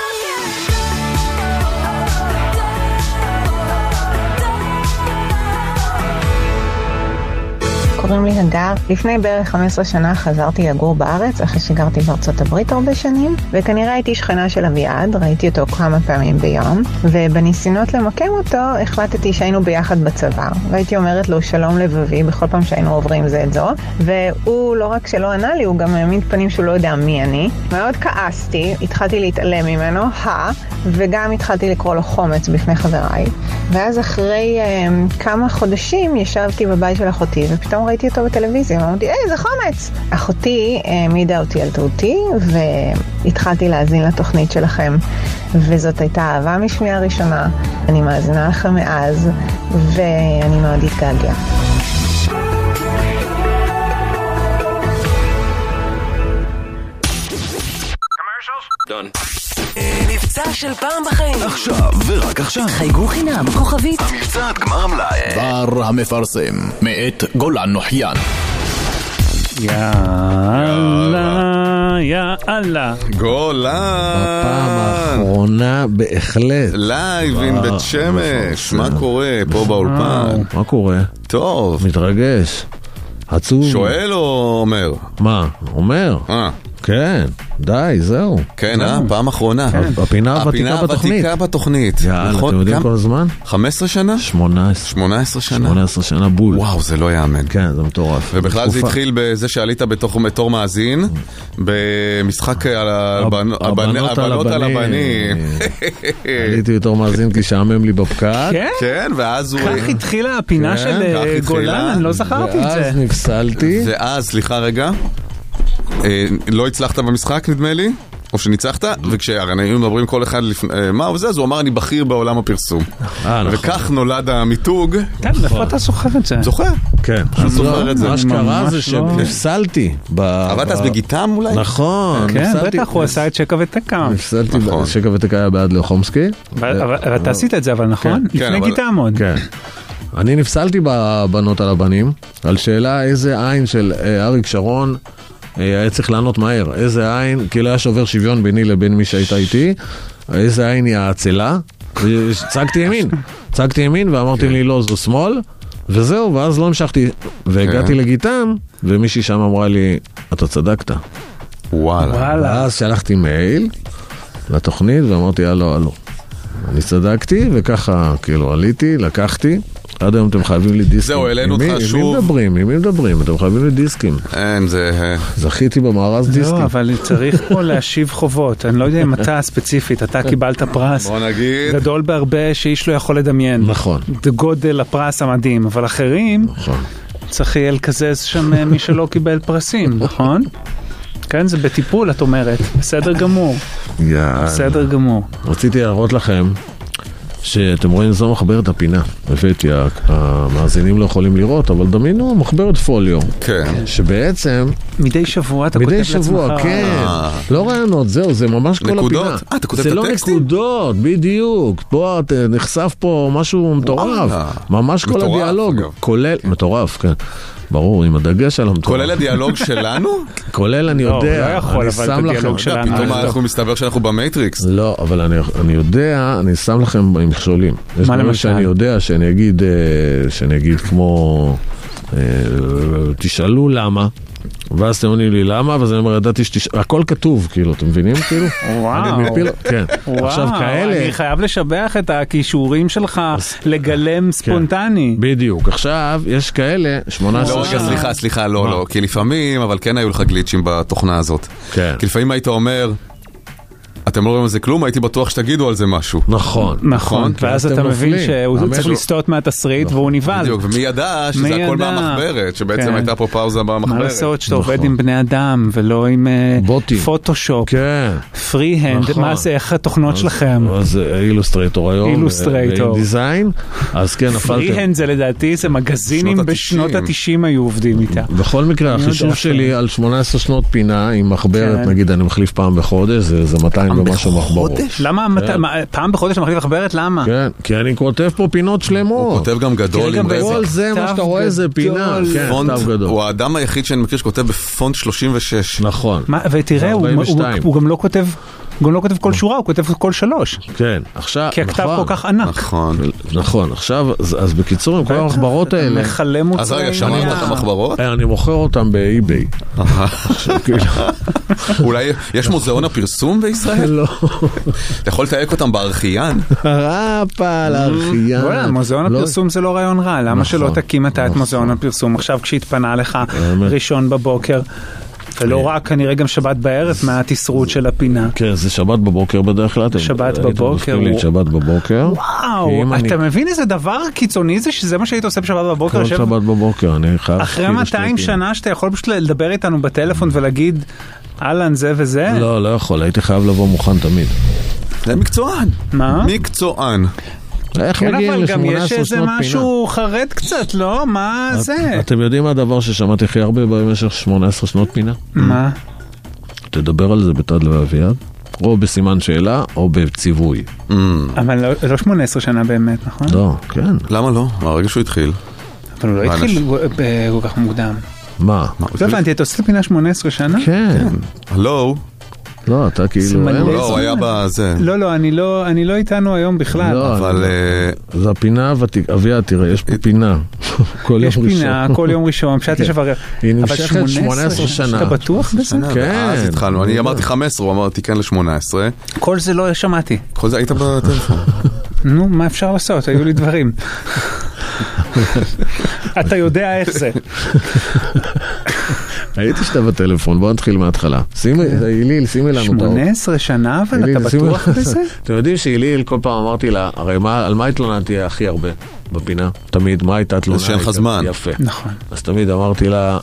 קוראים לי הגר. לפני בערך חמש עשרה שנה חזרתי לגור בארץ, אחרי שגרתי בארצות הברית הרבה שנים, וכנראה הייתי שכנה של אביעד, ראיתי אותו כמה פעמים ביום, ובניסיונות למקם אותו החלטתי שהיינו ביחד בצבא, והייתי אומרת לו שלום לבבי בכל פעם שהיינו עוברים זה את זו, והוא לא רק שלא ענה לי, הוא גם העמיד פנים שהוא לא יודע מי אני. מאוד כעסתי, התחלתי להתעלם ממנו, הא, וגם התחלתי לקרוא לו חומץ בפני חבריי, ואז אחרי um, כמה חודשים ישבתי בבית של אחותי, ופתאום ראיתי אותו בטלוויזיה, ואמרתי, היי, זה חומץ! אחותי העמידה אותי על תאותי, והתחלתי להאזין לתוכנית שלכם, וזאת הייתה אהבה משמיעה ראשונה. אני מאזינה לכם מאז, ואני מאוד התגעגע. מבצע של פעם בחיים. עכשיו ורק עכשיו. חייגו חינם, כוכבית. המבצע עד גמר המלאי. בר המפרסם, מאת גולן נוחיין. יאללה, יאללה. גולן. בפעם האחרונה בהחלט. לייב עם בית שמש. מה קורה פה באולפן? מה קורה? טוב. מתרגש. עצוב. שואל או אומר? מה? אומר. אה. כן, די, זהו. כן, אה? פעם אחרונה. הפינה הוותיקה בתוכנית. הפינה הוותיקה בתוכנית. יאללה, אתם יודעים כל הזמן? חמש עשרה שנה? שמונה עשרה. שמונה עשרה שנה? שמונה עשרה שנה בול. וואו, זה לא יאמן. כן, זה מטורף. ובכלל זה התחיל בזה שעלית בתור מאזין, במשחק על הבנות על הבנים. עליתי בתור מאזין כי שעמם לי בפקק. כן, ואז הוא... כך התחילה הפינה של גולן, אני לא זכרתי את זה. ואז נפסלתי. ואז, סליחה רגע. לא הצלחת במשחק נדמה לי, או שניצחת, וכשהיינו מדברים כל אחד מה וזה, אז הוא אמר אני בכיר בעולם הפרסום, וכך נולד המיתוג. כן, איפה אתה זוכר את זה? זוכר? כן, מה שקרה זה שנפסלתי. עבדת אז בגיטם אולי? נכון. כן, בטח, הוא עשה את שקע ותקע. נפסלתי, שקע ותקע היה בעד לחומסקי. אתה עשית את זה אבל נכון? לפני גיטם עוד. כן. אני נפסלתי בבנות על הבנים, על שאלה איזה עין של אריק שרון היה צריך לענות מהר, איזה עין, כאילו היה שובר שוויון ביני לבין מי שהייתה איתי, איזה עין היא העצלה, צגתי ימין, צגתי ימין ואמרתי לי לא, זו שמאל, וזהו, ואז לא המשכתי, והגעתי לגיטם, ומישהי שם אמרה לי, אתה צדקת. וואלה. ואז שלחתי מייל לתוכנית ואמרתי, הלו, הלו. אני צדקתי, וככה, כאילו, עליתי, לקחתי, עד היום אתם חייבים לי דיסקים. זהו, אלינו אותך שוב. עם מי מדברים? עם מי מדברים? אתם חייבים לי דיסקים. אין, זה... זכיתי במארז דיסקים. לא, אבל צריך פה להשיב חובות. אני לא יודע אם אתה ספציפית, אתה קיבלת פרס. בוא נגיד. גדול בהרבה שאיש לא יכול לדמיין. נכון. זה גודל הפרס המדהים, אבל אחרים... נכון. צריך יהיה לקזז שם מי שלא קיבל פרסים, נכון? כן, זה בטיפול, את אומרת. בסדר גמור. בסדר גמור. רציתי להראות לכם שאתם רואים, זו מחברת הפינה. הבאתי, המאזינים לא יכולים לראות, אבל דמיינו, מחברת פוליו. כן. שבעצם... מדי שבוע אתה כותב לעצמך. מדי שבוע, כן. לא רעיונות, זהו, זה ממש כל הפינה. נקודות? אה, אתה כותב את הטקסטים? זה לא נקודות, בדיוק. פה נחשף פה משהו מטורף. ממש כל הדיאלוג. כולל, מטורף, כן. ברור, עם הדגש על המטורף. כולל הדיאלוג שלנו? כולל, אני יודע. לא יכול, אבל את הדיאלוג שלנו. פתאום אנחנו מסתבר שאנחנו במייטריקס. לא, אבל אני יודע, אני שם לכם מכשולים. יש דברים שאני יודע, שאני אגיד, שאני אגיד כמו, תשאלו למה, ואז אתם עונים לי למה, ואז אני אומר, ידעתי שתשאל, הכל כתוב, כאילו, אתם מבינים, כאילו? וואו. כן. עכשיו כאלה... אני חייב לשבח את הכישורים שלך לגלם ספונטני. בדיוק. עכשיו, יש כאלה, שמונה עשרה שנה. לא, סליחה, סליחה, לא, לא. כי לפעמים, אבל כן היו לך גליצ'ים בתוכנה הזאת. כן. כי לפעמים היית אומר, אתם לא רואים על זה כלום, הייתי בטוח שתגידו על זה משהו. נכון. נכון, ואז אתה מבין שהוא צריך לסטות מהתסריט והוא נבהל. בדיוק, ומי ידע שזה הכל מהמחברת, שבעצם הייתה פה פאוזה במחברת. מה לעשות שאתה עובד עם בני אדם ולא עם פוטושופ, פרי-הנד, מה זה, איך התוכנות שלכם? אז אילוסטרייטור היום, אילוסטרייטור. דיזיין, אז כן נפלתם. פרי-הנד זה לדעתי, זה מגזינים בשנות ה-תשעים היו עובדים איתה. בכל מקרה, החישוב שלי על שמונה עשרה שנות פינה עם מחברת, נגיד אני מחליף פעם בחודש, זה מאתיים ומשהו מחברות. למה? פעם בחודש מחליף מחברת? למה? כן, כי אני כותב פה פינות שלמות. הוא כותב גם גדול עם רבע. כל זה מה שאתה רואה זה פינה. כן, כתב גדול. הוא האדם היחיד שאני מכיר שכותב בפונט שלושים ושש. נכון. ותראה, הוא גם לא כותב... הוא גם לא כותב כל שורה, הוא כותב כל שלוש. כן, עכשיו... כי הכתב כל כך ענק. נכון. נכון, עכשיו, אז בקיצור, עם כל המחברות האלה... מחלה מוצרים. אז רגע, שמעת את המחברות? אני מוכר אותם באי-ביי. אולי יש מוזיאון הפרסום בישראל? לא. אתה יכול לתייק אותם בארכיין? רפה, לארכיין. וואלה, מוזיאון הפרסום זה לא רעיון רע. למה שלא תקים אתה את מוזיאון הפרסום? עכשיו כשהתפנה לך ראשון בבוקר. ולא רק, כנראה גם שבת בערב מהתסרות של הפינה. כן, זה שבת בבוקר בדרך כלל. שבת בבוקר. שבת בבוקר. וואו, אתה מבין איזה דבר קיצוני זה שזה מה שהיית עושה בשבת בבוקר? כל שבת בבוקר, אני חייב... אחרי מאתיים שנה שאתה יכול פשוט לדבר איתנו בטלפון ולהגיד, אהלן זה וזה? לא, לא יכול, הייתי חייב לבוא מוכן תמיד. זה מקצוען. מה? מקצוען. איך כן, מגיעים אבל גם ל-שמונה עשרה יש איזה שנות משהו חרד קצת, לא? מה את, זה? אתם יודעים מה הדבר ששמעתי הכי הרבה במשך שמונה עשרה שנות פינה? מה? תדבר על זה בתד ואביעד, או בסימן שאלה, או בציווי. אבל לא, לא שמונה עשרה שנה באמת, נכון? לא, כן. למה לא? הרגע שהוא התחיל. אבל הוא לא התחיל כל כך מוקדם. מה? לא הבנתי, אתה עושה לפינה שמונה עשרה שנה? כן. הלו? לא, אתה כאילו... לא, הוא היה בזה. לא, לא, אני לא, אני לא איתנו היום בכלל. לא, אבל... זה הפינה, אביעד, תראה, יש פה פינה. יש פינה, כל יום ראשון, פשט יש עבר... היא נמשכת שמונה עשרה שנה. אתה בטוח בזה? כן. אז התחלנו, אני אמרתי חמש עשרה, הוא אמרתי כן ל-שמונה עשרה. כל זה לא שמעתי. כל זה היית בטלפון. נו, מה אפשר לעשות? היו לי דברים. אתה יודע איך זה. הייתי שאתה בטלפון, בוא נתחיל מההתחלה. שימי, איליל, שימי לנו את האור. שמונה עשרה שנה, אבל אתה בטוח בזה? אתם יודעים שאיליל, כל פעם אמרתי לה, הרי על מה התלוננתי הכי הרבה בפינה? תמיד, מה הייתה תלונה? שאין לך זמן. יפה. נכון. אז תמיד אמרתי לה,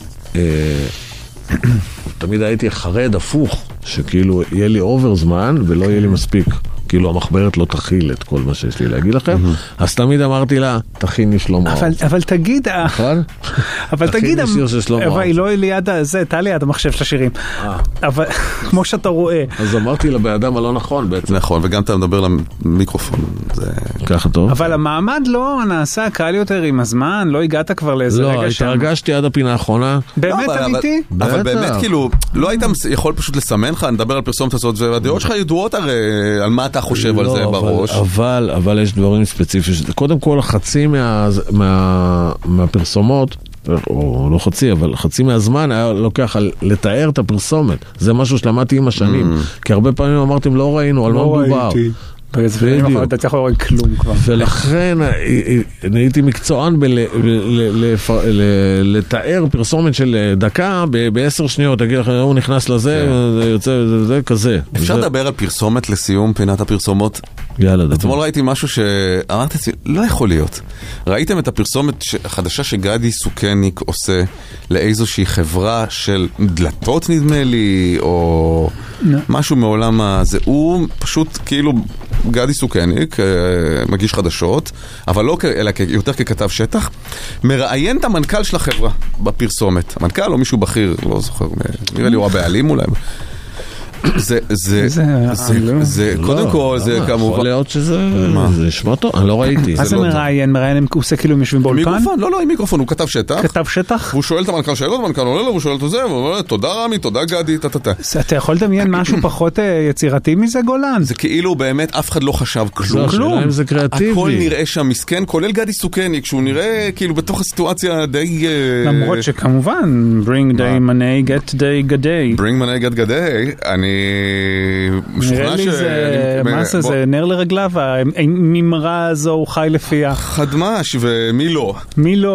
תמיד הייתי חרד הפוך, שכאילו יהיה לי אובר זמן ולא יהיה לי מספיק. כאילו המחברת לא תכיל את כל מה שיש לי להגיד לכם, אז תמיד אמרתי לה, תכיני שלמה. אבל תגיד, נכון? אבל תגיד, תכיני שיר של שלמה. אבל היא לא ליד זה, תהיה ליד המחשב של השירים. אבל כמו שאתה רואה. אז אמרתי לה באדם הלא נכון בעצם. נכון, וגם אתה מדבר למיקרופון. ככה טוב. אבל המעמד לא נעשה קל יותר עם הזמן, לא הגעת כבר לאיזה רגע שם. לא, התרגשתי עד הפינה האחרונה. באמת אמיתי? אבל באמת כאילו, לא היית יכול פשוט לסמן לך, נדבר על פרסומת הזאת, והדעות שלך ידועות הרי על מה אתה חושב על זה בראש. אבל, אבל יש דברים ספציפיים. קודם כל, חצי מה, מה, מהפרסומות, או לא חצי, אבל חצי מהזמן היה לוקח על לתאר את הפרסומת. זה משהו שלמדתי עם השנים. כי הרבה פעמים אמרתם, לא ראינו, על מה מדובר. אתה צריך לראות כלום כבר. ולכן הייתי מקצוען לתאר פרסומת של דקה בעשר שניות, תגיד לך, הוא נכנס לזה, זה יוצא, זה כזה. אפשר לדבר על פרסומת לסיום פינת הפרסומות? יאללה, דבר. אתמול ראיתי משהו שאמרתי, לא יכול להיות. ראיתם את הפרסומת החדשה שגדי סוכניק עושה לאיזושהי חברה של דלתות נדמה לי, או משהו מעולם הזה. הוא פשוט כאילו גדי סוכניק, מגיש חדשות, אבל לא אלא יותר ככתב שטח, מראיין את המנכ"ל של החברה בפרסומת. המנכ"ל או מישהו בכיר, לא זוכר, נראה לי הוא הבעלים אולי. זה, זה, זה, קודם כל, זה כמובן... יכול להיות שזה... זה נשמע טוב, אני לא ראיתי. מה זה מראיין? מראיין הם עושה כאילו יושבים באולפן? מיקרופון, לא, לא, עם מיקרופון, הוא כתב שטח. כתב שטח? והוא שואל את המנכ"ל שאלות, המנכ"ל עולה לו, והוא שואל את זה, והוא אומר, תודה רמי, תודה גדי, תתתה. אתה יכול לדמיין משהו פחות יצירתי מזה, גולן? זה כאילו באמת אף אחד לא חשב כלום. כלום. זה קריאטיבי. הכל נראה שם מסכן, כולל גדי סוכניק, שהוא נראה כאילו בתוך הסיטואציה די... למרות שכמובן, bring day money, get day g'day. bring money, get g'day. אני... נראה לי זה, מה זה, זה נר לרגליו, הממרה הזו הוא חי לפיה. חדמש, ומי לא? מי לא?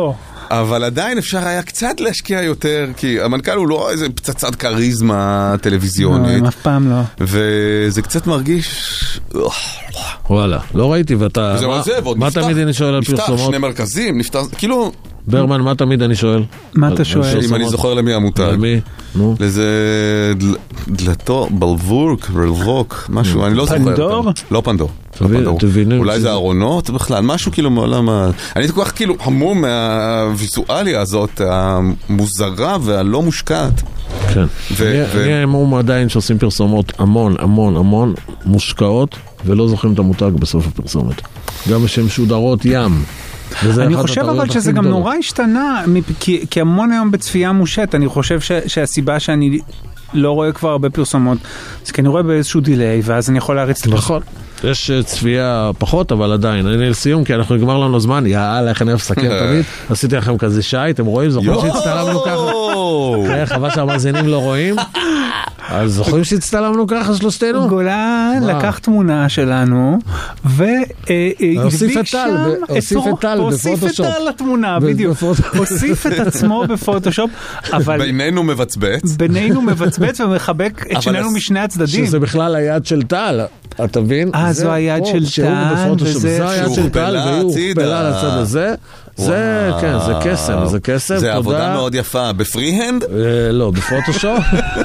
אבל עדיין אפשר היה קצת להשקיע יותר, כי המנכ"ל הוא לא איזה פצצת קריזמה טלוויזיונית. לא, אף פעם לא. וזה קצת מרגיש... וואלה, לא ראיתי, ואתה... וזהו על זה, ועוד מה נפתח, תמיד אני שואל על נפתח פרסומות? שני מרכזים, נפתח, כאילו... ברמן, מה תמיד אני שואל? מה אתה שואל? אם אני זוכר למי המותג. למי? נו. לזה דלתו, בלבורק, רלבוק, משהו, אני לא זוכר. פנדור? לא פנדור. אולי זה ארונות בכלל, משהו כאילו מעולם ה... אני כל כך כאילו המום מהוויזואליה הזאת, המוזרה והלא מושקעת. כן. אני המום עדיין שעושים פרסומות המון, המון, המון מושקעות, ולא זוכרים את המותג בסוף הפרסומת. גם שהן משודרות ים. אני חושב אבל שזה גם נורא השתנה, כי, כי המון היום בצפייה מושט, אני חושב ש, שהסיבה שאני לא רואה כבר הרבה פרסומות, זה כי אני רואה באיזשהו דיליי, ואז אני יכול להריץ... נכון, יש צפייה פחות, אבל עדיין, אני לסיום, כי אנחנו נגמר לנו זמן, יאללה, איך אני אוהב לסכם תמיד, עשיתי לכם כזה שי, אתם רואים, זוכרים שהצטלמנו ככה? חבל שהמאזינים לא רואים, אז זוכרים שהצטלמנו ככה שלושתנו? גולן לקח תמונה שלנו, והדביק שם הוסיף את טל לתמונה, בדיוק, הוסיף את עצמו בפוטושופ, אבל... בינינו מבצבץ. בינינו מבצבץ ומחבק את שנינו משני הצדדים. שזה בכלל היד של טל, אתה מבין? אה, זו היד של טל, וזה... זה היד של טל, והוא הוכפלה לצד הזה. זה, כן, זה קסם, זה קסם. זה עבודה מאוד יפה. בפרי-הנד? לא, בפוטושופ.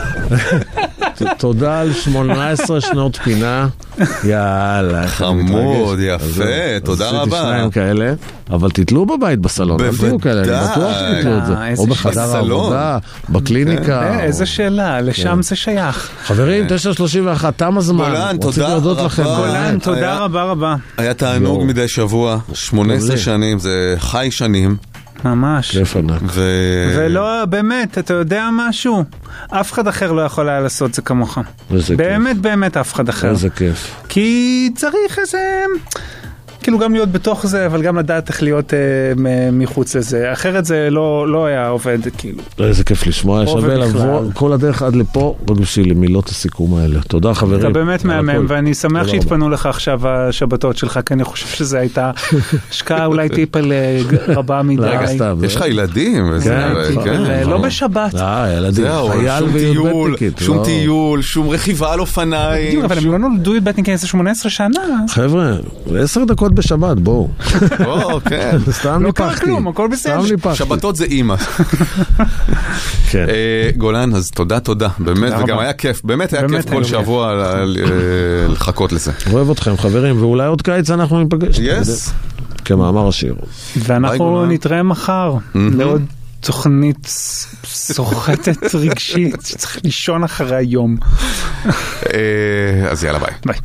תודה על שמונה עשרה שנות פינה. יאללה. חמוד, יפה, תודה רבה. עשיתי שניים כאלה, אבל תתלו בבית בסלון. בוודאי. אני בטוח שתתלו את זה. או בחדר העבודה, בקליניקה. איזה שאלה, לשם זה שייך. חברים, תשע שלושים ואחת, תם הזמן. גולן, תודה רבה. גולן, תודה רבה רבה. היה תענוג מדי שבוע, שמונה עשרה שנים, זה חי שנים. ממש. כיף ענק. ולא, באמת, אתה יודע משהו? אף אחד אחר לא יכול היה לעשות זה כמוך. באמת, באמת אף אחד אחר. איזה כיף. כי צריך איזה... כאילו גם להיות בתוך זה, אבל גם לדעת איך להיות אה, מחוץ לזה. אחרת זה לא, לא היה עובד, כאילו. איזה כיף לשמוע, שווה לבוא כל הדרך עד לפה, רק בשביל מילות הסיכום האלה. תודה חברים. אתה באמת מהמם, ואני שמח שהתפנו לך עכשיו השבתות שלך, כי אני חושב שזה הייתה השקעה אולי טיפל רבה מדי. יש לך ילדים? לא בשבת. אה, ילדים, חייל ויודבטניקית. שום טיול, שום רכיבה על אופניים. אבל הם לא נולדו יודבטניקית איזה שמונה עשרה שנה. חבר'ה, עשר דקות בשבת, בואו. או, כן. סתם לא ניפחתי. קרה כלום, הכל בסדר. שבתות זה אימא. כן. גולן, אז תודה, תודה. באמת, וגם היה כיף. באמת היה כיף כל שבוע לחכות לזה. אוהב אתכם, חברים, ואולי עוד קיץ אנחנו ניפגש. יס. כמאמר השיר. ואנחנו נתראה מחר לעוד תוכנית סוחטת רגשית שצריך לישון אחרי היום. אז יאללה, ביי. ביי.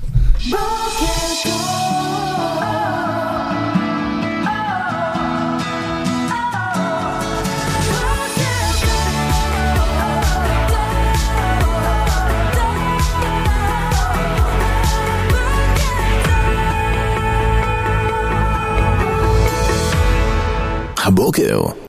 הבוקר